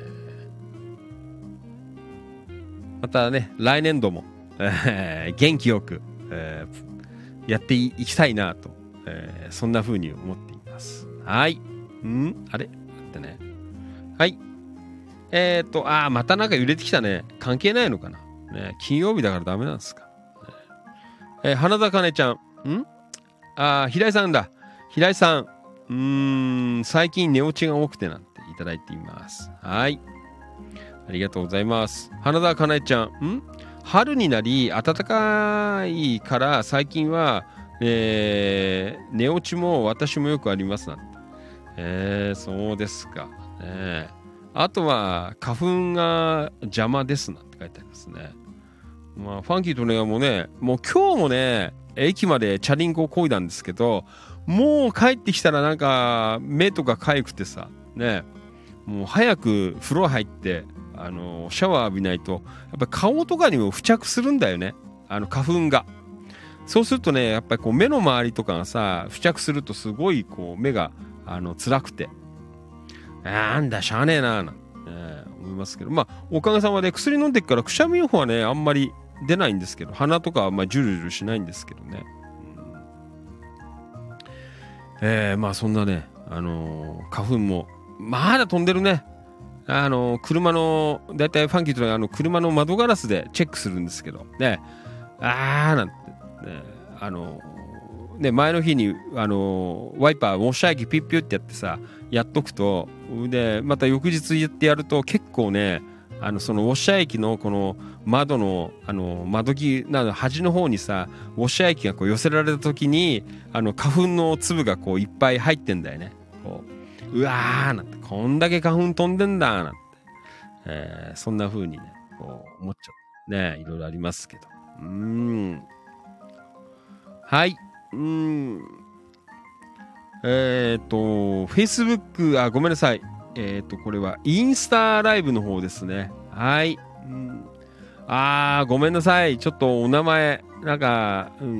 ー、またね、来年度も、えー、元気よく、えー、やっていきたいなと、えー、そんな風に思っています。はい。んあれ待ってね。はい。えっ、ー、と、あー、またなんか揺れてきたね。関係ないのかな。ね、金曜日だからダメなんですか。ねえー、花田かねちゃん。んあー、平井さんだ。平井さん。うーん、最近寝落ちが多くてなんていただいています。はい。ありがとうございます。花田かねちゃん。ん春になり、暖かいから最近は、えー、寝落ちも私もよくありますなんて。 えー、そうですか。ね、あとは花粉が邪魔ですなんて書いてありますね。まあファンキーとねもうね、もう今日もね駅までチャリンコを漕いだんですけど、もう帰ってきたらなんか目とか痒くてさね、もう早く風呂入ってあのシャワー浴びないとやっぱ顔とかにも付着するんだよね、あの花粉が。そうするとねやっぱりこう目の周りとかがさ付着するとすごいこう目があの辛くて、なんだしゃあねえなーなんて、ね、思いますけど、まあおかげさまで薬飲んでっからくしゃみ予報はねあんまり出ないんですけど、鼻とかはあんまりジュルジュルしないんですけどね、うん、えー、まあそんなね、あのー、花粉もまだ飛んでるね。あのー、車のだいたいファンキーとはあの車の窓ガラスでチェックするんですけどね、あーなんてね、あのーね、前の日に、あのー、ワイパーウォッシャー液ピッピュってやってさやっとくと、でまた翌日やってやると結構ね、あのそのウォッシャー液のこの窓のあの窓際な端の方にさウォッシャー液がこう寄せられた時にあの花粉の粒がこういっぱい入ってんだよね。こううわーなんて、こんだけ花粉飛んでんだなんて、えー、そんな風にねこう思っちゃうね、いろいろありますけど、うーん、はい、うーん、えっ、ー、と Facebook、 あごめんなさい、えっ、ー、とこれはインスタライブの方ですね。はい、うん、あーごめんなさい、ちょっとお名前なんか、うん、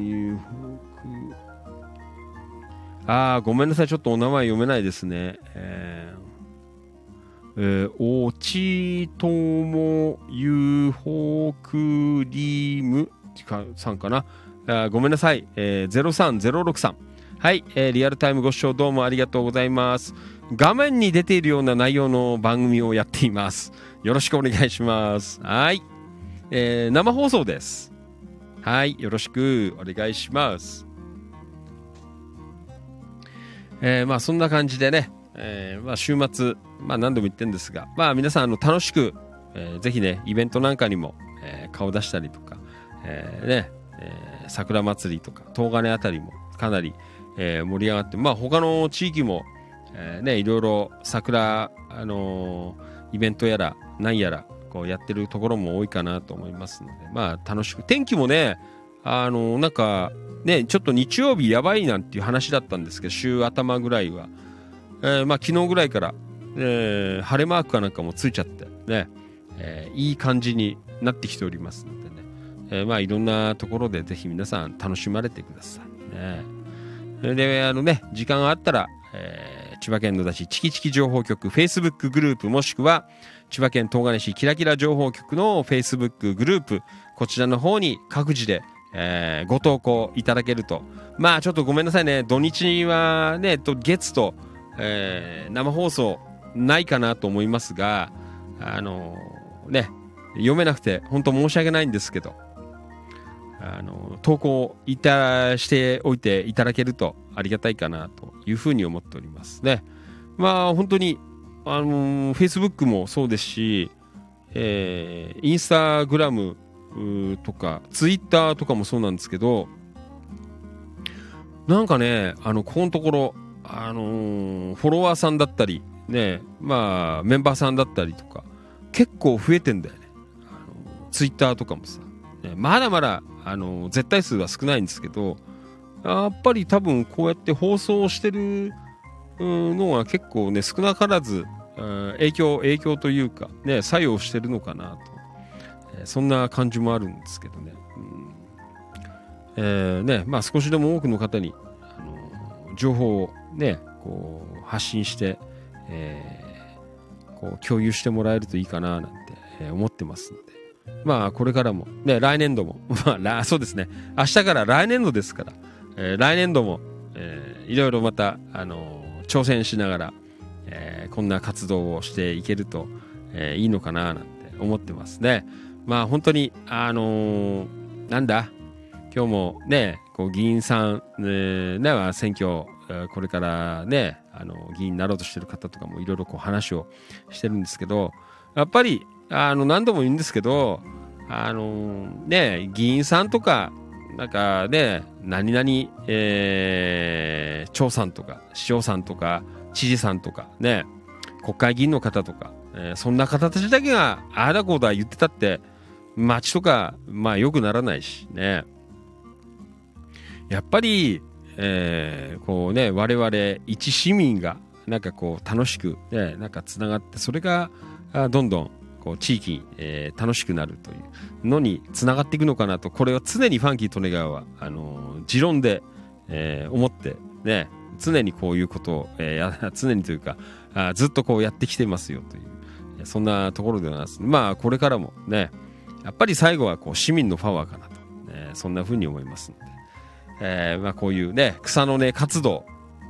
あーごめんなさい、ちょっとお名前読めないですね。えー、えー、おちともゆほクリームさんかな。あごめんなさい、えー、ゼロさんゼロろくさん、はい、えー、リアルタイムご視聴どうもありがとうございます。画面に出ているような内容の番組をやっています。よろしくお願いします。はい、えー、生放送です。はい、よろしくお願いします。えー、まあそんな感じでね、えー、まあ週末、まあ何度も言ってるんですが、まあ皆さんあの楽しく、えー、ぜひねイベントなんかにも、えー、顔出したりとか、えー、ね、えー、桜祭りとか東金あたりもかなり、えー、盛り上がって、まあ他の地域も、えー、ねいろいろ桜、あのー、イベントやら何やらこうやってるところも多いかなと思いますので、まあ楽しく、天気もね、あのー、なんかねちょっと日曜日やばいなんていう話だったんですけど、週頭ぐらいは、えー、まあ昨日ぐらいから、えー、晴れマークかなんかもついちゃってね、えー、いい感じになってきておりますのでね、えー、まあいろんなところでぜひ皆さん楽しまれてくださいね。であのね時間があったら、えー、千葉県野田市チキチキ情報局 Facebook グループ、もしくは千葉県東金市キラキラ情報局の Facebook グループ、こちらの方に各自で、えー、ご投稿いただけると、まあちょっとごめんなさいね、土日はねと月と、えー、生放送ないかなと思いますが、あのー、ね読めなくて本当申し訳ないんですけど、あの投稿いたしておいていただけるとありがたいかなというふうに思っておりますね。まあ本当にあの Facebook もそうですし、えー、インスタグラムとかツイッターとかもそうなんですけど、なんかねあのここのところ、あのー、フォロワーさんだったりね、まあメンバーさんだったりとか結構増えてんだよね。あのツイッターとかもさ、ね、まだまだあの絶対数は少ないんですけど、やっぱり多分こうやって放送してるのは結構ね少なからず影響影響というかね作用してるのかなと、えー、そんな感じもあるんですけどね、うんえー、ねまあ少しでも多くの方にあの情報をねこう発信して、えー、こう共有してもらえるといいかななんて、えー、思ってますので、まあこれからもね来年度もまあそうですね、明日から来年度ですから、えー、来年度も、えー、いろいろまたあのー、挑戦しながら、えー、こんな活動をしていけると、えー、いいのかななんて思ってますね。まあ本当にあのー、なんだ今日もねこう議員さん、えー、ね選挙これからねあの議員になろうとしてる方とかもいろいろこう話をしてるんですけど、やっぱりあの何度も言うんですけど、あのね議員さんとかなんかね何々、えー、町さんとか市長さんとか知事さんとかね、国会議員の方とか、えー、そんな方たちだけがああだこうだ言ってたって街とかまあ良くならないしね。やっぱり、えー、こうね我々一市民がなんかこう楽しくねなんかつながって、それがあどんどんこう地域、えー、楽しくなるというのにつながっていくのかなと、これは常にファンキー利根川はあのー、持論で、えー、思ってね、常にこういうことを、えー、や常にというかあずっとこうやってきてますよという、そんなところでございます。まあこれからもねやっぱり最後はこう市民のパワーかなと、ね、そんな風に思いますので、えーまあ、こういうね草の根活動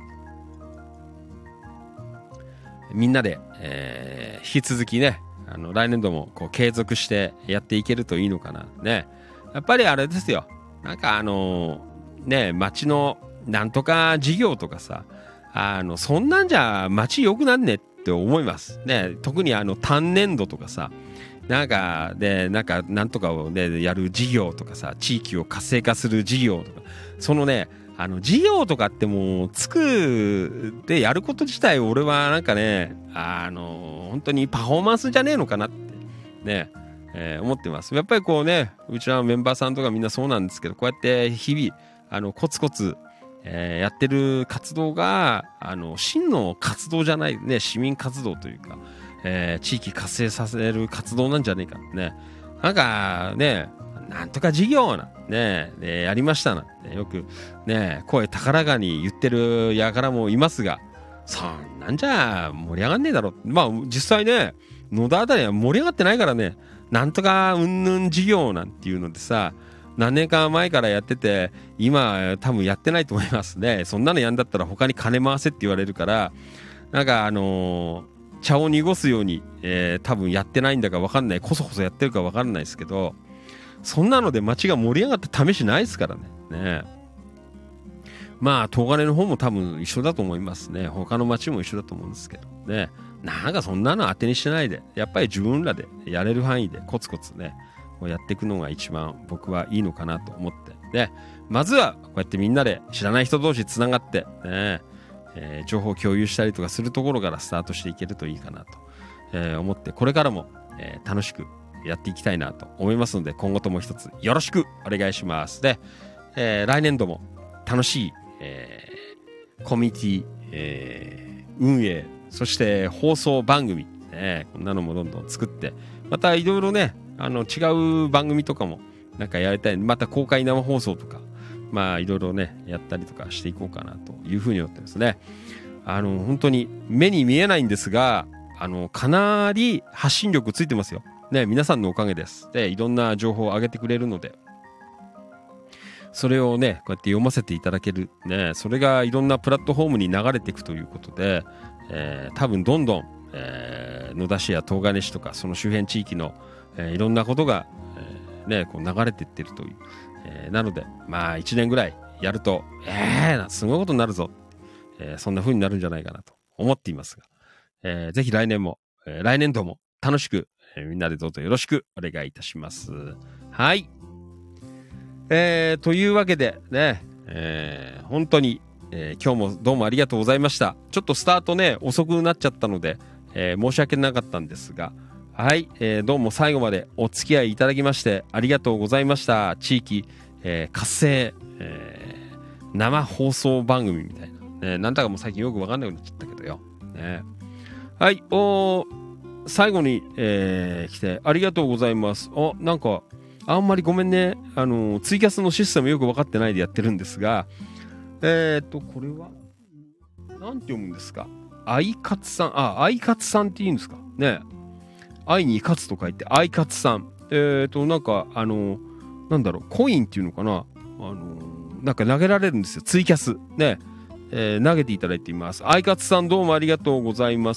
みんなで、えー、引き続きねあの来年度もこう継続してやっていけるといいのかなね。やっぱりあれですよ、なんかあのー、ね町のなんとか事業とかさ、あのそんなんじゃ町良くなんねって思いますね。特にあの単年度とかさ、なんかでなんかなんとかをねやる事業とかさ、地域を活性化する事業とか、そのねあの事業とかってもうつくでやること自体俺はなんかねあの本当にパフォーマンスじゃねえのかなってね、えー、思ってます。やっぱりこうねうちのメンバーさんとかみんなそうなんですけど、こうやって日々あのコツコツ、えー、やってる活動があの真の活動じゃないね、市民活動というか、えー、地域活性させる活動なんじゃねえかね。なんかねなんとか事業なねえやりましたなってよくね声高らかに言ってる輩もいますが、そんなんじゃ盛り上がんねえだろ。まあ実際ね野田あたりは盛り上がってないからね、なんとかうんぬん事業なんていうのでさ何年か前からやってて今多分やってないと思いますね。そんなのやんだったら他に金回せって言われるから、なんかあのー、茶を濁すように、えー、多分やってないんだか分かんない、こそこそやってるか分かんないですけど、そんなので街が盛り上がった試しないですからね。ねまあ東金の方も多分一緒だと思いますね。他の街も一緒だと思うんですけどね。なんかそんなの当てにしてないで、やっぱり自分らでやれる範囲でコツコツねやっていくのが一番僕はいいのかなと思ってね、まずはこうやってみんなで知らない人同士つながってね、えー、情報共有したりとかするところからスタートしていけるといいかなと、えー、思って、これからも、えー、楽しくやっていきたいなと思いますので、今後とも一つよろしくお願いします。で、えー、来年度も楽しい、えー、コミュニティ、えー、運営、そして放送番組、ね、こんなのもどんどん作って、またいろいろねあの違う番組とかもなんかやりたい、また公開生放送とかまあいろいろねやったりとかしていこうかなというふうに思ってますね。あの本当に目に見えないんですが、あのかなり発信力ついてますよね。皆さんのおかげです。でいろんな情報を上げてくれるので、それをねこうやって読ませていただけるね、それがいろんなプラットフォームに流れていくということで、えー、多分どんどん、えー、野田市や東金市とかその周辺地域の、えー、いろんなことが、えー、ねこう流れていってるという、えー、なのでまあいちねんぐらいやるとえーすごいことになるぞ、えー、そんな風になるんじゃないかなと思っていますが、えー、ぜひ来年も、えー、来年度も楽しく、えー、みんなでどうぞよろしくお願いいたします。はい、えー、というわけでね、えー、本当に、えー、今日もどうもありがとうございました。ちょっとスタートね遅くなっちゃったので、えー、申し訳なかったんですが、はい、えー、どうも最後までお付き合いいただきましてありがとうございました。地域、えー、活性、えー、生放送番組みたいな、ね、なんだかもう最近よく分かんなくなっちゃったけどよ、ね、はいお最後に、えー、来てありがとうございます。あなんかあんまりごめんね、あのツイキャスのシステムよく分かってないでやってるんですが、えっとこれはなんて読むんですか。アイカツさん、あアイカツさんって言うんですかね。愛に勝つと書いてアイカツさん、えっとなんかあのなんだろうコインっていうのかな、あのなんか投げられるんですよ、ツイキャスね、えー、投げていただいています。アイカツさんどうもありがとうございます。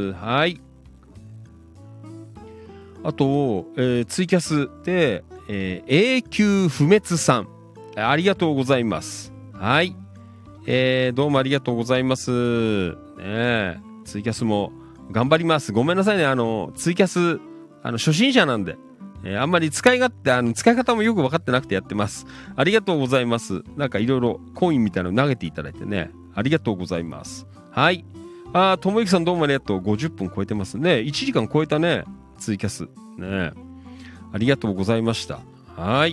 はい、あと、えー、ツイキャスで、えー、永久不滅さんありがとうございます。はい、えー、どうもありがとうございますね。ツイキャスも頑張ります。ごめんなさいね、あのツイキャスあの初心者なんで、えー、あんまり使い勝手あの使い方もよく分かってなくてやってます。ありがとうございます。なんかいろいろコインみたいなの投げていただいてねありがとうございます。はい、 あー、ともゆきさんどうもありがとう。ごじゅっぷん超えてますね。いちじかん超えたね。ツイキャス。ね。ありがとうございました。はい。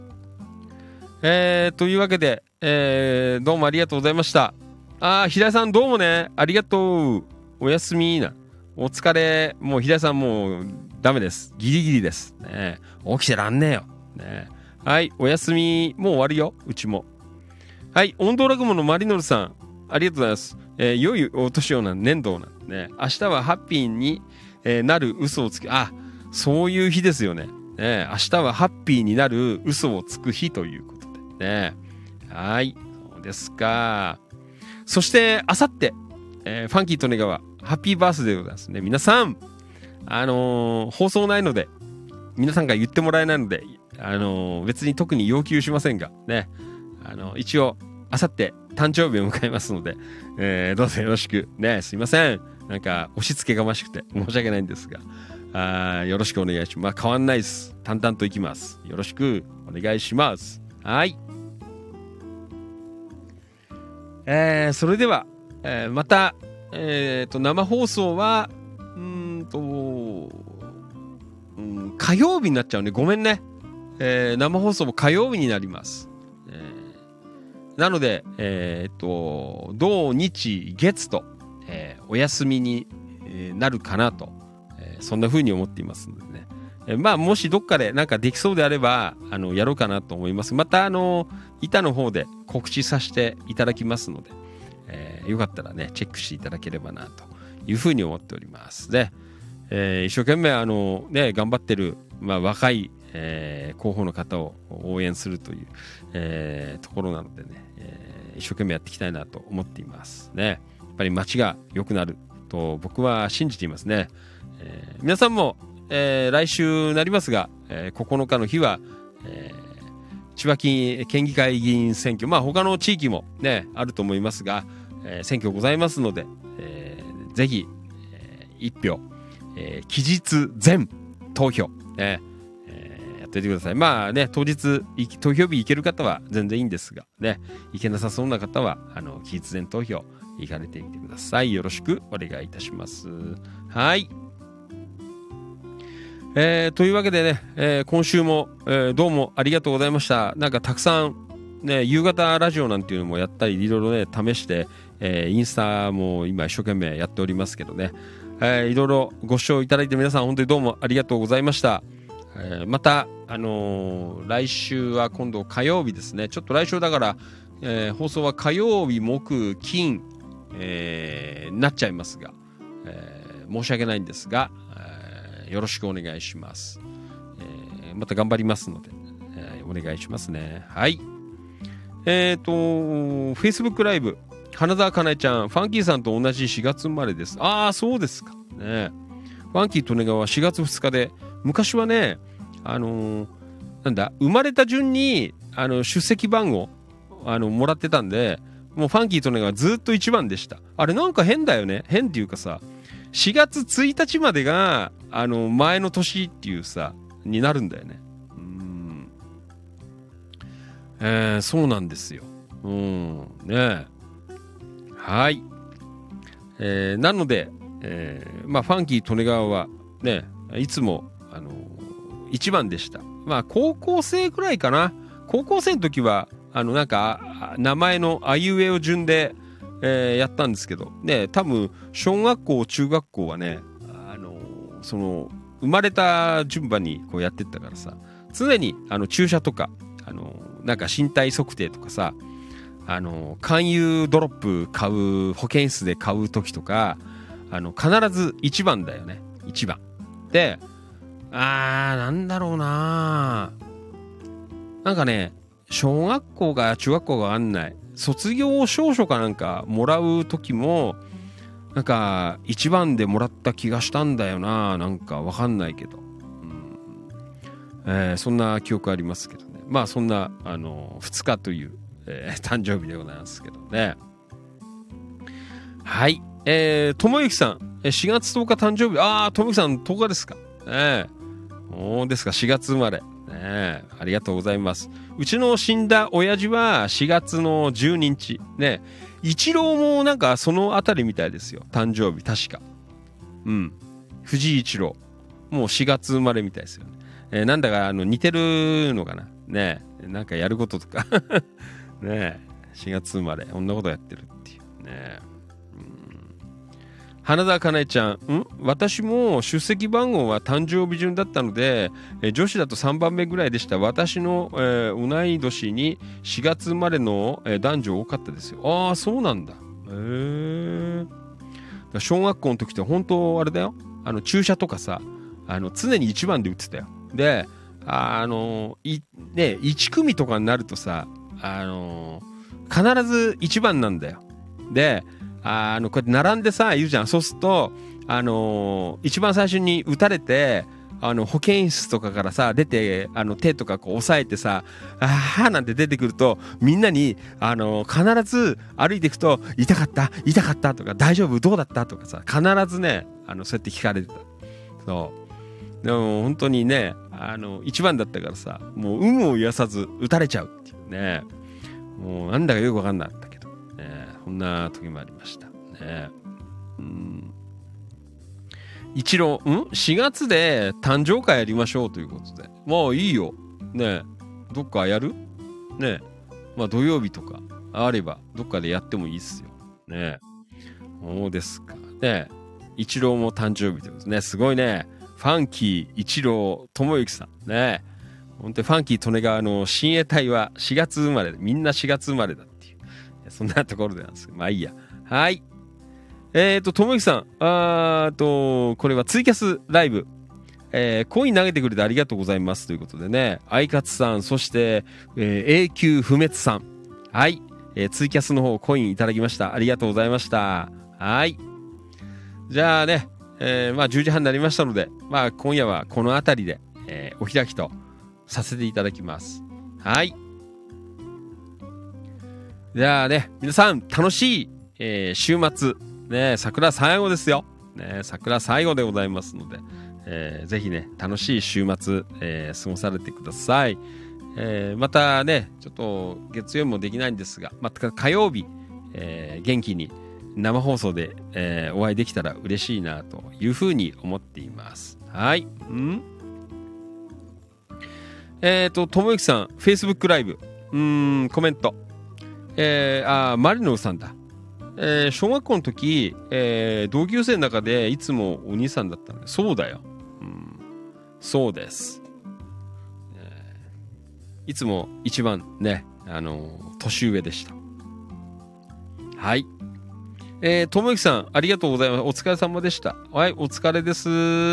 えー、というわけで、えー、どうもありがとうございました。あー、平井さんどうもね。ありがとう。おやすみな。お疲れ。もう平井さんもうダメです。ギリギリです。ね。起きてらんねえよ。ね。はい。おやすみ。もう終わるよ。うちも。はい。温度落語のマリノルさん。ありがとうございます。えー、良いお年をな年度なね。明日はハッピーに、えー、なる嘘をつく。あ、そういう日ですよね。ね。明日はハッピーになる嘘をつく日ということでね。はい。そうですか。そして、あさって、えー、ファンキー利根川、ハッピーバースデーでございますね。皆さん、あのー、放送ないので、皆さんが言ってもらえないので、あのー、別に特に要求しませんが、ね。あのー、一応、あさって誕生日を迎えますので、えー、どうぞよろしく。ね、すいません。なんか、押し付けがましくて申し訳ないんですが、あよろしくお願いします。まあ、変わんないです。淡々といきます。よろしくお願いします。はい。えー、それでは、えー、また、えーと、生放送は、うーんと、うん、火曜日になっちゃうね。ごめんね。えー、生放送も火曜日になります。えー、なので、えーと、土日月と、えー、お休みになるかなと、えー、そんな風に思っていますのでね。えー、まあ、もしどっかでなんかできそうであれば、あの、やろうかなと思います。また、あの、板の方で告知させていただきますので、えー、よかったらね、チェックしていただければな、というふうに思っておりますね。えー、一生懸命、あの、ね、頑張ってる、まあ、若い、えー、候補の方を応援するという、えー、ところなのでね、えー、一生懸命やっていきたいなと思っていますね。やっぱり街が良くなると僕は信じていますね。えー、皆さんも、えー、来週なりますが、えー、ここのかの日は、えー千葉県議会議員選挙、まあ他の地域もね、あると思いますが、えー、選挙ございますので、えー、ぜひ、えー、一票、えー、期日前投票、ねえー、やっておいてください。まあね、当日、投票日行ける方は全然いいんですが、ね、行けなさそうな方は、あの、期日前投票行かれてみてください。よろしくお願いいたします。はい。えー、というわけでね、えー、今週も、えー、どうもありがとうございました。なんかたくさん、ね、夕方ラジオなんていうのもやったり、いろいろね、試して、えー、インスタも今一生懸命やっておりますけどね、えー、いろいろご視聴いただいて皆さん本当にどうもありがとうございました。えー、また、あのー、来週は今度火曜日ですね。ちょっと来週だから、えー、放送は火曜日、木、金、えー、なっちゃいますが、えー、申し訳ないんですが、よろしくお願いします。えー、また頑張りますので、えー、お願いしますね。はい。えっ、ー、と、Facebook ライブ、花澤香菜ちゃん、ファンキーさんと同じしがつ生まれです。ああ、そうですか。ね。ファンキー利根川はしがつふつかで、昔はね、あのー、なんだ、生まれた順に、あの、出席番号、あの、もらってたんで、もうファンキー利根川ずっといちばんでした。あれなんか変だよね。変っていうかさ、しがつついたちまでが、あの、前の年っていうさ、になるんだよね。うん。えー、そうなんですよ。うん。ねはい。えー、なので、えー、まあ、ファンキー利根川は、ね、いつも、あの、いちばんでした。まあ、高校生くらいかな。高校生の時は、あの、なんか、名前のあいうえお順で、えー、やったんですけど、ね、多分、小学校、中学校はね、あのー、その、生まれた順番にこうやってったからさ、常に、あの、注射とか、あのー、なんか身体測定とかさ、あのー、勧誘ドロップ買う、保健室で買う時とか、あの、必ずいちばんだよね。いちばん。で、あー、なんだろうななんかね、小学校か中学校があんない。卒業証書かなんかもらう時もなんか一番でもらった気がしたんだよな。なんかわかんないけど、うんえー、そんな記憶ありますけどね。まあそんなあのふつかという、えー、誕生日でございますけどね。はい、えー、ともゆきさんしがつとおか誕生日。ああ、ともゆきさんとおかですか。えー、おーですか、しがつ生まれ。 ね、ありがとうございます。うちの死んだ親父はしがつのじゅうににち。ね。一郎もなんかそのあたりみたいですよ。誕生日、確か。うん。藤井一郎。もうしがつ生まれみたいですよね。えー、なんだかあの似てるのかな。ね。なんかやることとか。ね。しがつ生まれ。こんなことやってるっていう。ね。花澤香菜ちゃん、ん私も出席番号は誕生日順だったので、え女子だとさんばんめぐらいでした。私の、えー、同い年にしがつ生まれの、えー、男女多かったですよ。ああ、そうなんだ。へえ。小学校の時って本当あれだよ。あの注射とかさ、あの常にいちばんで打ってたよ。で、あのいねいち組とかになるとさ、あの必ずいちばんなんだよ。で。あのこうやって並んでさいるじゃん。そうするとあのー、一番最初に打たれてあの保健室とかからさ出てあの手とかこう押さえてさあーなんて出てくるとみんなにあのー、必ず歩いていくと痛かった痛かったとか大丈夫どうだったとかさ必ずねあのそうやって聞かれてた。そうでも本当にねあの一番だったからさもう有無を言わさず打たれちゃうっていうね。もうなんだかよくわかんなかった。こんな時もありましたね。うん。一郎、ん ?し 月で誕生会やりましょうということで。まあいいよ。ねどっかやるねまあ土曜日とかあればどっかでやってもいいっすよ。ねそうですか。ね一郎も誕生日ということですね。すごいね。ファンキー一郎智之さん。ね本当にファンキー利根川の親衛隊はしがつ生まれで、みんなしがつ生まれだ。そんなところでなんですけど、まあいいや。はい。えっ、ー、と、ともゆきさん、あーと、これはツイキャスライブ。えー、コイン投げてくれてありがとうございますということでね、アイカツさん、そして、えー、永久不滅さん。はい、えー。ツイキャスの方、コインいただきました。ありがとうございました。はい。じゃあね、えー、まあじゅうじはんになりましたので、まあ今夜はこの辺りで、えー、お開きとさせていただきます。はい。じゃあね、皆さん楽しい、えー、週末、ね、桜最後ですよ。ね、桜最後でございますので、えー、ぜひね、楽しい週末、えー、過ごされてください。えー、またね、ちょっと月曜日もできないんですが、また火曜日、えー、元気に生放送で、えー、お会いできたら嬉しいなというふうに思っています。はい。んえっ、ー、と、ともゆきさん、Facebook ライブ、うーん、コメント。えー、あマリノさんだ、えー、小学校の時、えー、同級生の中でいつもお兄さんだったのでそうだよ、うん、そうです、えー、いつも一番ねあのー、年上でした。はいえー、ともゆきさんありがとうございます。お疲れ様でした。はいお疲れです。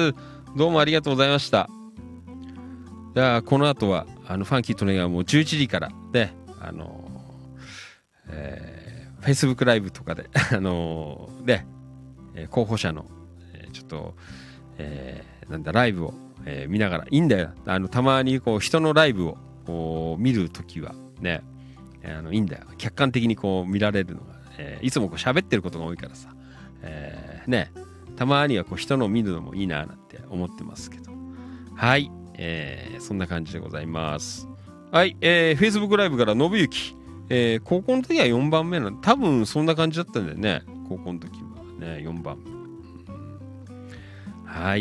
どうもありがとうございました。じゃあこの後はあのファンキートネがもうじゅういちじからねあのーえー、Facebook ライブとかで、あのー、で、えー、候補者の、えー、ちょっと、えー、なんだ、ライブを、えー、見ながら、いいんだよ。あの、たまにこう、人のライブをこう見るときは、ね、えー、あの、いいんだよ。客観的にこう、見られるのが、えー、いつもこう、喋ってることが多いからさ、えー、ね、たまにはこう、人のを見るのもいいな、なんて思ってますけど。はい、えー、そんな感じでございます。はい、えー、Facebook ライブから信行。えー、高校の時はよんばんめなんで、多分そんな感じだったんだよね。高校の時はね、よんばんめ。うん、はい。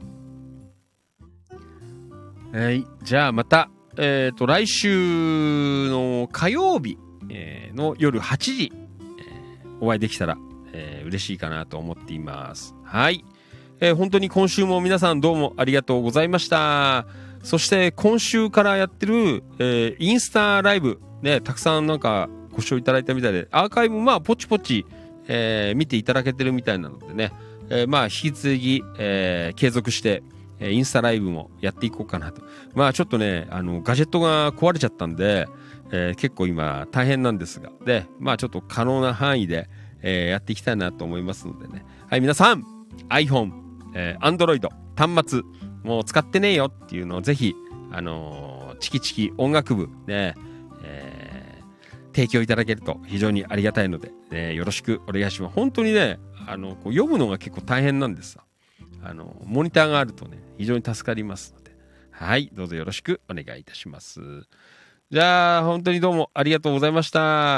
はい。じゃあまた、えっ、ー、と、来週の火曜日、えー、の夜はちじ、えー、お会いできたら、えー、嬉しいかなと思っています。はい。えー、本当に今週も皆さんどうもありがとうございました。そして今週からやってる、えー、インスタライブ、ね、たくさんなんかご視聴いただいたみたいで、アーカイブまあポチポチ、えー、見ていただけてるみたいなのでね、えー、まあ引き続き、えー、継続して、えー、インスタライブもやっていこうかなと。まあちょっとね、あの、ガジェットが壊れちゃったんで、えー、結構今大変なんですが、で、まあちょっと可能な範囲で、えー、やっていきたいなと思いますのでね。はい、皆さん、iPhone、えー、Android、端末、もう使ってねえよっていうのをぜひ、あのー、チキチキ音楽部、ね、えー、提供いただけると非常にありがたいので、ね、よろしくお願いします。本当にね、あの、こう読むのが結構大変なんですさ。あの、モニターがあるとね、非常に助かりますので。 はい、どうぞよろしくお願いいたします。じゃあ本当にどうもありがとうございました。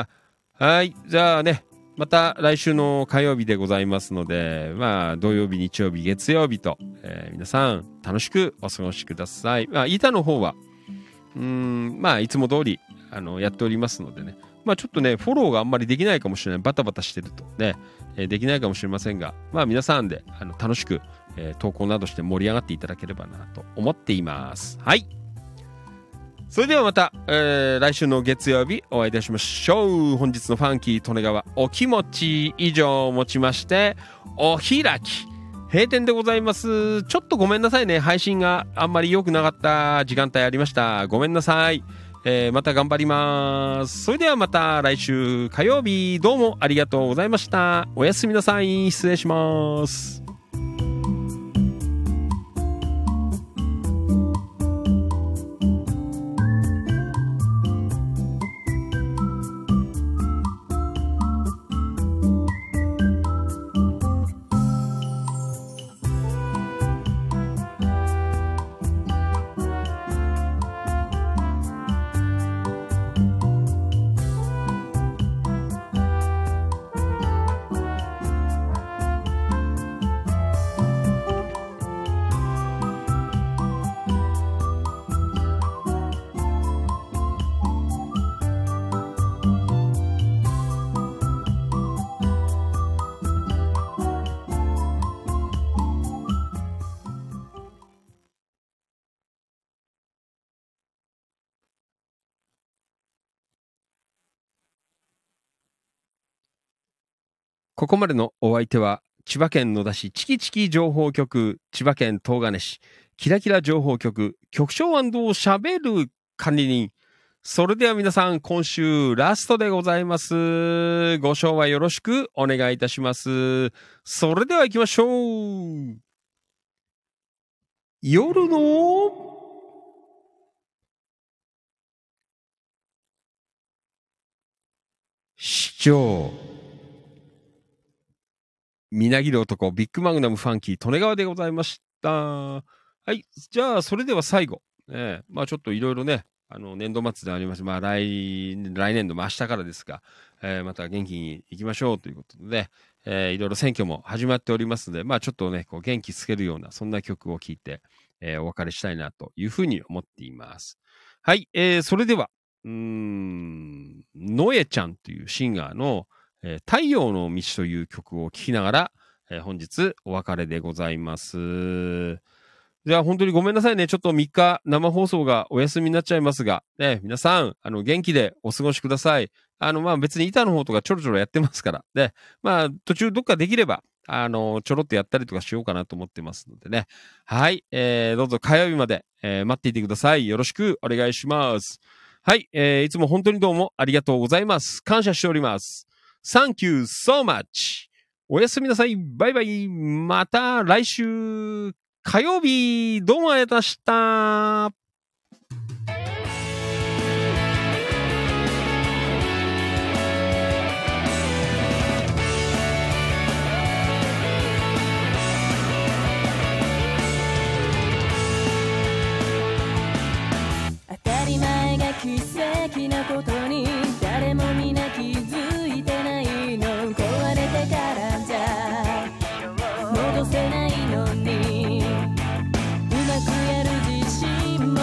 はい、じゃあね、また来週の火曜日でございますので、まあ土曜日、日曜日、月曜日と、えー、皆さん楽しくお過ごしください。まあ板の方はうーんまあいつも通りあのやっておりますのでね、まあちょっとねフォローがあんまりできないかもしれない、バタバタしてるとね、えー、できないかもしれませんが、まあ皆さんであの楽しく、えー、投稿などして盛り上がっていただければなと思っています。はい。それではまた、えー、来週の月曜日お会いいたしましょう。本日のファンキー利根川お気持ち以上をもちましてお開き閉店でございます。ちょっとごめんなさいね、配信があんまり良くなかった時間帯ありました。ごめんなさい、えー、また頑張ります。それではまた来週火曜日、どうもありがとうございました。おやすみなさい。失礼します。ここまでのお相手は千葉県野田市チキチキ情報局、千葉県東金市キラキラ情報局局長しゃべる管理人。それでは皆さん、今週ラストでございます。ご賞はよろしくお願いいたします。それでは行きましょう。夜の市長、みなぎる男ビッグマグナムファンキー利根川でございました。はい、じゃあそれでは最後、ね、まあちょっといろいろね、あの年度末であります。まあ来来年度も明日からですが、えー、また元気にいきましょうということで、えー、いろいろ選挙も始まっておりますので、まあちょっとねこう元気つけるようなそんな曲を聴いて、えー、お別れしたいなというふうに思っています。はい、えー、それではうーんのえちゃんというシンガーのえー、太陽の道という曲を聴きながら、えー、本日お別れでございます。じゃあ本当にごめんなさいね。ちょっとみっか生放送がお休みになっちゃいますが、ね、皆さん、あの、元気でお過ごしください。あの、まあ、別に板の方とかちょろちょろやってますから、ね、まあ、途中どっかできれば、あの、ちょろっとやったりとかしようかなと思ってますのでね。はい、えー、どうぞ火曜日まで、えー、待っていてください。よろしくお願いします。はい、えー、いつも本当にどうもありがとうございます。感謝しております。Thank you so much. おやすみなさい。バイバイ。また来週火曜日、どうもありがとうございました。 当たり前が奇跡なことに誰もみんな気づいてないの。壊れてからじゃ戻せないのにうまくやる自信も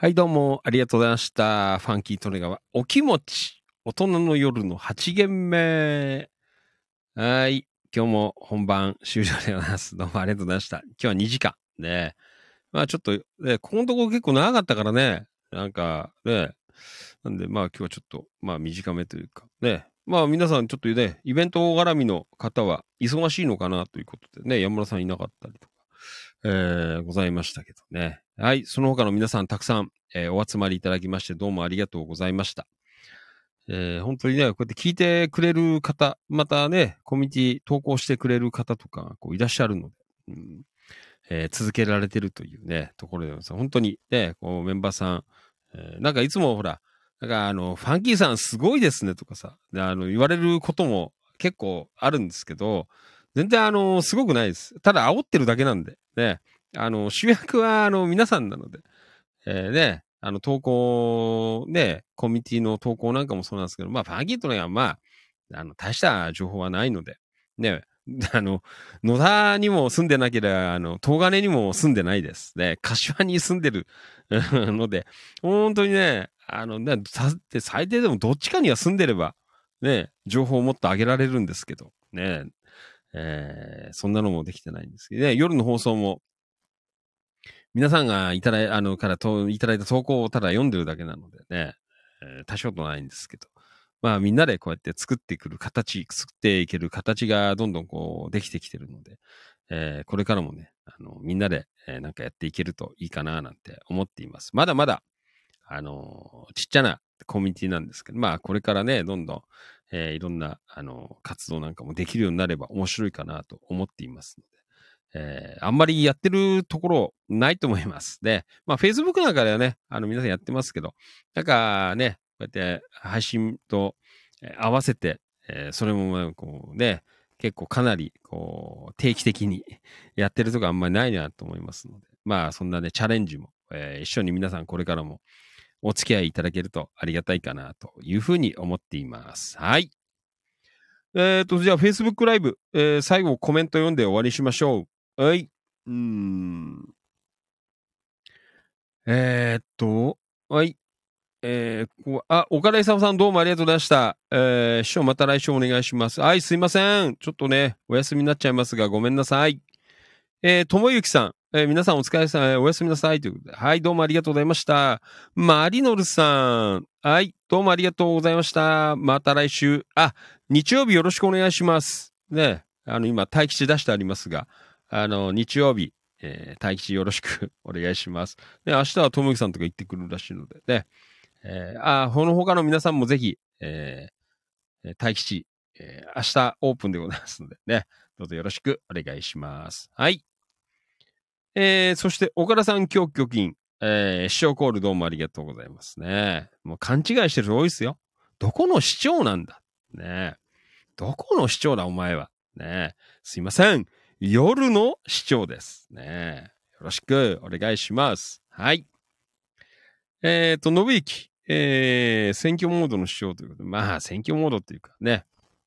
はいどうもありがとうございました。ファンキートネガはお気持ち大人の夜のはち限目。はい。今日も本番終了でございます。どうもありがとうございました。今日はにじかん。ね。まあちょっと、ね、ここのところ結構長かったからね。なんか、ね。なんでまあ今日はちょっと、まあ短めというか、ね。まあ皆さんちょっとね、イベント絡みの方は忙しいのかなということでね、山村さんいなかったりとか、えー、ございましたけどね。はい。その他の皆さんたくさん、えー、お集まりいただきましてどうもありがとうございました。えー、本当にね、こうやって聞いてくれる方、またね、コミュニティ投稿してくれる方とか、こういらっしゃるので、うんえー、続けられてるというね、ところでございます。本当にね、こうメンバーさん、えー、なんかいつもほら、なんかあの、ファンキーさんすごいですねとかさ、あの、言われることも結構あるんですけど、全然あの、すごくないです。ただ煽ってるだけなんで、ね、あの、主役はあの、皆さんなので、えー、ね、あの、投稿、ね、コミュニティの投稿なんかもそうなんですけど、まあ、ファンキーというのは、まあ、あの、大した情報はないので、ね、あの、野田にも住んでなければ、あの、東金にも住んでないです。ね、柏に住んでるので、本当にね、あの、ね、最低でもどっちかには住んでれば、ね、情報をもっと上げられるんですけど、ね、えー、そんなのもできてないんですけどね、夜の放送も、皆さんがいただい、あの、からと、いただいた投稿をただ読んでるだけなのでね、えー、多少とないんですけど。まあみんなでこうやって作ってくる形、作っていける形がどんどんこうできてきてるので、えー、これからもね、あの、みんなで、えー、なんかやっていけるといいかななんて思っています。まだまだ、あのー、ちっちゃなコミュニティなんですけど、まあこれからね、どんどん、えー、いろんな、あの、活動なんかもできるようになれば面白いかなと思っていますので。えー、あんまりやってるところないと思います。で、まあ Facebook なんかではね、あの皆さんやってますけど、なんかね、こうやって配信と合わせて、えー、それもこうね、結構かなりこう定期的にやってるとこあんまりないなと思いますので、まあそんなね、チャレンジも、えー、一緒に皆さんこれからもお付き合いいただけるとありがたいかなというふうに思っています。はい。えっと、じゃあ Facebook ライブ、えー、最後コメント読んで終わりしましょう。はい。うーん。えー、っと、はい。えー、あ、岡田勲さんどうもありがとうございました。えー、師匠また来週お願いします。はい、すいません。ちょっとね、お休みになっちゃいますが、ごめんなさい。えー、ともゆきさん、えー、皆さんお疲れ様、おやすみなさい。ということで、はい、どうもありがとうございました。マリノルさん、はい、どうもありがとうございました。また来週。あ、日曜日よろしくお願いします。ね、あの、今、待機地出してありますが、あの、日曜日、えー、待機地よろしくお願いします。で、明日はともゆきさんとか行ってくるらしいので、ね、えー、あ、この他の皆さんもぜひ、えー、待機地、えー、明日オープンでございますのでね、どうぞよろしくお願いします。はい。えー、そして、岡田さん、今日巨金、えー、視聴コールどうもありがとうございますね。もう勘違いしてる人多いですよ。どこの市長なんだね。どこの市長だ、お前は。ね。すいません。夜の市長です。ね。よろしくお願いします。はい。えっ、ー、と、信之、えー、選挙モードの市長ということで、まあ、選挙モードっていうかね。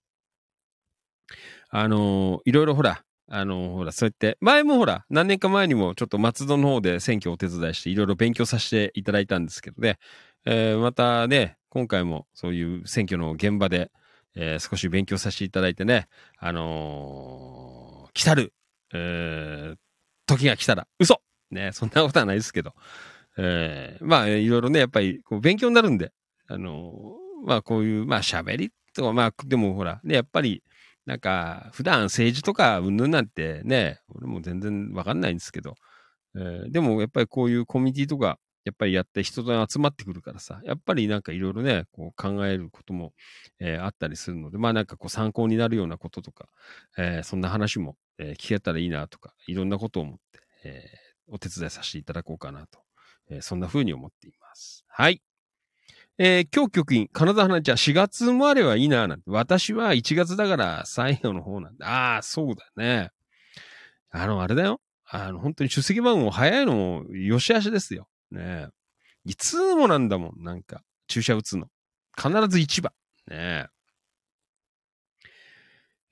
あのー、いろいろほら、あのー、ほら、そうやって、前もほら、何年か前にもちょっと松戸の方で選挙をお手伝いして、いろいろ勉強させていただいたんですけどね、えー、またね、今回もそういう選挙の現場で、えー、少し勉強させていただいてね、あのー、来たる、えー、時が来たら、嘘ね、そんなことはないですけど、えー、まあ、いろいろね、やっぱり、こう、勉強になるんで、あのー、まあ、こういう、まあ、喋りとか、まあ、でもほら、ね、やっぱり、なんか、普段政治とか、うんぬんなんてね、俺も全然わかんないんですけど、えー、でもやっぱりこういうコミュニティとか、やっぱりやって人と集まってくるからさ、やっぱりなんかいろいろね、こう考えることも、えー、あったりするので、まあなんかこう参考になるようなこととか、えー、そんな話も、えー、聞けたらいいなとか、いろんなことを思って、えー、お手伝いさせていただこうかなと、えー、そんな風に思っています。はい。えー、今日局員、金沢花ちゃん、しがつ生まれはいいな、なんて。私はいちがつだから最後の方なんだ。ああ、そうだね。あの、あれだよ。あの、本当に出席番号早いのも、よしあしですよ。ねえ。いつもなんだもん、なんか、注射打つの。必ずいちばん。ねえ。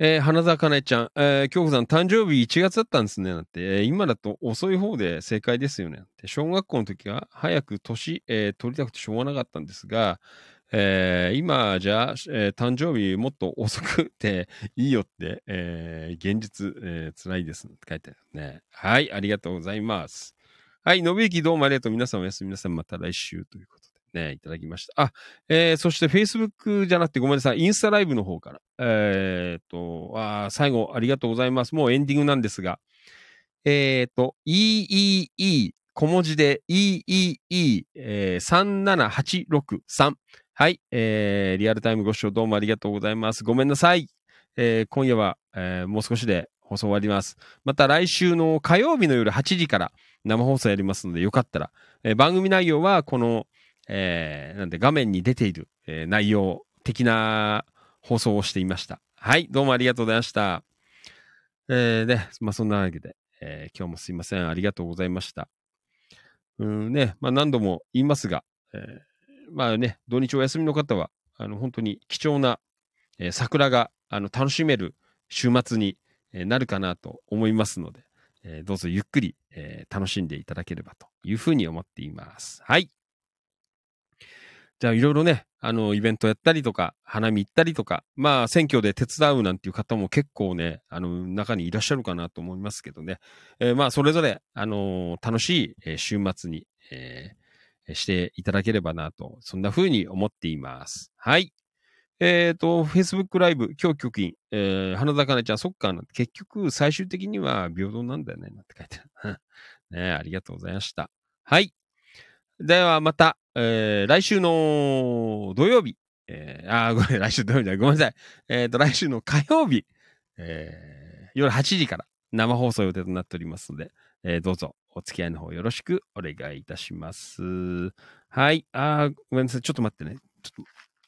えー、花澤香菜ちゃん、えー、京子さん、誕生日いちがつだったんですね。なんて、えー、今だと遅い方で正解ですよね。なんて小学校の時は早く年、えー、取りたくてしょうがなかったんですが、えー、今じゃ、えー、誕生日もっと遅くていいよって、えー、現実、えー、辛いですって書いてあるね。はい、ありがとうございます。はい、信行どうもありがとう。皆さんおやすみなさい。また来週ということでね、いただきました。あ、えー、そして Facebook じゃなくてごめんなさい。インスタライブの方から。えー、っと、あ最後ありがとうございます。もうエンディングなんですが、えー、っと、イーイーイー、小文字で イーイーイー、えー、さんななはちろくさん。はい、えー、リアルタイムご視聴どうもありがとうございます。ごめんなさい。えー、今夜は、えー、もう少しで放送終わります。また来週の火曜日の夜はちじから生放送やりますので、よかったら、えー、番組内容はこの、えー、なんで画面に出ている、えー、内容的な放送をしていました。はい、どうもありがとうございました。えー、ね、まあそんなわけで、えー、今日もすいません。ありがとうございました。うんね、まあ何度も言いますが、えー、まあね、土日お休みの方は、あの本当に貴重な、えー、桜があの楽しめる週末に、えー、なるかなと思いますので、えー、どうぞゆっくり、えー、楽しんでいただければというふうに思っています。はい。じゃあいろいろね、あの、イベントやったりとか、花見行ったりとか、まあ、選挙で手伝うなんていう方も結構ね、あの、中にいらっしゃるかなと思いますけどね。えー、まあ、それぞれ、あのー、楽しい、えー、週末に、えー、していただければなと、そんな風に思っています。はい。えっ、ー、と、Facebook ライブ、今日局員、えー、花田かなちゃん、そっか、結局、最終的には平等なんだよね、なんて書いてある。ね、ありがとうございました。はい。ではまた、えー、来週の土曜日、えー、あ、ごめん、来週土曜日だ、ごめんなさい。えっ、ー、と、来週の火曜日、えー、夜はちじから生放送予定となっておりますので、えー、どうぞお付き合いの方よろしくお願いいたします。はい。あ、ごめんなさい。ちょっと待ってね。ちょっと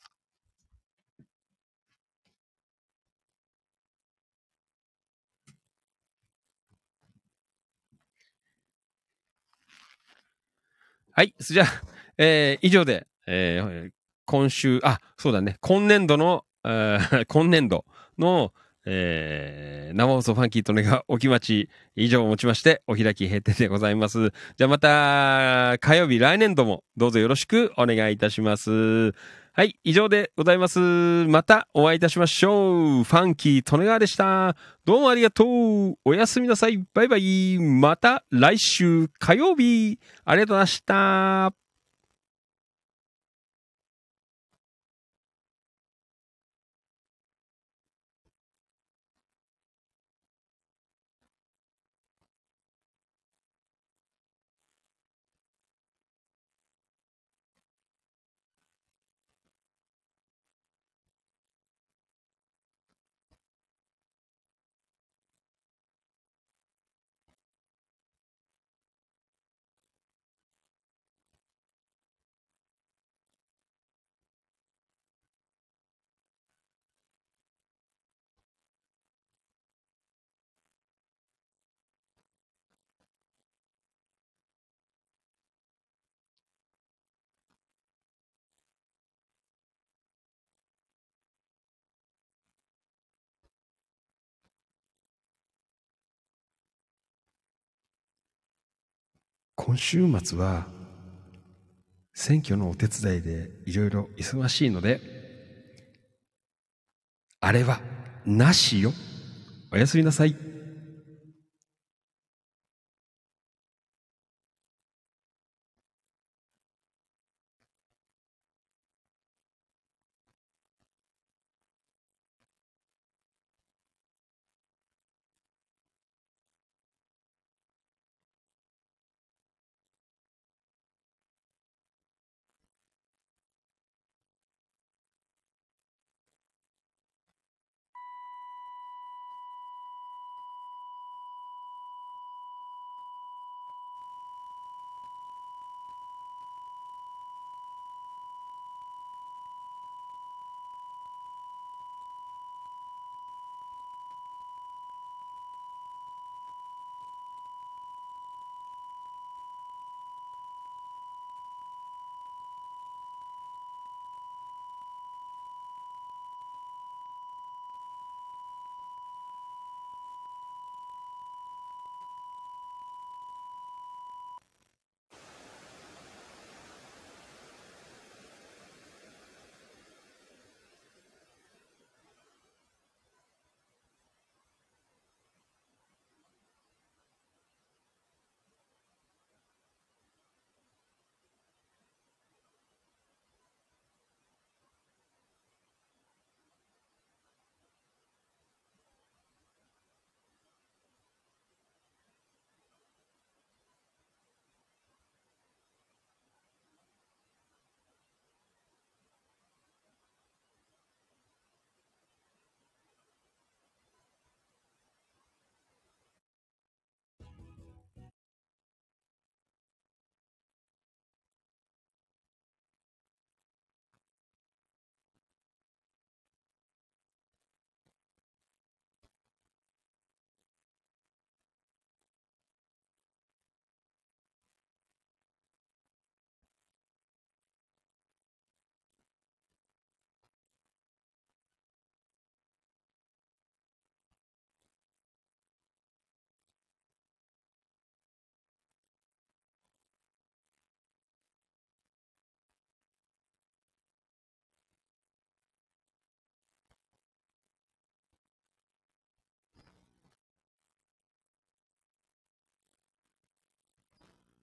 はい。じゃあ、えー、以上で、えー、今週、あ、そうだね。今年度の、えー、今年度の、えー、生放送ファンキーとねがお気待ち以上をもちましてお開き閉店でございます。じゃあまた火曜日来年度もどうぞよろしくお願いいたします。はい、以上でございます。またお会いいたしましょう。ファンキーとねがでした。どうもありがとう。おやすみなさい。バイバイ。また来週火曜日。ありがとうございました。今週末は選挙のお手伝いでいろいろ忙しいので、あれはなしよ。おやすみなさい。